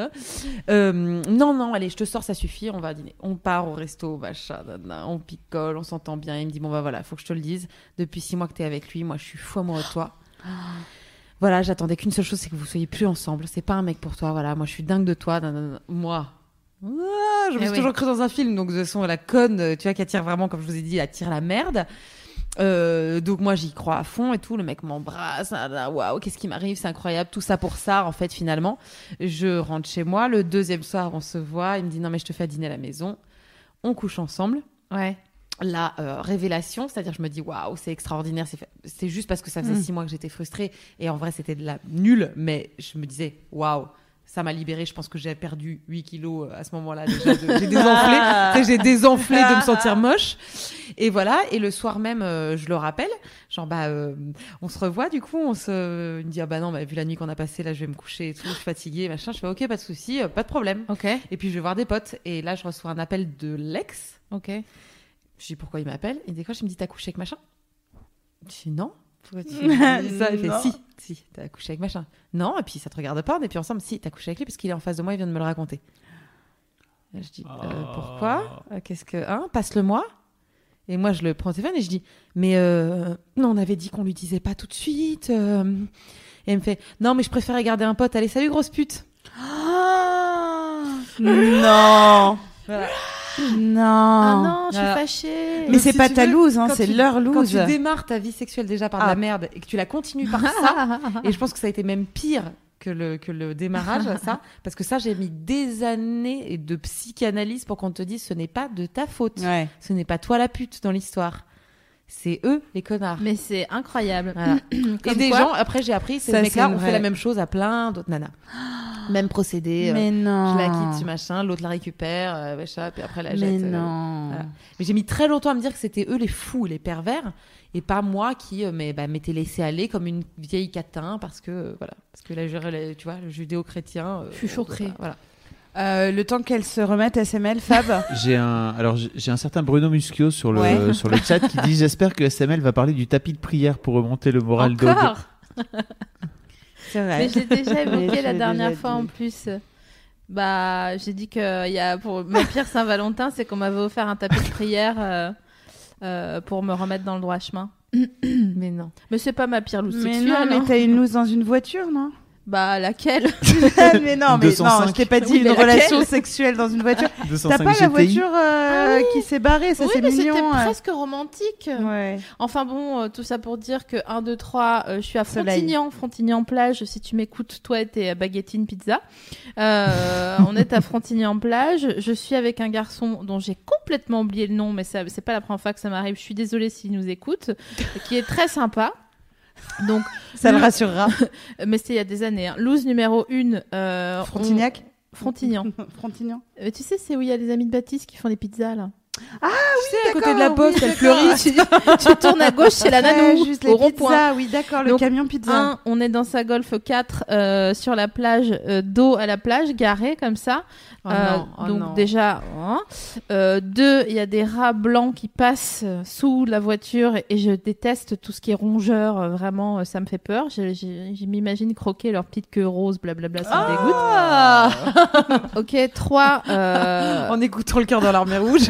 non, allez, je te sors, ça suffit, on va dîner. On part au resto, machin, on picole, on s'entend bien. Il me dit bon bah voilà, faut que je te le dise, depuis 6 mois que t'es avec lui, moi je suis fou amoureux de toi. voilà, j'attendais qu'une seule chose, c'est que vous soyez plus ensemble. C'est pas un mec pour toi. Voilà, moi, je suis dingue de toi. Moi. Je me suis toujours cru dans un film, donc de toute façon, la conne, tu vois, qui attire vraiment, comme je vous ai dit, attire la merde. Donc moi j'y crois à fond et tout, le mec m'embrasse, waouh, qu'est-ce qui m'arrive, c'est incroyable, tout ça pour ça en fait. Finalement je rentre chez moi, le deuxième soir on se voit, il me dit non mais je te fais à dîner à la maison, on couche ensemble. La révélation, c'est-à-dire je me dis waouh, c'est extraordinaire, c'est juste parce que ça faisait 6 mois que j'étais frustrée et en vrai c'était de la nulle, mais je me disais waouh, ça m'a libérée. Je pense que j'ai perdu 8 kilos à ce moment-là déjà. J'ai désenflé de me sentir moche. Et voilà. Et le soir même, je le rappelle. Genre, on se revoit du coup. Il me dit, ah bah non, vu la nuit qu'on a passée, là, je vais me coucher et tout. Je suis fatiguée, machin. Je fais, ok, pas de souci, pas de problème. Okay. Et puis, je vais voir des potes. Et là, je reçois un appel de l'ex. Ok. Je dis, pourquoi il m'appelle? Il décroche, il me dit, t'as couché avec machin? Je dis, non. Pourquoi tu dis ça? Il fait si, t'as couché avec machin. Non, et puis ça te regarde pas, on est plus ensemble. Si, t'as couché avec lui parce qu'il est en face de moi, il vient de me le raconter. Et je dis pourquoi? Qu'est-ce que passe-le-moi. Et moi je le prends au téléphone et je dis mais non, on avait dit qu'on lui disait pas tout de suite. Et elle me fait non mais je préférais garder un pote. Allez, salut grosse pute. Non. Voilà. Non. Ah non, je suis fâchée. Mais c'est pas ta loose, c'est leur loose. Quand tu démarres ta vie sexuelle déjà par de la merde et que tu la continues par ça, et je pense que ça a été même pire que le démarrage, ça, parce que ça, j'ai mis des années de psychanalyse pour qu'on te dise ce n'est pas de ta faute. Ouais. Ce n'est pas toi la pute dans l'histoire. C'est eux les connards. Mais c'est incroyable. Voilà. Et des gens, après j'ai appris, ces mecs-là ont fait la même chose à plein d'autres nanas. Même procédé. Mais non. Je la quitte, machin, l'autre la récupère, machin, puis après la jette. Mais non. Voilà. Mais j'ai mis très longtemps à me dire que c'était eux les fous, les pervers, et pas moi qui m'étais laissé aller comme une vieille catin parce que tu vois, le judéo-chrétien. Je suis choquée. Voilà. Le temps qu'elle se remette SML, Fab. J'ai un certain Bruno Muschio sur le chat qui dit j'espère que SML va parler du tapis de prière pour remonter le moral d'Aude. C'est vrai. Mais je l'ai déjà évoqué la dernière fois en plus. J'ai dit que pour ma pire Saint-Valentin, c'est qu'on m'avait offert un tapis de prière pour me remettre dans le droit chemin. Mais non. Mais c'est pas ma pire loose Mais sexuelle. non, mais t'as une loose dans une voiture, non? Laquelle? Mais non, je t'ai pas dit une relation sexuelle dans une voiture. T'as pas la voiture qui s'est barrée, ça c'est mais mignon. C'était presque romantique. Ouais. Enfin bon, tout ça pour dire que 1, 2, 3, je suis à Frontignan plage. Si tu m'écoutes, toi et tes baguettines pizza. On est à Frontignan plage. Je suis avec un garçon dont j'ai complètement oublié le nom, mais c'est pas la première fois que ça m'arrive. Je suis désolée s'il nous écoute, qui est très sympa. Donc ça le rassurera. Mais c'était il y a des années. Loose numéro 1. Frontignac. Frontignan. Frontignan. Tu sais, c'est où il y a les amis de Baptiste qui font des pizzas là. Ah oui, à côté de la poste, elle fleurit. Tu tournes à gauche, c'est la nanou, juste au rond-point. Oui, d'accord, le camion pizza. On est dans sa Golf 4 sur la plage, dos à la plage, garé comme ça. Donc déjà, 2, il y a des rats blancs qui passent sous la voiture et je déteste tout ce qui est rongeur. Vraiment, ça me fait peur. Je m'imagine croquer leur petite queue rose, blablabla, ça me dégoûte. Ok, 3. En écoutant le cœur dans l'armée rouge.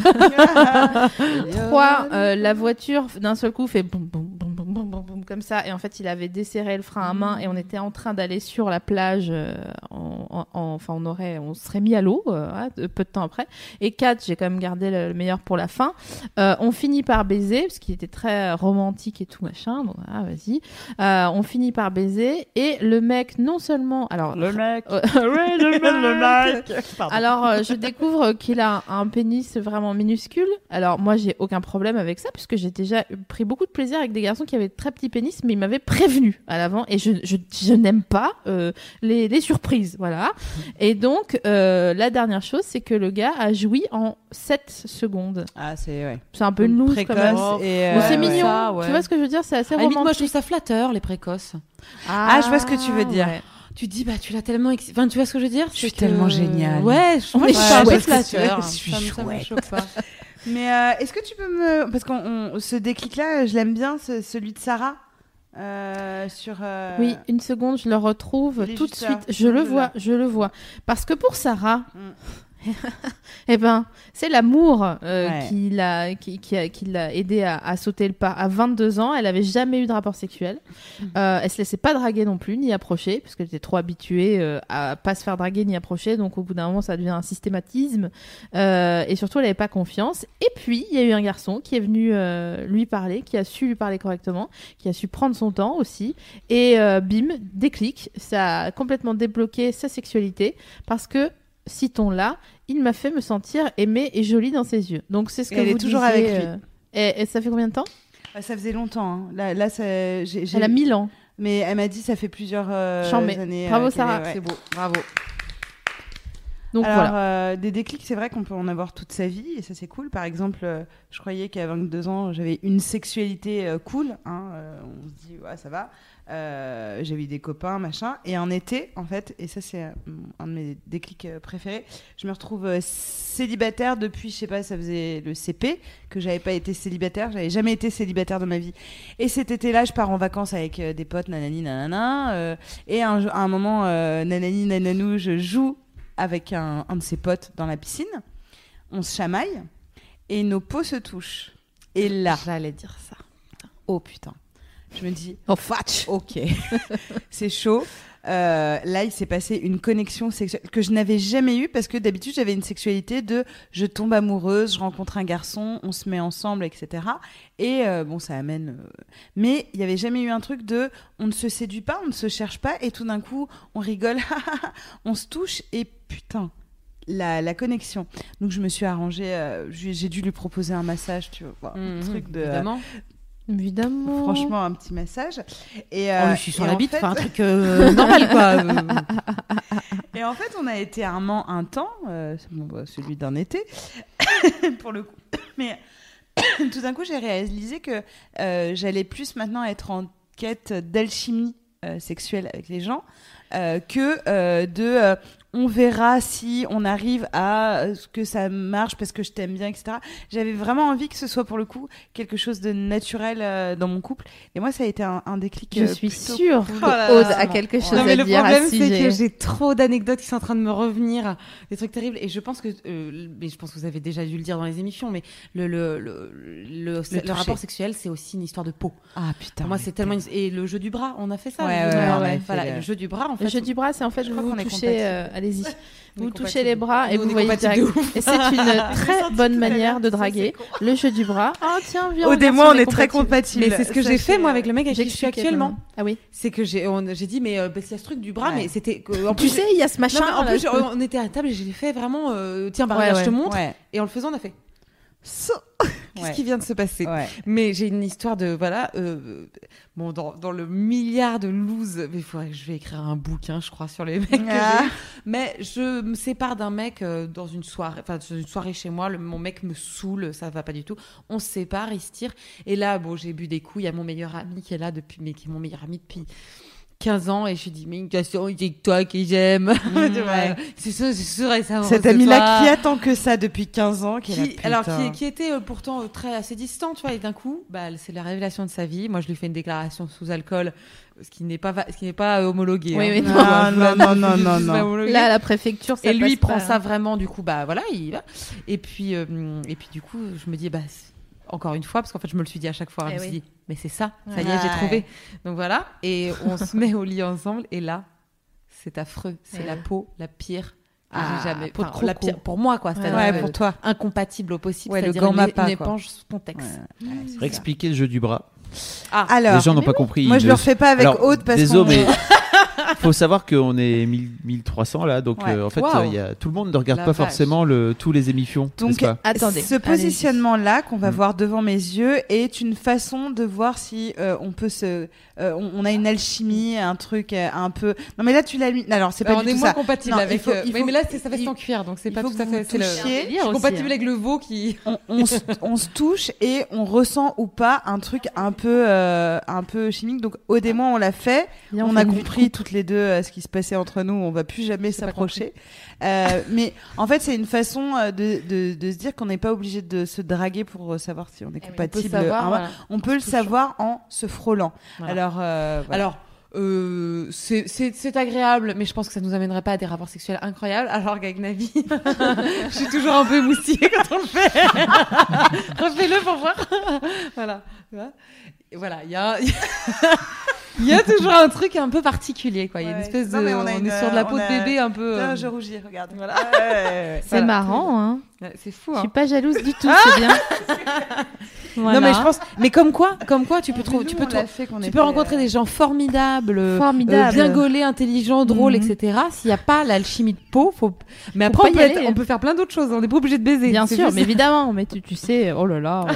3, la voiture d'un seul coup fait boum boum boum boum boum boum boum comme ça et en fait il avait desserré le frein à main et on était en train d'aller sur la plage on serait mis à l'eau peu de temps après. Et 4, j'ai quand même gardé le meilleur pour la fin. On finit par baiser parce qu'il était très romantique et tout machin. Donc vas-y. On finit par baiser et le mec non seulement le mec. Alors je découvre qu'il a un pénis vraiment minuscule. Alors moi j'ai aucun problème avec ça puisque j'ai déjà pris beaucoup de plaisir avec des garçons qui avaient très petits pénis, mais ils m'avaient prévenu à l'avant et je n'aime pas les surprises, voilà. Et donc la dernière chose, c'est que le gars a joui en 7 secondes. C'est un peu une loose précoce quand même. C'est mignon. Ça, ouais. Tu vois ce que je veux dire, c'est assez romantique. Moi je trouve ça flatteur les précoces. Je vois ce que tu veux dire. Ouais. Tu dis tu l'as tellement enfin tu vois ce que je veux dire, je suis tellement géniale. Ouais, je trouve ça flatteur. Je suis chouette. Ça me choque pas. Mais est-ce que tu peux parce qu'on ce déclic là, je l'aime bien, celui de Sarah sur. Oui, une seconde, je le retrouve tout de suite. Je le vois. Parce que pour Sarah, Eh ben, c'est l'amour qui l'a aidé à sauter le pas. À 22 ans, elle n'avait jamais eu de rapport sexuel. Elle se laissait pas draguer non plus, ni approcher, parce qu'elle était trop habituée à pas se faire draguer ni approcher. Donc, au bout d'un moment, ça devient un systématisme. Et surtout, elle n'avait pas confiance. Et puis, il y a eu un garçon qui est venu lui parler, qui a su lui parler correctement, qui a su prendre son temps aussi. Et bim, déclic. Ça a complètement débloqué sa sexualité parce que, citons-la, il m'a fait me sentir aimée et jolie dans ses yeux. Donc c'est ce que elle vous est toujours disiez, avec lui. Et ça fait combien de temps ? Ça faisait longtemps. Hein. Là Elle a 1000 ans. Mais elle m'a dit ça fait plusieurs années. Bravo Sarah, c'est beau, bravo. Donc alors, voilà. des déclics, c'est vrai qu'on peut en avoir toute sa vie et ça c'est cool. Par exemple, je croyais qu'à 22 ans, j'avais une sexualité cool. Hein, on se dit, ouais, ça va. J'avais eu des copains, machin. Et en été, en fait, et ça c'est un de mes déclics préférés, je me retrouve célibataire depuis, je sais pas, ça faisait le CP que j'avais pas été célibataire. J'avais jamais été célibataire dans ma vie. Et cet été-là, je pars en vacances avec des potes, nanani, nanana. Et à un moment, nanani, nananou, je joue avec un de ses potes dans la piscine. On se chamaille et nos peaux se touchent. Et là, j'allais dire ça. Oh putain. Je me dis, oh fatch, ok, c'est chaud. Là, il s'est passé une connexion sexuelle que je n'avais jamais eue parce que d'habitude, j'avais une sexualité de je tombe amoureuse, je rencontre un garçon, on se met ensemble, etc. Et bon, ça amène. Mais il n'y avait jamais eu un truc de on ne se séduit pas, on ne se cherche pas et tout d'un coup, on rigole, on se touche et putain. La connexion. Donc, je me suis arrangée, j'ai dû lui proposer un massage, tu vois, un truc de. Évidemment. Franchement, un petit massage. Et je suis sur la bite, enfin un truc normal quoi. Et en fait, on a été amants un temps, celui d'un été, pour le coup. Mais tout d'un coup, j'ai réalisé que j'allais plus maintenant être en quête d'alchimie sexuelle avec les gens que on verra si on arrive à ce que ça marche parce que je t'aime bien, etc. J'avais vraiment envie que ce soit pour le coup quelque chose de naturel dans mon couple. Et moi, ça a été un déclic. Je suis sûre qu'Aude a quelque chose à dire à ce sujet. Le problème, c'est que j'ai trop d'anecdotes qui sont en train de me revenir, des trucs terribles. Et je pense que, mais je pense que vous avez déjà dû le dire dans les émissions, mais le rapport sexuel, c'est aussi une histoire de peau. Ah putain. Pour moi, c'est tellement. Et le jeu du bras, on a fait ça. Voilà, le jeu du bras, en fait. Le jeu du bras, c'est en fait vous touchez. Allez-y. Vous touchez les bras et vous voyez direct. Et c'est une très bonne manière de draguer. Le jeu du bras. Oh tiens, viens. Aude et moi, on est très compatibles. Mais c'est ce que j'ai fait moi avec le mec avec qui je suis actuellement. Ah oui. C'est que j'ai dit mais il y a ce truc du bras, mais c'était. Tu sais, il y a ce machin. En plus, on était à table et j'ai fait vraiment. Tiens, regarde, je te montre. Et en le faisant, on a fait. Qu'est-ce qui vient de se passer? Mais j'ai une histoire de bon dans le milliard de loose, mais il faudrait que je vais écrire un bouquin, je crois, sur les mecs que j'ai. Mais je me sépare d'un mec dans une soirée chez moi. Mon mec me saoule, ça va pas du tout. On se sépare, il se tire. Et là, bon, j'ai bu des coups. Il y a mon meilleur ami qui est là qui est mon meilleur ami depuis 15 ans, et je lui dis mais c'est toi qui j'aime. C'est sûr ça. Cette amie-là qui attend que ça depuis 15 ans, qui était pourtant assez distant, tu vois, et d'un coup, c'est la révélation de sa vie. Moi, je lui fais une déclaration sous alcool, ce qui n'est pas homologué. Oui, non. Là, à la préfecture, ça et lui, il prend ça vraiment, du coup, voilà, il va. Et puis, du coup, je me dis, encore une fois, parce qu'en fait, je me le suis dit à chaque fois. Je me suis dit, mais c'est ça y est, j'ai trouvé. Donc voilà, et on se met au lit ensemble, et là, c'est affreux. C'est la peau la pire. J'ai jamais. La pire pour moi, quoi. C'est-à-dire pour toi. Incompatible au possible. C'est-à-dire une éponge spontex. Expliquer le jeu du bras. Alors, les gens n'ont pas compris. Moi, je le refais pas avec Aude parce que. Désolé, mais. Faut savoir qu'on est 1300 là, donc en fait, tout le monde ne regarde pas forcément tous les émissions. Donc, attendez, ce positionnement-là qu'on va voir devant mes yeux est une façon de voir si on peut on a une alchimie, un truc un peu. Non, mais là, tu l'as mis. Alors, c'est pas du tout ça. On est moins compatible avec. Mais là, ça va être en cuir, donc c'est pas tout à fait. Je suis compatible avec le veau qui. On se touche et on ressent ou pas un truc un peu chimique. Donc, Aude et moi, on l'a fait. On a compris toutes les deux ce qui se passait entre nous. On va plus jamais s'approcher. Mais en fait, c'est une façon de se dire qu'on n'est pas obligé de se draguer pour savoir si on est compatible. On peut le savoir en se frôlant. Voilà. Alors, c'est agréable, mais je pense que ça nous amènerait pas à des rapports sexuels incroyables. Alors qu'avec Navi, je suis toujours un peu moustillée quand on le fait. Refais-le pour voir. Voilà. Et voilà, il y a toujours un truc un peu particulier, quoi. Il y a une espèce de, on est sur de la peau de bébé un peu. Je rougis, regarde. Voilà. C'est marrant, hein. C'est fou. Je Hein. suis pas jalouse du tout, c'est bien. Voilà. Non mais je pense, mais comme quoi, tu peux rencontrer des gens formidables, bien gaulés, intelligents, drôles, etc. S'il n'y a pas l'alchimie de peau, mais après on peut faire plein d'autres choses. On n'est pas obligé de baiser. Bien sûr, mais évidemment, mais tu sais, oh là là.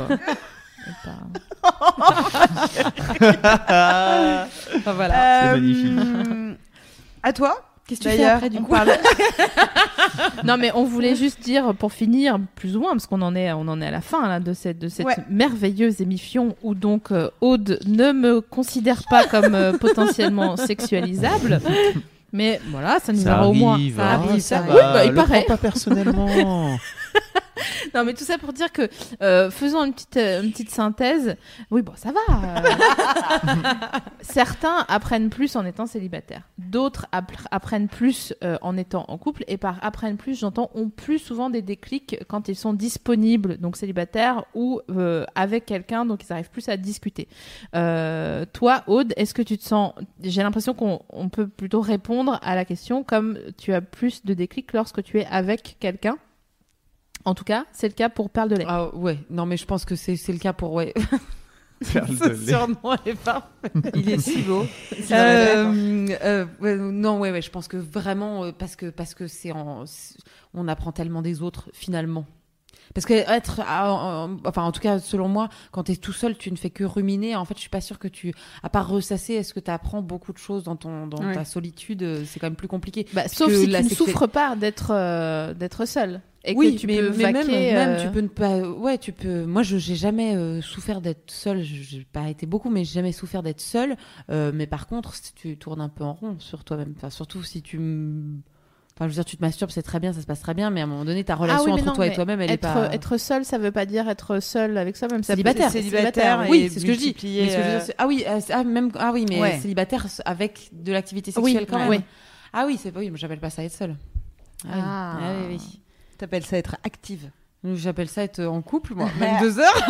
Enfin, voilà. C'est magnifique. À toi. Qu'est-ce que tu fais après du coup? Non mais on voulait juste dire pour finir plus ou moins parce qu'on en est à la fin là, de cette merveilleuse émission où donc Aude ne me considère pas comme potentiellement sexualisable. Mais voilà, ça nous aura au moins. Ça arrive. Oui, bah, il paraît. Pas personnellement. Non, mais tout ça pour dire que faisons une petite synthèse. Oui, bon, ça va. Certains apprennent plus en étant célibataires. D'autres apprennent plus en étant en couple. Et par apprennent plus, j'entends ont plus souvent des déclics quand ils sont disponibles, donc célibataires ou avec quelqu'un, donc ils arrivent plus à discuter. Toi, Aude, est-ce que tu te sens... J'ai l'impression qu'on peut plutôt répondre à la question comme tu as plus de déclics lorsque tu es avec quelqu'un. En tout cas, c'est le cas pour Perle de lait. Ah ouais, non mais je pense que c'est le cas pour Perle de lait. Sûrement, elle est parfait. Il est si beau. Ouais, je pense que vraiment parce que on apprend tellement des autres finalement. Parce que en tout cas selon moi, quand t'es tout seul, tu ne fais que ruminer. En fait, je suis pas sûre que à part ressasser, est-ce que tu apprends beaucoup de choses dans ta solitude? C'est quand même plus compliqué. Sauf si tu ne souffres pas d'être seul. Et oui, que tu mais peux vaquer, même tu peux ne pas. Ouais, tu peux. Moi, j'ai jamais souffert d'être seule. J'ai pas été beaucoup, mais j'ai jamais souffert d'être seule. Mais par contre, si tu tournes un peu en rond sur toi-même, enfin, surtout si tu Enfin, je veux dire, tu te masturbes, c'est très bien, ça se passe très bien, mais à un moment donné, ta relation entre toi et toi-même, elle est pas... Être seul, ça veut pas dire être seul avec soi-même. Célibataire. Oui, c'est ce que je dis. Mais ce que je veux dire, mais célibataire avec de l'activité sexuelle quand même. Oui. Ah oui, c'est pas... Oui, moi, j'appelle pas ça être seul. Oui. T'appelles ça être active. J'appelle ça être en couple, moi. Même 2 heures.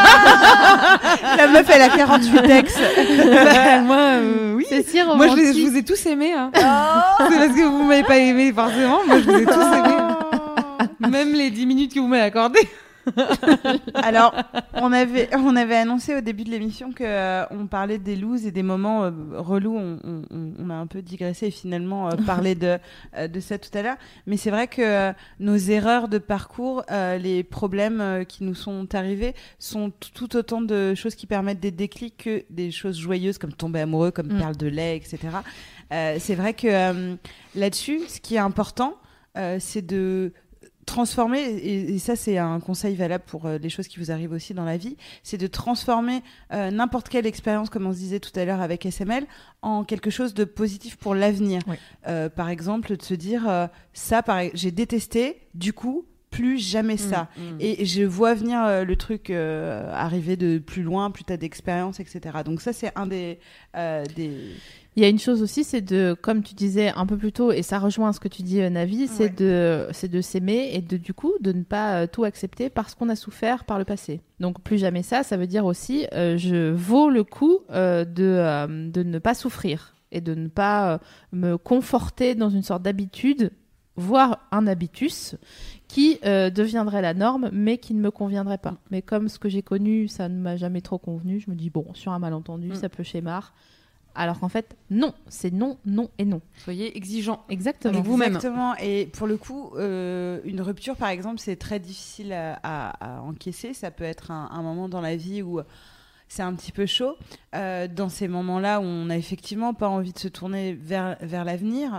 La meuf, elle a 48 ex. Moi, oui. C'est si romantique. Moi, je vous ai tous aimés. Hein. C'est parce que vous m'avez pas aimé, forcément. Moi, je vous ai tous aimés. Même les 10 minutes que vous m'avez accordées. Alors, on avait annoncé au début de l'émission qu'on parlait des looses et des moments relous. On a un peu digressé et finalement parlé de ça tout à l'heure. Mais c'est vrai que nos erreurs de parcours, les problèmes qui nous sont arrivés, sont tout autant de choses qui permettent des déclics que des choses joyeuses comme tomber amoureux, comme Perle de lait, etc. C'est vrai que là-dessus, ce qui est important, c'est de transformer, et ça c'est un conseil valable pour les choses qui vous arrivent aussi dans la vie, c'est de transformer n'importe quelle expérience, comme on se disait tout à l'heure avec SML, en quelque chose de positif pour l'avenir. Oui. Par exemple, de se dire j'ai détesté, du coup plus jamais ça. Et je vois venir le truc arriver de plus loin, plus t'as d'expérience, etc. Donc ça c'est un des... Il y a une chose aussi, c'est de, comme tu disais un peu plus tôt, et ça rejoint ce que tu dis, Navi, c'est de s'aimer et du coup, de ne pas tout accepter parce qu'on a souffert par le passé. Donc, plus jamais ça veut dire aussi, je vaux le coup de ne pas souffrir et de ne pas me conforter dans une sorte d'habitude, voire un habitus, qui deviendrait la norme, mais qui ne me conviendrait pas. Mais comme ce que j'ai connu, ça ne m'a jamais trop convenu, je me dis, bon, sur un malentendu, ça peut schémar. Alors qu'en fait, non, c'est non, non et non. Soyez exigeants. Exactement. Vous-même. Exactement. Et pour le coup, une rupture, par exemple, c'est très difficile à encaisser. Ça peut être un moment dans la vie où c'est un petit peu chaud. Dans ces moments-là où on n'a effectivement pas envie de se tourner vers l'avenir,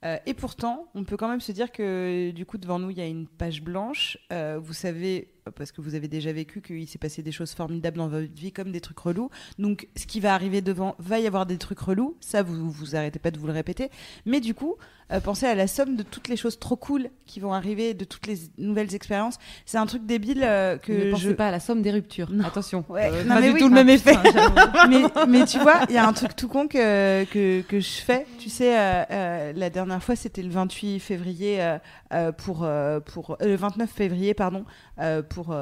Et pourtant, on peut quand même se dire que du coup, devant nous, il y a une page blanche. Vous savez, parce que vous avez déjà vécu, qu'il s'est passé des choses formidables dans votre vie, comme des trucs relous. Donc, ce qui va arriver devant, va y avoir des trucs relous. Ça, vous arrêtez pas de vous le répéter. Mais du coup, pensez à la somme de toutes les choses trop cool qui vont arriver, de toutes les nouvelles expériences. C'est un truc débile que ne pensez pas à la somme des ruptures. Non. Attention, Non, pas mais du oui, tout le même effet. mais tu vois, il y a un truc tout con que je fais. Tu sais, la dernière fois, c'était le 28 février le 29 février, pardon, pour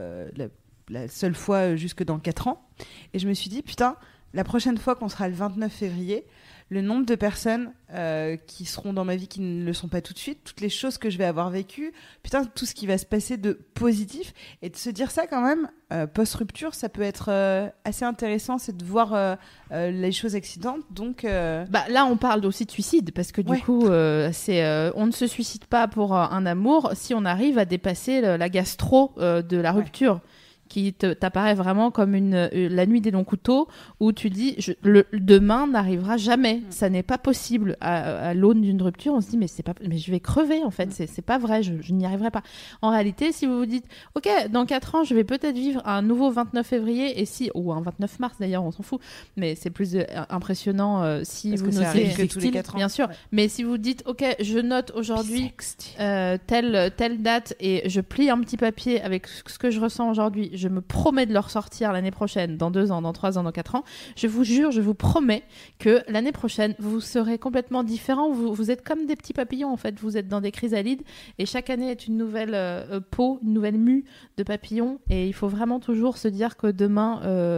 la seule fois jusque dans 4 ans. Et je me suis dit, putain, la prochaine fois qu'on sera le 29 février, le nombre de personnes qui seront dans ma vie qui ne le sont pas tout de suite, toutes les choses que je vais avoir vécues, putain, tout ce qui va se passer de positif. Et de se dire ça quand même, post-rupture, ça peut être assez intéressant, c'est de voir les choses accidentes. Donc, là, on parle aussi de suicide, parce que du coup, on ne se suicide pas pour un amour si on arrive à dépasser la gastro de la rupture. Qui t'apparaît vraiment comme la nuit des longs couteaux, où tu dis le demain n'arrivera jamais, ça n'est pas possible. À l'aune d'une rupture, on se dit mais je vais crever en fait, c'est pas vrai, je n'y arriverai pas. En réalité, si vous vous dites ok, dans 4 ans je vais peut-être vivre un nouveau 29 février ou un 29 mars d'ailleurs, on s'en fout, mais c'est plus impressionnant si parce vous que notez tous les 4 ans, bien sûr, mais si vous dites ok, je note aujourd'hui telle date et je plie un petit papier avec ce que je ressens aujourd'hui, je me promets de le ressortir l'année prochaine, dans 2 ans, dans 3 ans, dans 4 ans. Je vous jure, je vous promets que l'année prochaine, vous serez complètement différent. Vous êtes comme des petits papillons, en fait. Vous êtes dans des chrysalides et chaque année est une nouvelle peau, une nouvelle mue de papillons. Et il faut vraiment toujours se dire que demain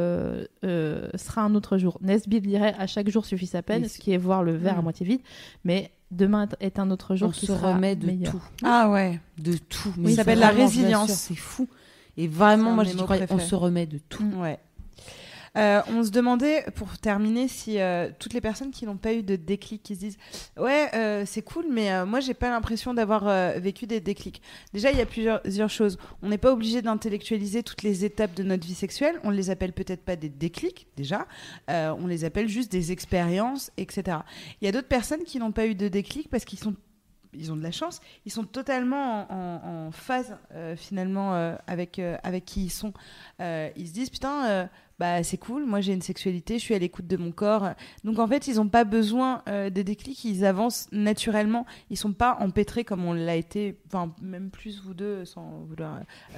sera un autre jour. Nesbitt dirait « à chaque jour suffit sa peine », ce qui est voir le verre à moitié vide. Mais demain est un autre jour qui sera remet de meilleur. tout. Ah ouais, de tout. Oui, ça s'appelle la résilience. C'est fou. Et vraiment, moi, je crois qu'on préféré. se remet de tout. Ouais. On se demandait, pour terminer, si toutes les personnes qui n'ont pas eu de déclic, qui se disent « Ouais, c'est cool, mais moi, j'ai pas l'impression d'avoir vécu des déclics. » Déjà, il y a plusieurs choses. On n'est pas obligé d'intellectualiser toutes les étapes de notre vie sexuelle. On ne les appelle peut-être pas des déclics, déjà. On les appelle juste des expériences, etc. Il y a d'autres personnes qui n'ont pas eu de déclic parce qu'ils ont de la chance, ils sont totalement en phase finalement avec qui ils sont. Ils se disent putain, c'est cool, moi j'ai une sexualité, je suis à l'écoute de mon corps. Donc en fait, ils n'ont pas besoin des déclics, ils avancent naturellement. Ils sont pas empêtrés comme on l'a été, enfin même plus vous deux, sans vouloir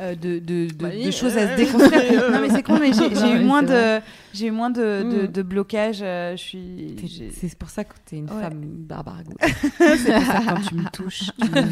de choses à se déconstruire. Non mais c'est con, mais j'ai eu moins de blocage. C'est pour ça que t'es une femme Barbara Gould. C'est pour ça que quand tu me touches, tu me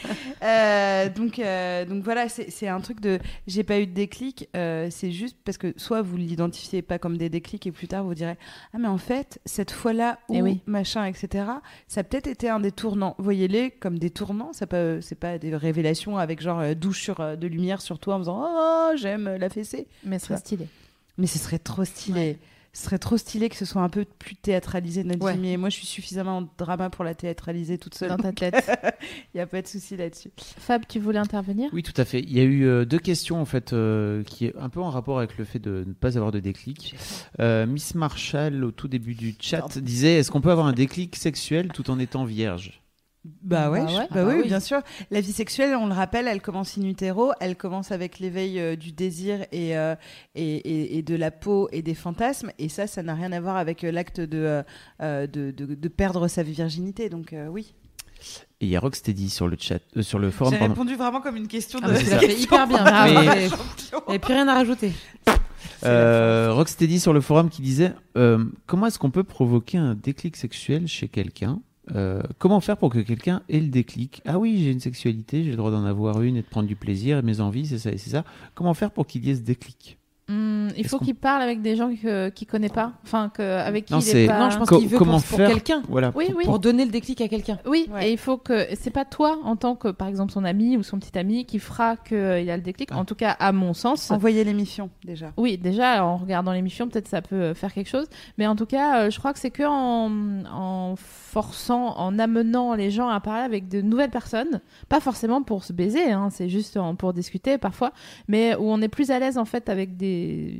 veux. Donc voilà, c'est un truc de j'ai pas eu de déclic. C'est juste parce que soit vous l'identifiez pas comme des déclics et plus tard vous direz ah mais en fait cette fois-là où machin etc. Ça a peut-être été un des tournants. Voyez-les comme des tournants. C'est pas des révélations avec genre douche de lumière sur toi en faisant oh j'aime la fessée. Mais ce serait stylé. Mais ce serait trop stylé. Ouais. Ce serait trop stylé que ce soit un peu plus théâtralisé notre vie. Mais moi, je suis suffisamment en drama pour la théâtraliser toute seule. Dans ta tête. Il n'y a pas de souci là-dessus. Fab, tu voulais intervenir ? Oui, tout à fait. Il y a eu 2 questions, en fait, qui est un peu en rapport avec le fait de ne pas avoir de déclic. Miss Marshall, au tout début du chat, disait « Est-ce qu'on peut avoir un déclic sexuel tout en étant vierge ?» Oui, bien sûr. La vie sexuelle, on le rappelle, elle commence in utero, elle commence avec l'éveil du désir et de la peau et des fantasmes, et ça n'a rien à voir avec l'acte de perdre sa virginité, donc oui. Et il y a Rocksteady sur le chat, sur le forum. J'ai répondu vraiment comme une question de. Tu l'as fait hyper bien. Il n'y a plus rien à rajouter. Rocksteady sur le forum qui disait comment est-ce qu'on peut provoquer un déclic sexuel chez quelqu'un ? Comment faire pour que quelqu'un ait le déclic ? Ah oui, j'ai une sexualité, j'ai le droit d'en avoir une et de prendre du plaisir, et mes envies, c'est ça et c'est ça. Comment faire pour qu'il y ait ce déclic ? Il faut qu'il parle avec des gens qu'il ne connaît pas, avec qui non, il est pas... Non, je pense qu'il veut pour quelqu'un, voilà, pour donner le déclic à quelqu'un. Oui, et il faut que... C'est pas toi, en tant que, par exemple, son ami ou son petit ami, qui fera qu'il a le déclic. En tout cas, à mon sens... Envoyer l'émission, déjà. Oui, déjà, en regardant l'émission, peut-être ça peut faire quelque chose. Mais en tout cas, je crois que c'est en forçant, en amenant les gens à parler avec de nouvelles personnes, pas forcément pour se baiser, c'est juste pour discuter parfois, mais où on est plus à l'aise, en fait, avec des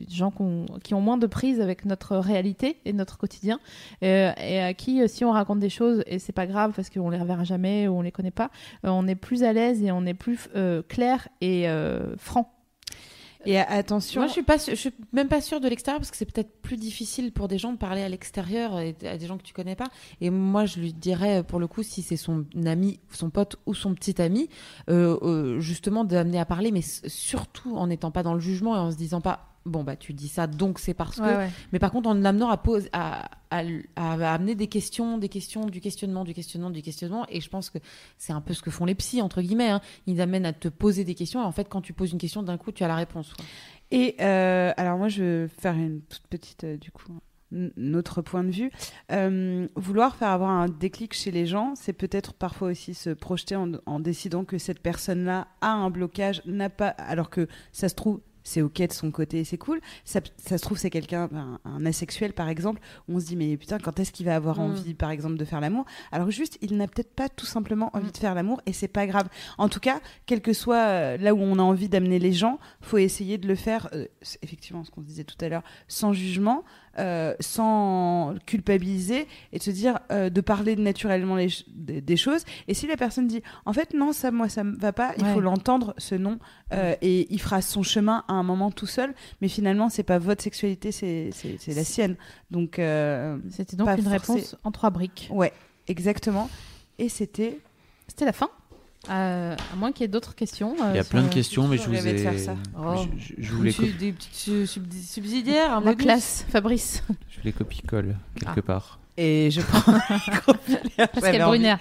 des gens qui ont moins de prise avec notre réalité et notre quotidien, et à qui, si on raconte des choses, et c'est pas grave parce qu'on les reverra jamais ou on les connaît pas, on est plus à l'aise et on est plus clair et franc. Et attention, moi je suis même pas sûre de l'extérieur parce que c'est peut-être plus difficile pour des gens de parler à l'extérieur et à des gens que tu connais pas. Et moi je lui dirais pour le coup si c'est son ami, son pote ou son petit ami, justement d'amener à parler, mais surtout en n'étant pas dans le jugement et en se disant pas bon bah tu dis ça donc c'est parce que. Ouais. Mais par contre en l'amenant à amener du questionnement. Et je pense que c'est un peu ce que font les psys entre guillemets. Hein. Ils amènent à te poser des questions et en fait quand tu poses une question d'un coup tu as la réponse. Quoi. Et alors moi je vais faire une toute petite du coup notre point de vue. Vouloir faire avoir un déclic chez les gens, c'est peut-être parfois aussi se projeter en décidant que cette personne-là a un blocage, n'a pas, alors que ça se trouve c'est ok de son côté, c'est cool. Ça se trouve, c'est quelqu'un, un asexuel par exemple, où on se dit mais putain, quand est-ce qu'il va avoir envie par exemple de faire l'amour ? Alors juste, il n'a peut-être pas tout simplement envie de faire l'amour et c'est pas grave. En tout cas, quel que soit là où on a envie d'amener les gens, faut essayer de le faire, effectivement, ce qu'on se disait tout à l'heure, sans jugement, sans culpabiliser et de se dire de parler naturellement des choses. Et si la personne dit en fait non, ça moi ça me va pas, il faut l'entendre ce non et il fera son chemin à un moment tout seul, mais finalement c'est pas votre sexualité, c'est la sienne. Donc c'était donc une réponse en 3 briques. Ouais, exactement. Et c'était la fin. À moins qu'il y ait d'autres questions. Il y a plein de questions, mais je vous ai. Faire ça. Je voulais des petites subsidiaires. La classe, Fabrice. Je les copie-colle quelque part. Et je prends. Pascal Brunner.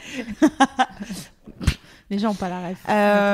Les gens n'ont pas la ref.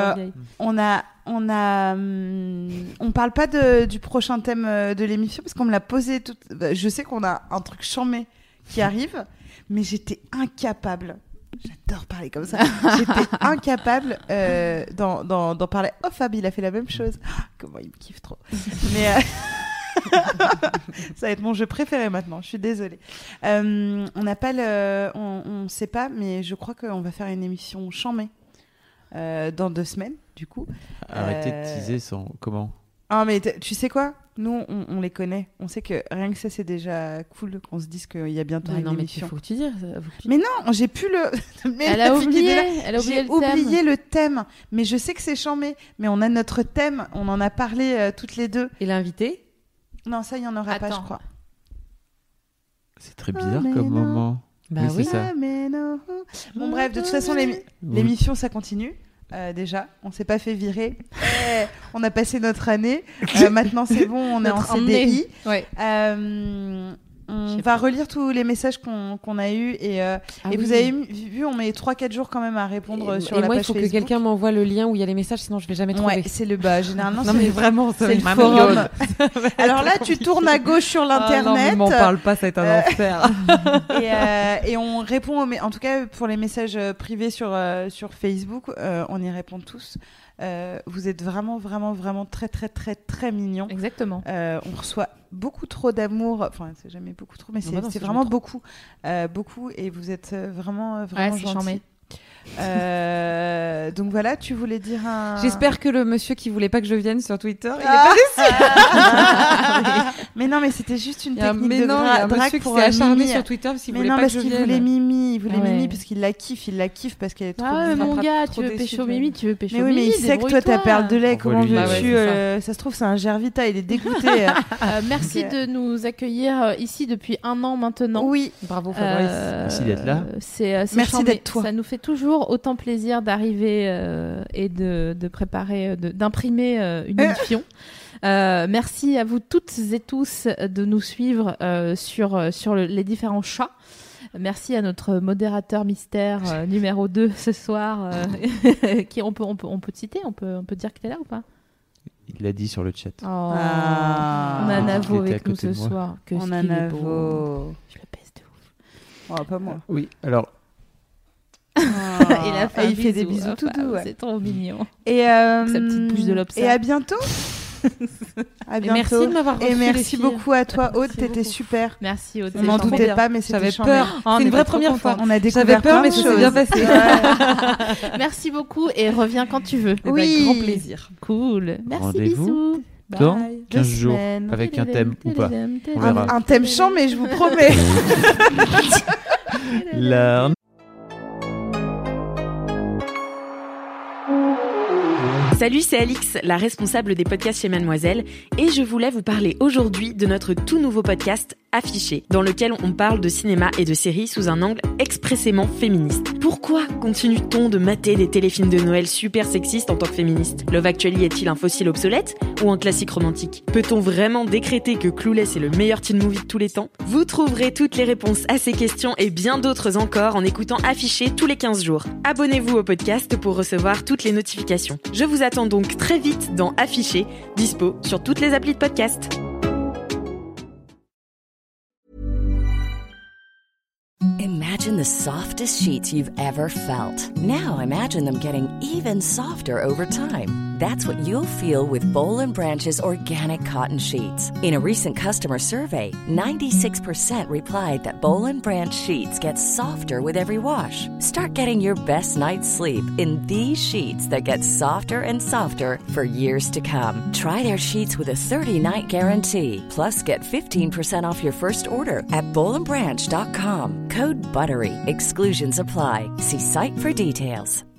On parle pas du prochain thème de l'émission parce qu'on me l'a posé. Je sais qu'on a un truc chambé qui arrive, mais j'étais incapable. J'adore parler comme ça. J'étais incapable d'en parler. Oh, Fab, il a fait la même chose. Comment il me kiffe trop. Mais ça va être mon jeu préféré maintenant. Je suis désolée. On n'a pas on sait pas, mais je crois qu'on va faire une émission chambée dans 2 semaines, du coup. Arrêtez de teaser sans comment. Ah mais tu sais quoi ? Nous, on les connaît. On sait que rien que ça, c'est déjà cool qu'on se dise qu'il y a bientôt une émission. Mais faut que tu dises. Mais non, j'ai plus le... Elle a oublié le thème. Mais je sais que c'est chambé. Mais on a notre thème. On en a parlé toutes les deux. Et l'invité ? Non, ça, il n'y en aura pas, je crois. C'est très bizarre comme moment. Bah oui. C'est ça. Bon, bref, de toute façon, l'émission, ça continue. Déjà, on s'est pas fait virer. On a passé notre année. Maintenant, c'est bon, on est en CDI. Ouais. On va relire tous les messages qu'on a eus et vous avez vu, on met 3-4 jours quand même à répondre sur la page Facebook. Et moi, il faut que quelqu'un m'envoie le lien où il y a les messages, sinon je vais jamais trouver. Ouais, c'est le bas. Généralement, non, mais vraiment, c'est le forum. Alors là, tu tournes à gauche sur l'internet. Non, mais m'en parle pas, ça va être un enfer. Et on répond, en tout cas pour les messages privés sur Facebook, on y répond tous. Vous êtes vraiment, vraiment, vraiment très, très, très, très mignons. Exactement. On reçoit beaucoup trop d'amour. Enfin, c'est jamais beaucoup trop, mais c'est vraiment beaucoup. Beaucoup. Et vous êtes vraiment, vraiment gentils. Donc voilà, tu voulais dire un... J'espère que le monsieur qui voulait pas que je vienne sur Twitter, il est pas déçu. Mais non, mais c'était juste une technique de drague pour acharné sur Twitter parce qu'il voulait pas que je vienne. Il voulait Mimi parce qu'il la kiffe parce qu'elle est trop bizarre. Mon gars, tu veux pécho Mimi, tu veux pécho Mimi. Mais oui, mais il sait que toi t'as perle de lait, comment veux-tu ça se trouve c'est un Gervita, il est dégoûté. Merci de nous accueillir ici depuis 1 an maintenant. Oui, bravo Fabrice. Merci d'être là. Merci d'être toi. Ça nous fait toujours autant plaisir d'arriver et de préparer, d'imprimer une émission. Merci à vous toutes et tous de nous suivre sur les différents chats. Merci à notre modérateur mystère numéro 2 ce soir. Qui on peut te citer, on peut dire que t'es là ou pas? Il l'a dit sur le chat. On a Navo avec nous ce soir. On a Navo. Je le pèse de ouf. Oh, pas moi. Oui, alors... il fait des bisous tout doux. C'est trop mignon. Et sa petite bouche de lobster. Et à bientôt. À bientôt. Merci de m'avoir reçu. Et merci beaucoup à toi, Aude. T'étais super. Merci, Aude. On n'en doutait pas, mais c'était j'avais peur. C'est une vraie première fois. On a découvert plein de choses. J'avais peur, mais ça s'est bien passé. Merci beaucoup et reviens quand tu veux. Oui, avec grand plaisir. Cool. Merci, Rendez-vous bisous. Dans Bye. 15 2 jours, semaines. avec un thème ou pas. On verra. Un thème chant, mais je vous promets. La... Salut, c'est Alix, la responsable des podcasts chez Mademoiselle, et je voulais vous parler aujourd'hui de notre tout nouveau podcast Affiché, dans lequel on parle de cinéma et de séries sous un angle expressément féministe. Pourquoi continue-t-on de mater des téléfilms de Noël super sexistes en tant que féministes ? Love Actually est-il un fossile obsolète ou un classique romantique ? Peut-on vraiment décréter que Clueless est le meilleur teen movie de tous les temps ? Vous trouverez toutes les réponses à ces questions et bien d'autres encore en écoutant Affiché tous les 15 jours. Abonnez-vous au podcast pour recevoir toutes les notifications. Je vous attends donc très vite dans Affiché, dispo sur toutes les applis de podcast. Imagine the softest sheets you've ever felt. Now imagine them getting even softer over time. That's what you'll feel with Boll & Branch's organic cotton sheets. In a recent customer survey, 96% replied that Boll & Branch sheets get softer with every wash. Start getting your best night's sleep in these sheets that get softer and softer for years to come. Try their sheets with a 30-night guarantee. Plus, get 15% off your first order at bollandbranch.com. Code BUTTERY. Exclusions apply. See site for details.